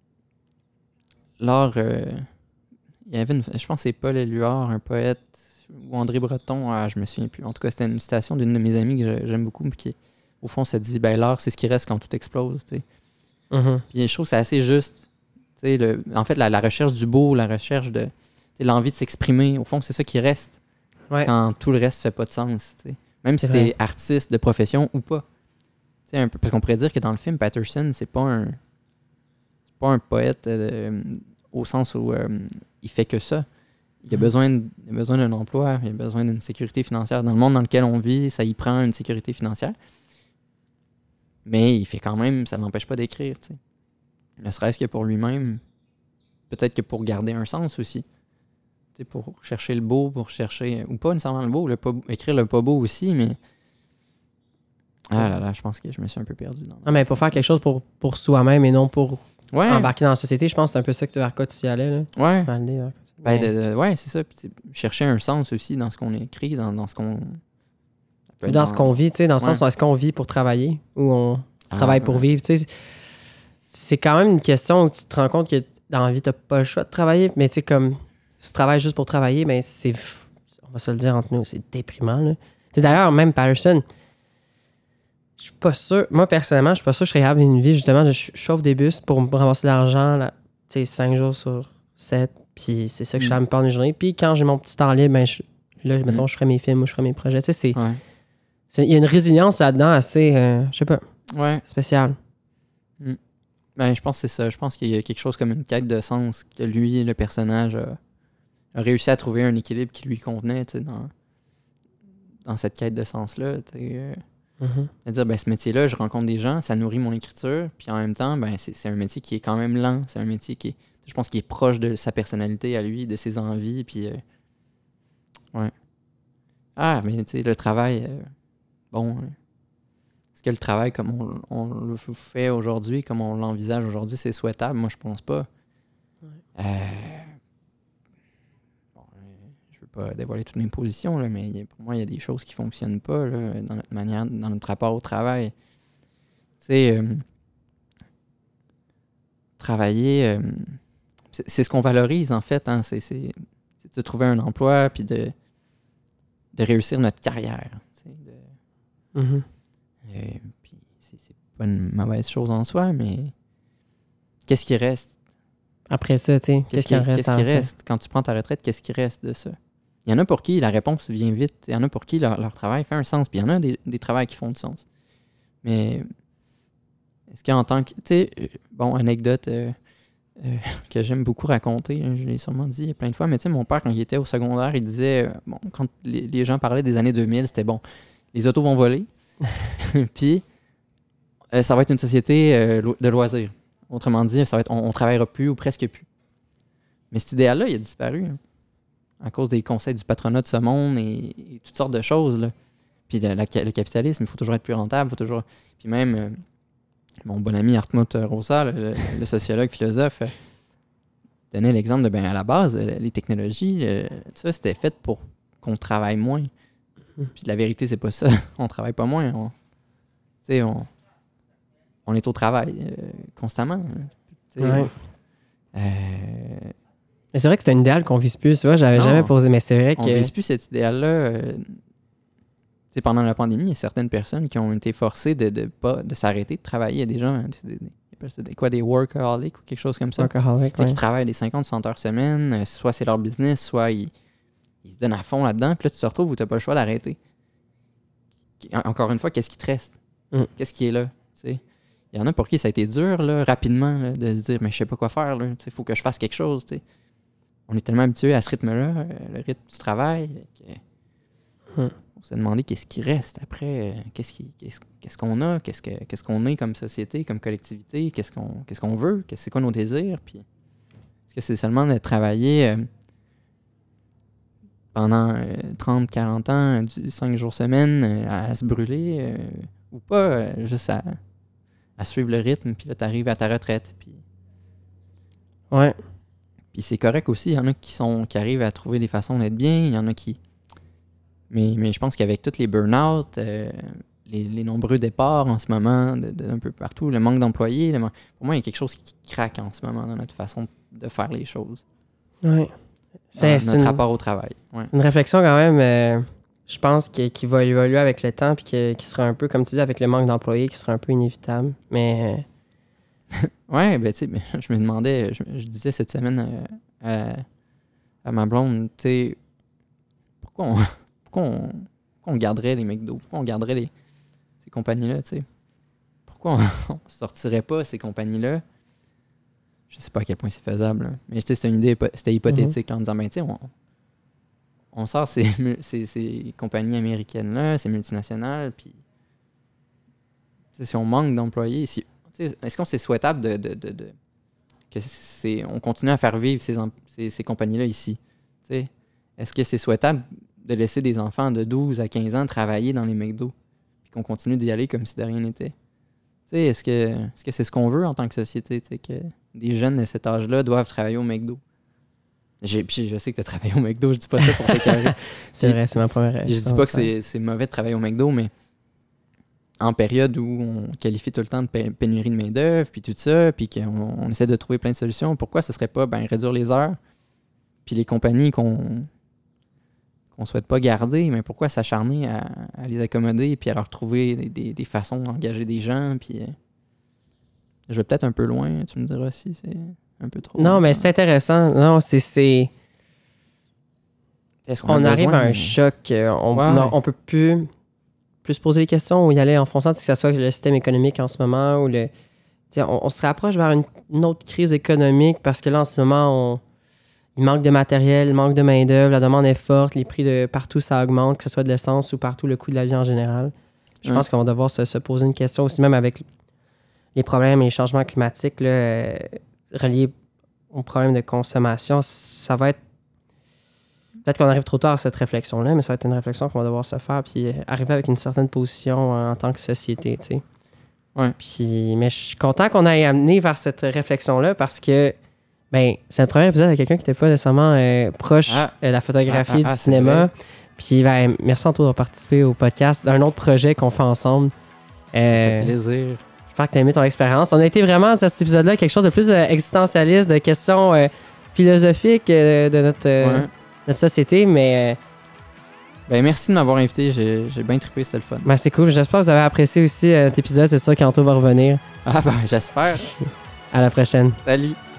l'art... il y avait je pense que c'est Paul Éluard, un poète, ou André Breton, je me souviens plus. En tout cas, c'était une citation d'une de mes amies que j'aime beaucoup, puis qui, au fond, ça dit, l'art, c'est ce qui reste quand tout explose, tu sais. Mm-hmm. Puis je trouve que c'est assez juste. En fait, la recherche du beau, la recherche de l'envie de s'exprimer, au fond, c'est ça qui reste quand tout le reste fait pas de sens. T'sais. Même si t'es artiste de profession ou pas. Un peu, parce qu'on pourrait dire que dans le film, Patterson, c'est pas un poète au sens où il fait que ça. Il a besoin d'un emploi, il a besoin d'une sécurité financière. Dans le monde dans lequel on vit, ça y prend une sécurité financière. Mais il fait quand même, ça ne l'empêche pas d'écrire, tu sais. Ne serait-ce que pour lui-même, peut-être que pour garder un sens aussi. Tu sais, pour chercher le beau, ou pas nécessairement le beau, écrire le pas beau aussi, mais... Ah là là, je pense que je me suis un peu perdu. Mais pour faire quelque chose pour soi-même et non pour embarquer dans la société, je pense que c'est un peu ça vers quoi tu y allais, là. Ouais. C'est ça. Puis, chercher un sens aussi dans ce qu'on écrit, dans ce qu'on... Dans ce qu'on vit, tu sais, dans le sens où est-ce qu'on vit pour travailler ou on travaille pour vivre, tu sais. C'est quand même une question où tu te rends compte que dans la vie, tu n'as pas le choix de travailler, mais tu sais, comme si tu travailles juste pour travailler, ben va se le dire entre nous, c'est déprimant, là. Tu sais, d'ailleurs, même Patterson, je suis pas sûr, moi, personnellement, je suis pas sûr que je serais capable d'une vie, justement, je chauffe des bus pour me ramasser de l'argent, là, tu sais, 5 jours sur 7, puis c'est ça que je fais à me part de mes journées. Puis quand j'ai mon petit temps libre, ben, là, mettons, je ferai mes films ou je ferai mes projets. Tu sais, il y a une résilience là-dedans assez, je sais pas, spéciale. Ben, je pense que c'est ça. Je pense qu'il y a quelque chose comme une quête de sens que lui, le personnage, a réussi à trouver un équilibre qui lui convenait, tu sais, dans cette quête de sens-là. C'est-à-dire, ben, ce métier-là, je rencontre des gens, ça nourrit mon écriture, puis en même temps, ben, c'est un métier qui est quand même lent. C'est un métier qui est, je pense, qui est proche de sa personnalité à lui, de ses envies, puis ouais. Ah, mais tu sais, le travail, bon, est-ce que le travail comme on le fait aujourd'hui, comme on l'envisage aujourd'hui, c'est souhaitable? Moi, je pense pas. Je veux pas dévoiler toutes mes positions, là, mais pour moi, il y a des choses qui fonctionnent pas là, dans notre manière, dans notre rapport au travail. Tu sais, travailler, c'est ce qu'on valorise, en fait. Hein, c'est de trouver un emploi, puis de réussir notre carrière. Puis c'est pas une mauvaise chose en soi, mais qu'est-ce qui reste? Après ça, tu sais, qu'est-ce qui reste? Quand tu prends ta retraite, qu'est-ce qui reste de ça? Il y en a pour qui la réponse vient vite. Il y en a pour qui leur travail fait un sens. Puis il y en a des travails qui font du sens. Mais est-ce qu'en tant que... Tu sais, bon, anecdote que j'aime beaucoup raconter, je l'ai sûrement dit plein de fois, mais tu sais, mon père, quand il était au secondaire, il disait... bon, quand les gens parlaient des années 2000, c'était bon. Les autos vont voler. Puis ça va être une société de loisirs. Autrement dit, ça va être, on travaillera plus ou presque plus. Mais cet idéal-là, il a disparu. Hein, à cause des conseils du patronat de ce monde et toutes sortes de choses. Là. Puis le capitalisme, il faut toujours être plus rentable. Faut toujours... Puis même, mon bon ami Hartmut Rosa, le sociologue, philosophe, donnait l'exemple de, ben, à la base, les technologies, tout ça, c'était fait pour qu'on travaille moins. Puis la vérité, c'est pas ça. On travaille pas moins. On est au travail constamment. Ouais. Mais c'est vrai que c'est un idéal qu'on vise plus. Tu vois, j'avais jamais posé, mais c'est vrai que... On vise plus cet idéal-là. Pendant la pandémie, il y a certaines personnes qui ont été forcées de s'arrêter de travailler. Il y a des gens, des workaholics ou quelque chose comme ça. Qui travaillent des 50-60 heures semaine. Soit c'est leur business, soit ils se donnent à fond là-dedans. Puis là, tu te retrouves où tu n'as pas le choix d'arrêter. Encore une fois, qu'est-ce qui te reste? Qu'est-ce qui est là? T'sais? Il y en a pour qui ça a été dur, là, rapidement, là, de se dire, mais je sais pas quoi faire, il faut que je fasse quelque chose. T'sais. On est tellement habitué à ce rythme-là, le rythme du travail, on s'est demandé qu'est-ce qui reste après, qu'est-ce qu'on a, qu'est-ce qu'on est comme société, comme collectivité, qu'est-ce qu'on veut, c'est quoi nos désirs, puis est-ce que c'est seulement de travailler pendant 30-40 ans, 5 jours semaine, à se brûler, ou pas, juste à suivre le rythme, puis là, t'arrives à ta retraite. Puis... Ouais. Puis c'est correct aussi, il y en a qui arrivent à trouver des façons d'être bien, il y en a qui... Mais je pense qu'avec tous les burn-out, les nombreux départs en ce moment, d'un peu partout, le manque d'employés, pour moi, il y a quelque chose qui craque en ce moment dans notre façon de faire les choses. Ouais. C'est notre rapport au travail. Ouais. C'est une réflexion quand même, je pense, qui va évoluer avec le temps, puis qui sera un peu, comme tu dis, avec le manque d'employés, qui sera un peu inévitable. Mais... Ouais, ben tu sais, je me demandais, je disais cette semaine à ma blonde, tu sais, pourquoi on garderait les McDo? Pourquoi on garderait ces compagnies-là, tu sais? Pourquoi on sortirait pas ces compagnies-là? Je sais pas à quel point c'est faisable, là. Mais tu sais, c'était une idée, c'était hypothétique, en disant, ben tu sais, on sort ces compagnies américaines-là, ces multinationales, puis si on manque d'employés, est-ce qu'on c'est souhaitable que on continue à faire vivre ces compagnies-là ici? T'sais, est-ce que c'est souhaitable de laisser des enfants de 12 à 15 ans travailler dans les McDo puis qu'on continue d'y aller comme si de rien n'était? Est-ce que c'est ce qu'on veut en tant que société, que des jeunes de cet âge-là doivent travailler au McDo? Puis je sais que tu as travaillé au McDo, je dis pas ça pour t'écœurer. C'est vrai, c'est ma première réaction. Je dis pas que c'est mauvais de travailler au McDo, mais en période où on qualifie tout le temps de pénurie de main-d'œuvre, puis tout ça, puis qu'on essaie de trouver plein de solutions, pourquoi ce serait pas réduire les heures, puis les compagnies qu'on qu'on souhaite pas garder, mais pourquoi s'acharner à les accommoder puis à leur trouver des façons d'engager des gens, puis je vais peut-être un peu loin, tu me diras si c'est un peu trop. Non, mais c'est intéressant. Non, c'est... On arrive à un choc. On peut plus se poser des questions ou y aller en fonçant, que ce soit le système économique en ce moment ou on se rapproche vers une autre crise économique parce que là, en ce moment, il manque de matériel, il manque de main-d'œuvre, la demande est forte, les prix de partout, ça augmente, que ce soit de l'essence ou partout le coût de la vie en général. Je pense qu'on va devoir se poser une question aussi, même avec les problèmes et les changements climatiques là, reliés aux problèmes de consommation. Ça va être. Peut-être qu'on arrive trop tard à cette réflexion-là, mais ça va être une réflexion qu'on va devoir se faire puis arriver avec une certaine position en tant que société, tu sais. Ouais. Puis, mais je suis content qu'on ait amené vers cette réflexion-là parce que c'est le premier épisode avec quelqu'un qui n'était pas nécessairement proche de la photographie du cinéma. Puis merci Anto d'avoir participé au podcast d'un autre projet qu'on fait ensemble. Ça fait plaisir. J'espère que tu as aimé ton expérience. On a été vraiment dans cet épisode-là quelque chose de plus existentialiste, de questions philosophiques de notre société, mais... merci de m'avoir invité, j'ai bien trippé, c'était le fun. C'est cool, j'espère que vous avez apprécié aussi cet épisode, c'est sûr qu'Anto va revenir. J'espère. À la prochaine. Salut.